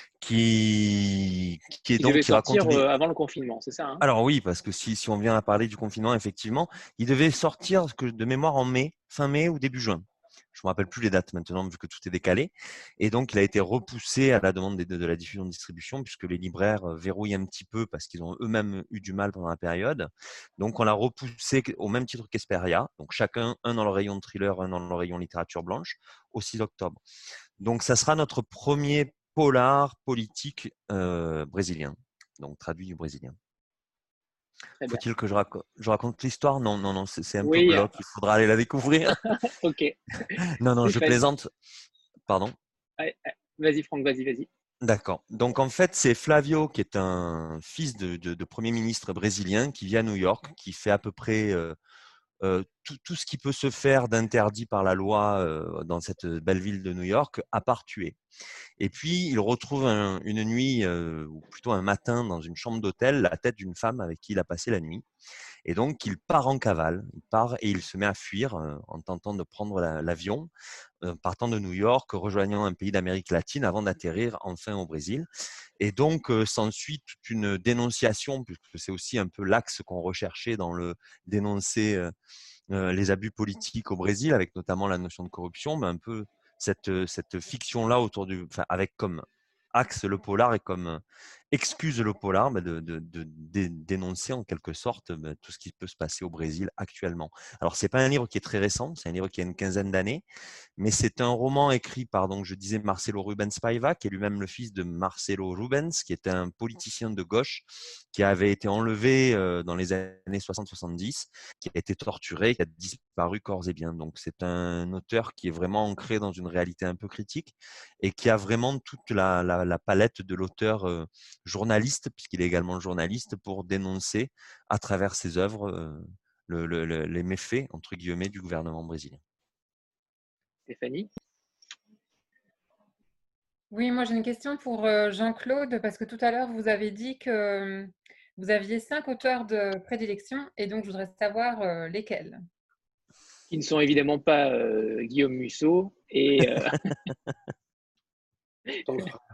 qui, qui est il donc devait qui sortir raconte une... avant le confinement, c'est ça hein? Alors oui, parce que si, si on vient à parler du confinement, effectivement, il devait sortir de mémoire en mai, fin mai ou début juin. Je ne me rappelle plus les dates maintenant, vu que tout est décalé. Et donc, il a été repoussé à la demande de, de la diffusion de distribution, puisque les libraires verrouillent un petit peu parce qu'ils ont eux-mêmes eu du mal pendant la période. Donc, on l'a repoussé au même titre qu'Esperia. Donc, chacun, un dans le rayon de thriller, un dans le rayon littérature blanche, au six octobre. Donc, ça sera notre premier polar politique euh, brésilien, donc traduit du brésilien. Faut-il que je raconte, je raconte l'histoire? Non, non, non, c'est un oui, peu bloc, il faudra aller la découvrir. Ok. Non, non, je plaisante. Pardon. Vas-y, Franck, vas-y, vas-y. D'accord. Donc, en fait, c'est Flavio qui est un fils de, de, de Premier ministre brésilien qui vit à New York, qui fait à peu près euh, euh, tout, tout ce qui peut se faire d'interdit par la loi euh, dans cette belle ville de New York, à part tuer. Et puis, il retrouve un, une nuit, euh, ou plutôt un matin, dans une chambre d'hôtel, la tête d'une femme avec qui il a passé la nuit. Et donc, il part en cavale, il part et il se met à fuir euh, en tentant de prendre la, l'avion, euh, partant de New York, rejoignant un pays d'Amérique latine avant d'atterrir enfin au Brésil. Et donc, euh, s'ensuit toute une dénonciation, puisque c'est aussi un peu l'axe qu'on recherchait dans le dénoncer euh, euh, les abus politiques au Brésil, avec notamment la notion de corruption, mais un peu cette, cette fiction-là autour du, enfin, avec comme axe le polar et comme excuse le polar bah, de, de, de, de dénoncer en quelque sorte bah, tout ce qui peut se passer au Brésil actuellement. Alors, ce n'est pas un livre qui est très récent, c'est un livre qui a une quinzaine d'années, mais c'est un roman écrit par, donc, je disais, Marcelo Rubens Paiva, qui est lui-même le fils de Marcelo Rubens, qui était un politicien de gauche qui avait été enlevé euh, dans les années soixante soixante-dix, qui a été torturé, qui a disparu corps et biens. Donc, c'est un auteur qui est vraiment ancré dans une réalité un peu critique et qui a vraiment toute la, la, la palette de l'auteur euh, journaliste, puisqu'il est également journaliste, pour dénoncer à travers ses œuvres euh, le, le, le, les méfaits, entre guillemets, du gouvernement brésilien. Stéphanie? Oui, moi j'ai une question pour Jean-Claude, parce que tout à l'heure, vous avez dit que vous aviez cinq auteurs de prédilection, et donc je voudrais savoir euh, lesquels. Qui ne sont évidemment pas euh, Guillaume Musso et… Euh... Ton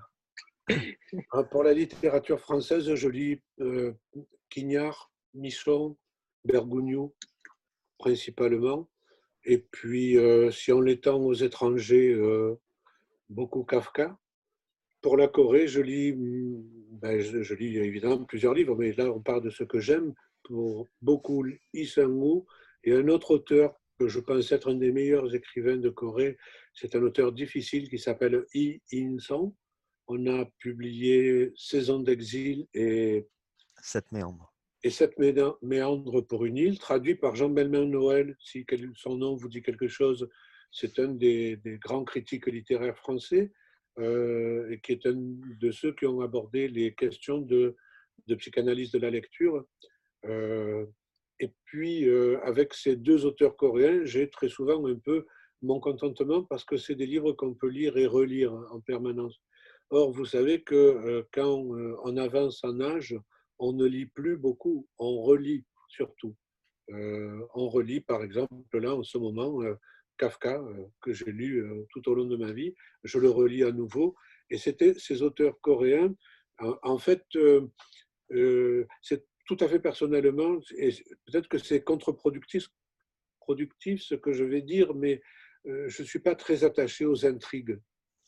frère. Pour la littérature française, je lis euh, Quignard, Misson, Bergogneau, principalement. Et puis, euh, si on l'étend aux étrangers, euh, beaucoup Kafka. Pour la Corée, je lis, ben, je, je lis évidemment plusieurs livres, mais là, on parle de ce que j'aime. Pour beaucoup, Lee Sang-woo et un autre auteur que je pense être un des meilleurs écrivains de Corée. C'est un auteur difficile qui s'appelle Lee In-sung. On a publié Saison d'exil et Sept méandres. Et Sept méandres pour une île, traduit par Jean-Belmin Noël. Si son nom vous dit quelque chose, c'est un des, des grands critiques littéraires français euh, et qui est un de ceux qui ont abordé les questions de, de psychanalyse de la lecture. Euh, et puis, euh, avec ces deux auteurs coréens, j'ai très souvent un peu mon contentement parce que c'est des livres qu'on peut lire et relire en permanence. Or, vous savez que euh, quand euh, on avance en âge, on ne lit plus beaucoup, on relit surtout. Euh, on relit, par exemple, là, en ce moment, euh, Kafka, euh, que j'ai lu euh, tout au long de ma vie, je le relis à nouveau. Et c'était ces auteurs coréens, en, en fait, euh, euh, c'est tout à fait personnellement, et peut-être que c'est contre-productif productif, ce que je vais dire, mais euh, je ne suis pas très attaché aux intrigues.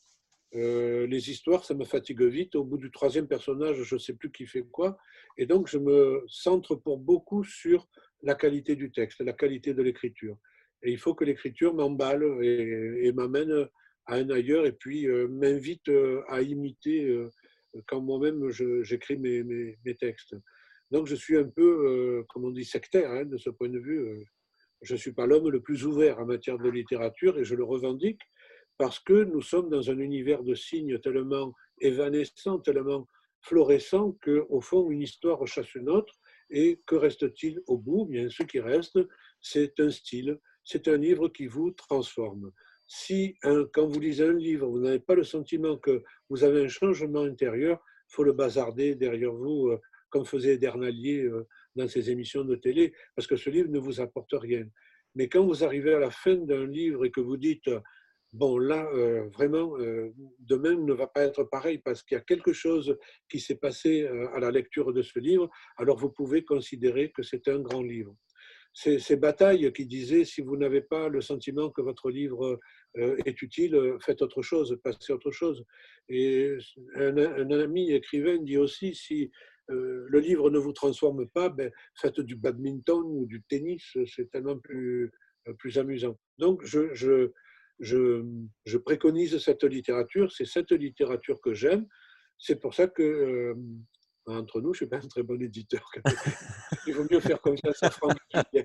Euh, les histoires, ça me fatigue vite. Au bout du troisième personnage, je ne sais plus qui fait quoi. Et donc, je me centre pour beaucoup sur la qualité du texte, la qualité de l'écriture. Et il faut que l'écriture m'emballe et, et m'amène à un ailleurs et puis euh, m'invite à imiter euh, quand moi-même j'écris mes, mes, mes textes. Donc, je suis un peu, euh, comme on dit, sectaire hein, de ce point de vue. Je ne suis pas l'homme le plus ouvert en matière de littérature et je le revendique. Parce que nous sommes dans un univers de signes tellement évanescent, tellement fluorescent, qu'au fond, une histoire chasse une autre. Et que reste-t-il au bout? Bien, ce qui reste, c'est un style, c'est un livre qui vous transforme. Si, un, quand vous lisez un livre, vous n'avez pas le sentiment que vous avez un changement intérieur, il faut le bazarder derrière vous, comme faisait Dernalier dans ses émissions de télé, parce que ce livre ne vous apporte rien. Mais quand vous arrivez à la fin d'un livre et que vous dites bon, là, euh, vraiment, euh, demain ne va pas être pareil parce qu'il y a quelque chose qui s'est passé euh, à la lecture de ce livre, alors vous pouvez considérer que c'est un grand livre. Ces, ces batailles qui disaient, si vous n'avez pas le sentiment que votre livre euh, est utile, faites autre chose, passez autre chose. Et un, un ami écrivain dit aussi, si euh, le livre ne vous transforme pas, ben, faites du badminton ou du tennis, c'est tellement plus, plus amusant. Donc, je... je Je, je préconise cette littérature, c'est cette littérature que j'aime. C'est pour ça que, euh, entre nous, je ne suis pas un très bon éditeur. Il vaut mieux faire confiance à Franck.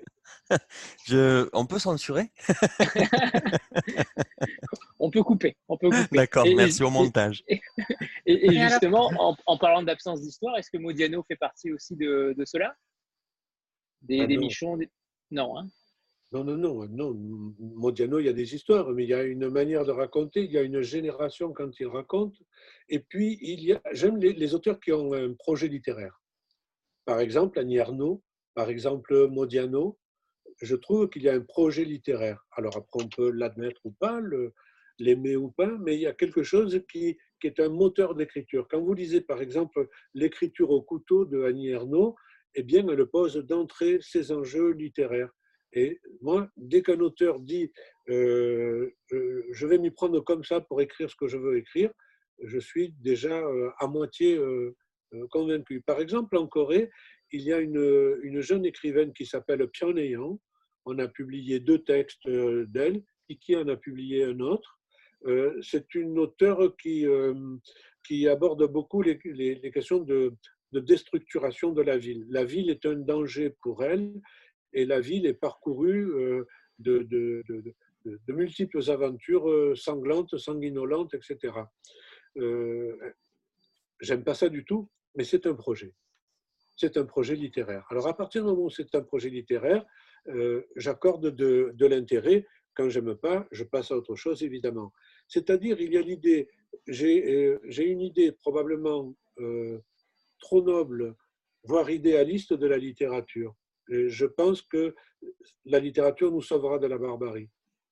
Je, on peut censurer? On peut couper. On peut couper. D'accord, et, merci et, au montage. Et, et, et justement, en, en parlant d'absence d'histoire, est-ce que Modiano fait partie aussi de, de cela? Des, ah des non. Michons des... Non, hein? Non, non, non, non. Modiano, il y a des histoires, mais il y a une manière de raconter, il y a une génération quand il raconte. Et puis, il y a, j'aime les, les auteurs qui ont un projet littéraire. Par exemple, Annie Ernaux, par exemple, Modiano. Je trouve qu'il y a un projet littéraire. Alors après, on peut l'admettre ou pas, le, l'aimer ou pas, mais il y a quelque chose qui, qui est un moteur d'écriture. Quand vous lisez, par exemple, l'écriture au couteau de Annie Ernaux, eh bien, elle pose d'entrée ses enjeux littéraires. Et moi, dès qu'un auteur dit euh, je vais m'y prendre comme ça pour écrire ce que je veux écrire, je suis déjà euh, à moitié euh, convaincu. Par exemple, en Corée, il y a une, une jeune écrivaine qui s'appelle Pyeongyang. On a publié deux textes d'elle, Iki en a publié un autre. Euh, c'est une auteure qui, euh, qui aborde beaucoup les, les, les questions de, de déstructuration de la ville. La ville est un danger pour elle, et la ville est parcourue euh, de, de, de, de, de multiples aventures sanglantes, sanguinolentes, et cetera. Euh, j'aime pas ça du tout, mais c'est un projet. C'est un projet littéraire. Alors, à partir du moment où c'est un projet littéraire, euh, j'accorde de, de l'intérêt. Quand j'aime pas, je passe à autre chose, évidemment. C'est-à-dire, il y a l'idée, j'ai euh, j'ai une idée probablement euh, trop noble, voire idéaliste de la littérature. Et je pense que la littérature nous sauvera de la barbarie.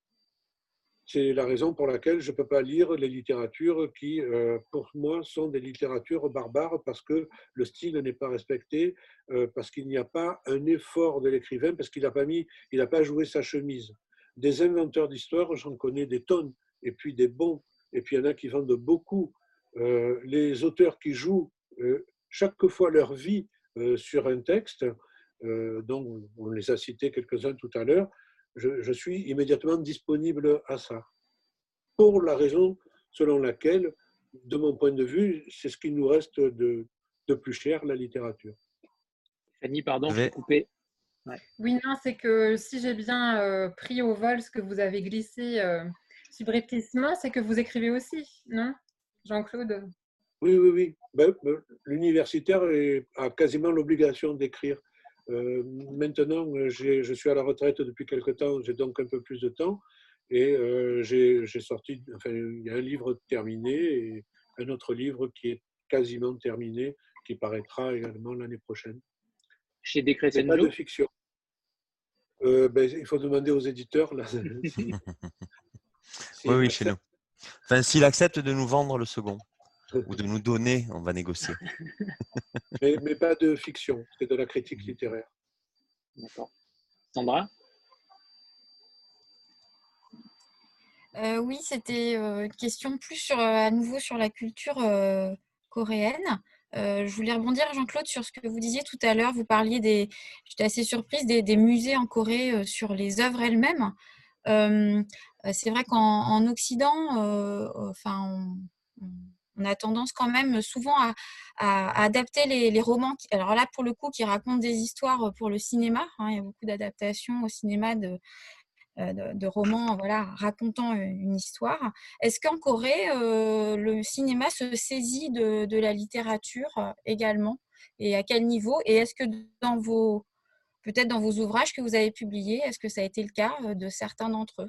C'est la raison pour laquelle je ne peux pas lire les littératures qui, euh, pour moi, sont des littératures barbares parce que le style n'est pas respecté, euh, parce qu'il n'y a pas un effort de l'écrivain, parce qu'il n'a pas mis, il n'a pas joué sa chemise. Des inventeurs d'histoire, j'en connais des tonnes, et puis des bons, et puis il y en a qui vendent beaucoup. Euh, les auteurs qui jouent euh, chaque fois leur vie euh, sur un texte, euh, dont on les a cités quelques-uns tout à l'heure, Je, je suis immédiatement disponible à ça. Pour la raison selon laquelle, de mon point de vue, c'est ce qui nous reste de, de plus cher, la littérature. Fanny, pardon, je vais couper. Ouais. Oui, non, c'est que si j'ai bien euh, pris au vol ce que vous avez glissé euh, subrepticement, c'est que vous écrivez aussi, non, Jean-Claude? Oui, oui, oui. Ben, l'universitaire a quasiment l'obligation d'écrire. Euh, maintenant, je suis à la retraite depuis quelque temps, j'ai donc un peu plus de temps et euh, j'ai sorti, enfin, il y a un livre terminé et un autre livre qui est quasiment terminé, qui paraîtra également l'année prochaine. Chez Descret Senjo ? Pas de fiction. Euh, ben, il faut demander aux éditeurs. Là. si, si oui, oui, chez nous. Enfin, s'il accepte de nous vendre le second. Ou de nous donner, on va négocier. mais, mais pas de fiction, c'est de la critique littéraire. D'accord. Sandra ? euh, Oui, c'était euh, une question plus sur, à nouveau sur la culture euh, coréenne. Euh, je voulais rebondir, Jean-Claude, sur ce que vous disiez tout à l'heure. Vous parliez des, j'étais assez surprise, des, des musées en Corée euh, sur les œuvres elles-mêmes. Euh, c'est vrai qu'en en Occident, euh, enfin, on, on on a tendance quand même souvent à, à, à adapter les, les romans, qui, alors là pour le coup, qui racontent des histoires pour le cinéma. Hein, il y a beaucoup d'adaptations au cinéma de, de, de romans voilà, racontant une histoire. Est-ce qu'en Corée, euh, le cinéma se saisit de, de la littérature également? Et à quel niveau? Et est-ce que dans vos, peut-être dans vos ouvrages que vous avez publiés, est-ce que ça a été le cas de certains d'entre eux?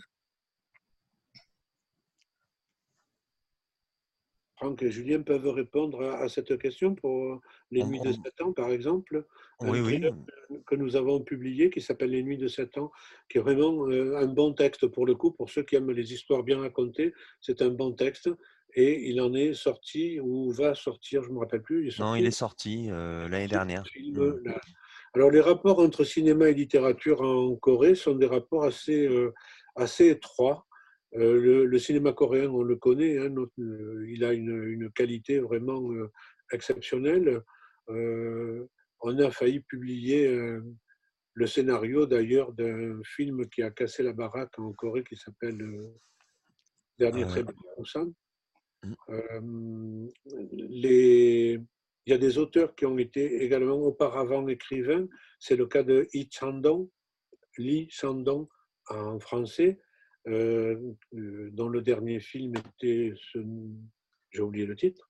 Franck et Julien peuvent répondre à cette question pour Les Nuits de sept ans, par exemple. Oui, un oui. que nous avons publié qui s'appelle Les Nuits de sept ans, qui est vraiment un bon texte pour le coup, pour ceux qui aiment les histoires bien racontées. C'est un bon texte et il en est sorti ou va sortir, je ne me rappelle plus. Il est non, il est sorti euh, l'année dernière. Film, mmh. là. Alors, les rapports entre cinéma et littérature en Corée sont des rapports assez, euh, assez étroits. Euh, le, le cinéma coréen, on le connaît, hein, notre, euh, il a une, une qualité vraiment euh, exceptionnelle. Euh, on a failli publier euh, le scénario d'ailleurs d'un film qui a cassé la baraque en Corée qui s'appelle euh, Dernier trait de Busan. Euh, les, il y a des auteurs qui ont été également auparavant écrivains. C'est le cas de Lee Chandong, Lee Chandong en français. Euh, dont le dernier film était, ce, j'ai oublié le titre,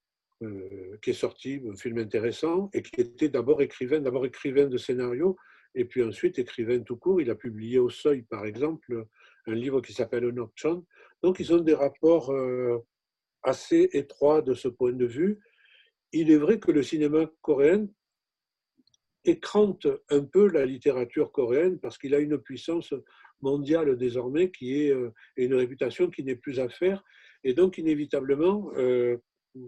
euh, qui est sorti, un film intéressant, et qui était d'abord écrivain, d'abord écrivain de scénario, et puis ensuite écrivain tout court. Il a publié au Seuil, par exemple, un livre qui s'appelle Nokchon. Donc, ils ont des rapports euh, assez étroits de ce point de vue. Il est vrai que le cinéma coréen écrante un peu la littérature coréenne parce qu'il a une puissance mondiale désormais qui est euh, et une réputation qui n'est plus à faire. Et donc, inévitablement, euh,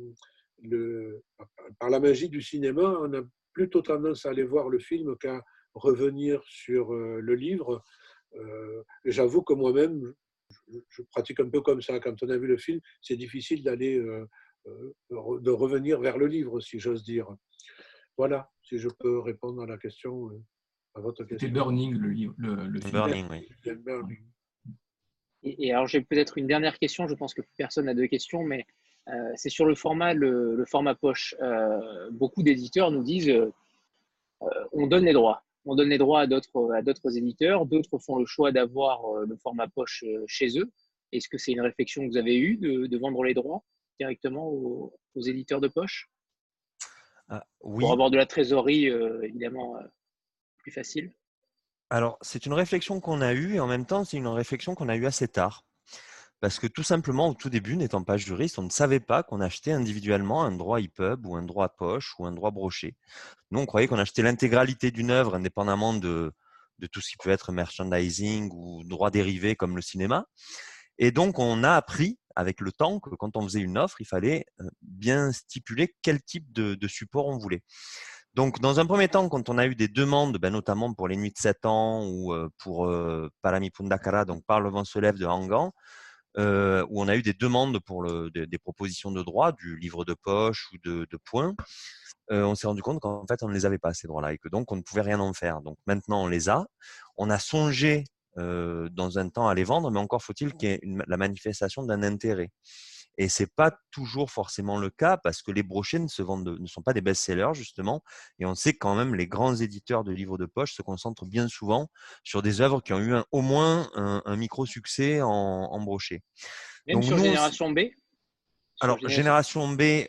le, par la magie du cinéma, on a plutôt tendance à aller voir le film qu'à revenir sur euh, le livre. Euh, J'avoue que moi-même, je, je pratique un peu comme ça. Quand on a vu le film, c'est difficile d'aller, euh, euh, de revenir vers le livre, si j'ose dire. Voilà, si je peux répondre à la question, à votre question. C'était Burning, le, livre, le, le film. Burning, oui. Burning. Et, et alors, j'ai peut-être une dernière question. Je pense que personne n'a deux questions, mais euh, c'est sur le format, le, le format poche. Euh, beaucoup d'éditeurs nous disent euh, on donne les droits. On donne les droits à d'autres, à d'autres éditeurs. D'autres font le choix d'avoir euh, le format poche euh, chez eux. Est-ce que c'est une réflexion que vous avez eue de, de vendre les droits directement aux, aux éditeurs de poche? Ah, oui. Pour avoir de la trésorerie, euh, évidemment, euh, plus facile. Alors, c'est une réflexion qu'on a eue et en même temps, c'est une réflexion qu'on a eue assez tard. Parce que tout simplement, au tout début, n'étant pas juriste, on ne savait pas qu'on achetait individuellement un droit e-pub ou un droit poche ou un droit broché. Nous, on croyait qu'on achetait l'intégralité d'une œuvre indépendamment de, de tout ce qui peut être merchandising ou droit dérivé comme le cinéma. Et donc, on a appris avec le temps que quand on faisait une offre, il fallait bien stipuler quel type de, de support on voulait. Donc, dans un premier temps, quand on a eu des demandes, ben, notamment pour Les Nuits de sept ans ou pour euh, Paramipundakara, donc Par le vent se lève de Hangan, euh, où on a eu des demandes pour le, des, des propositions de droit, du livre de poche ou de, de points, euh, on s'est rendu compte qu'en fait, on ne les avait pas, ces droits-là, et que donc, on ne pouvait rien en faire. Donc, maintenant, on les a. On a songé euh, dans un temps à les vendre, mais encore faut-il qu'il y ait une, la manifestation d'un intérêt. Et ce n'est pas toujours forcément le cas parce que les brochés ne, se vendent de, ne sont pas des best-sellers, justement. Et on sait quand même les grands éditeurs de livres de poche se concentrent bien souvent sur des œuvres qui ont eu un, au moins un, un micro-succès en, en broché. Même Donc, sur nous, Génération B Alors, Génération, Génération B,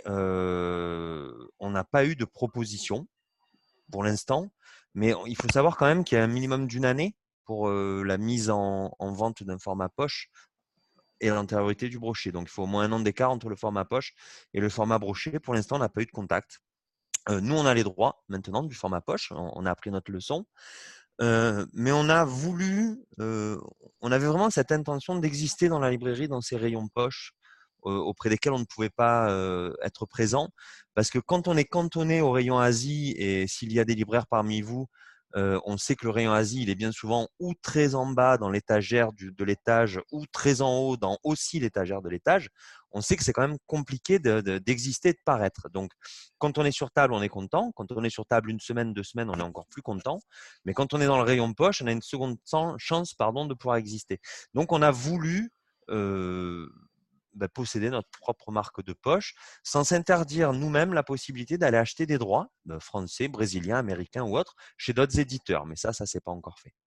euh, on n'a pas eu de proposition pour l'instant. Mais il faut savoir quand même qu'il y a un minimum d'une année pour euh, la mise en, en vente d'un format poche et l'antériorité du brochet. Donc, il faut au moins un an d'écart entre le format poche et le format brochet. Pour l'instant, on n'a pas eu de contact. Euh, nous, on a les droits maintenant du format poche. On, on a appris notre leçon. Euh, mais on a voulu, euh, on avait vraiment cette intention d'exister dans la librairie, dans ces rayons poche, euh, auprès desquels on ne pouvait pas euh, être présent. Parce que quand on est cantonné au rayon Asie, et s'il y a des libraires parmi vous, Euh, on sait que le rayon Asie, il est bien souvent ou très en bas dans l'étagère de l'étage ou très en haut dans aussi l'étagère de l'étage. On sait que c'est quand même compliqué de, de, d'exister, de paraître. Donc, quand on est sur table, on est content. Quand on est sur table une semaine, deux semaines, on est encore plus content. Mais quand on est dans le rayon poche, on a une seconde chance pardon, de pouvoir exister. Donc, on a voulu euh, bah, posséder notre propre marque de poche sans s'interdire nous-mêmes la possibilité d'aller acheter des droits bah, français, brésiliens, américains ou autres chez d'autres éditeurs. Mais ça, ça ne s'est pas encore fait.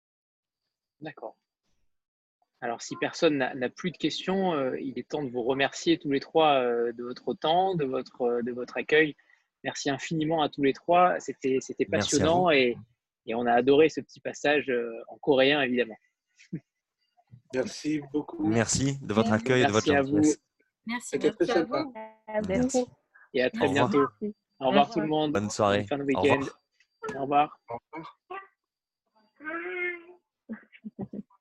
D'accord. Alors, si personne n'a plus de questions, euh, il est temps de vous remercier tous les trois euh, de votre temps, de votre, euh, de votre accueil. Merci infiniment à tous les trois. C'était passionnant et, et on a adoré ce petit passage euh, en coréen, évidemment. Merci beaucoup. Merci de votre accueil et de votre gentillesse. Merci, merci à vous. Merci. Et à très Au bientôt. revoir. Au revoir tout le monde. Bonne soirée. Bonne fin de week-end. Au revoir. Au revoir.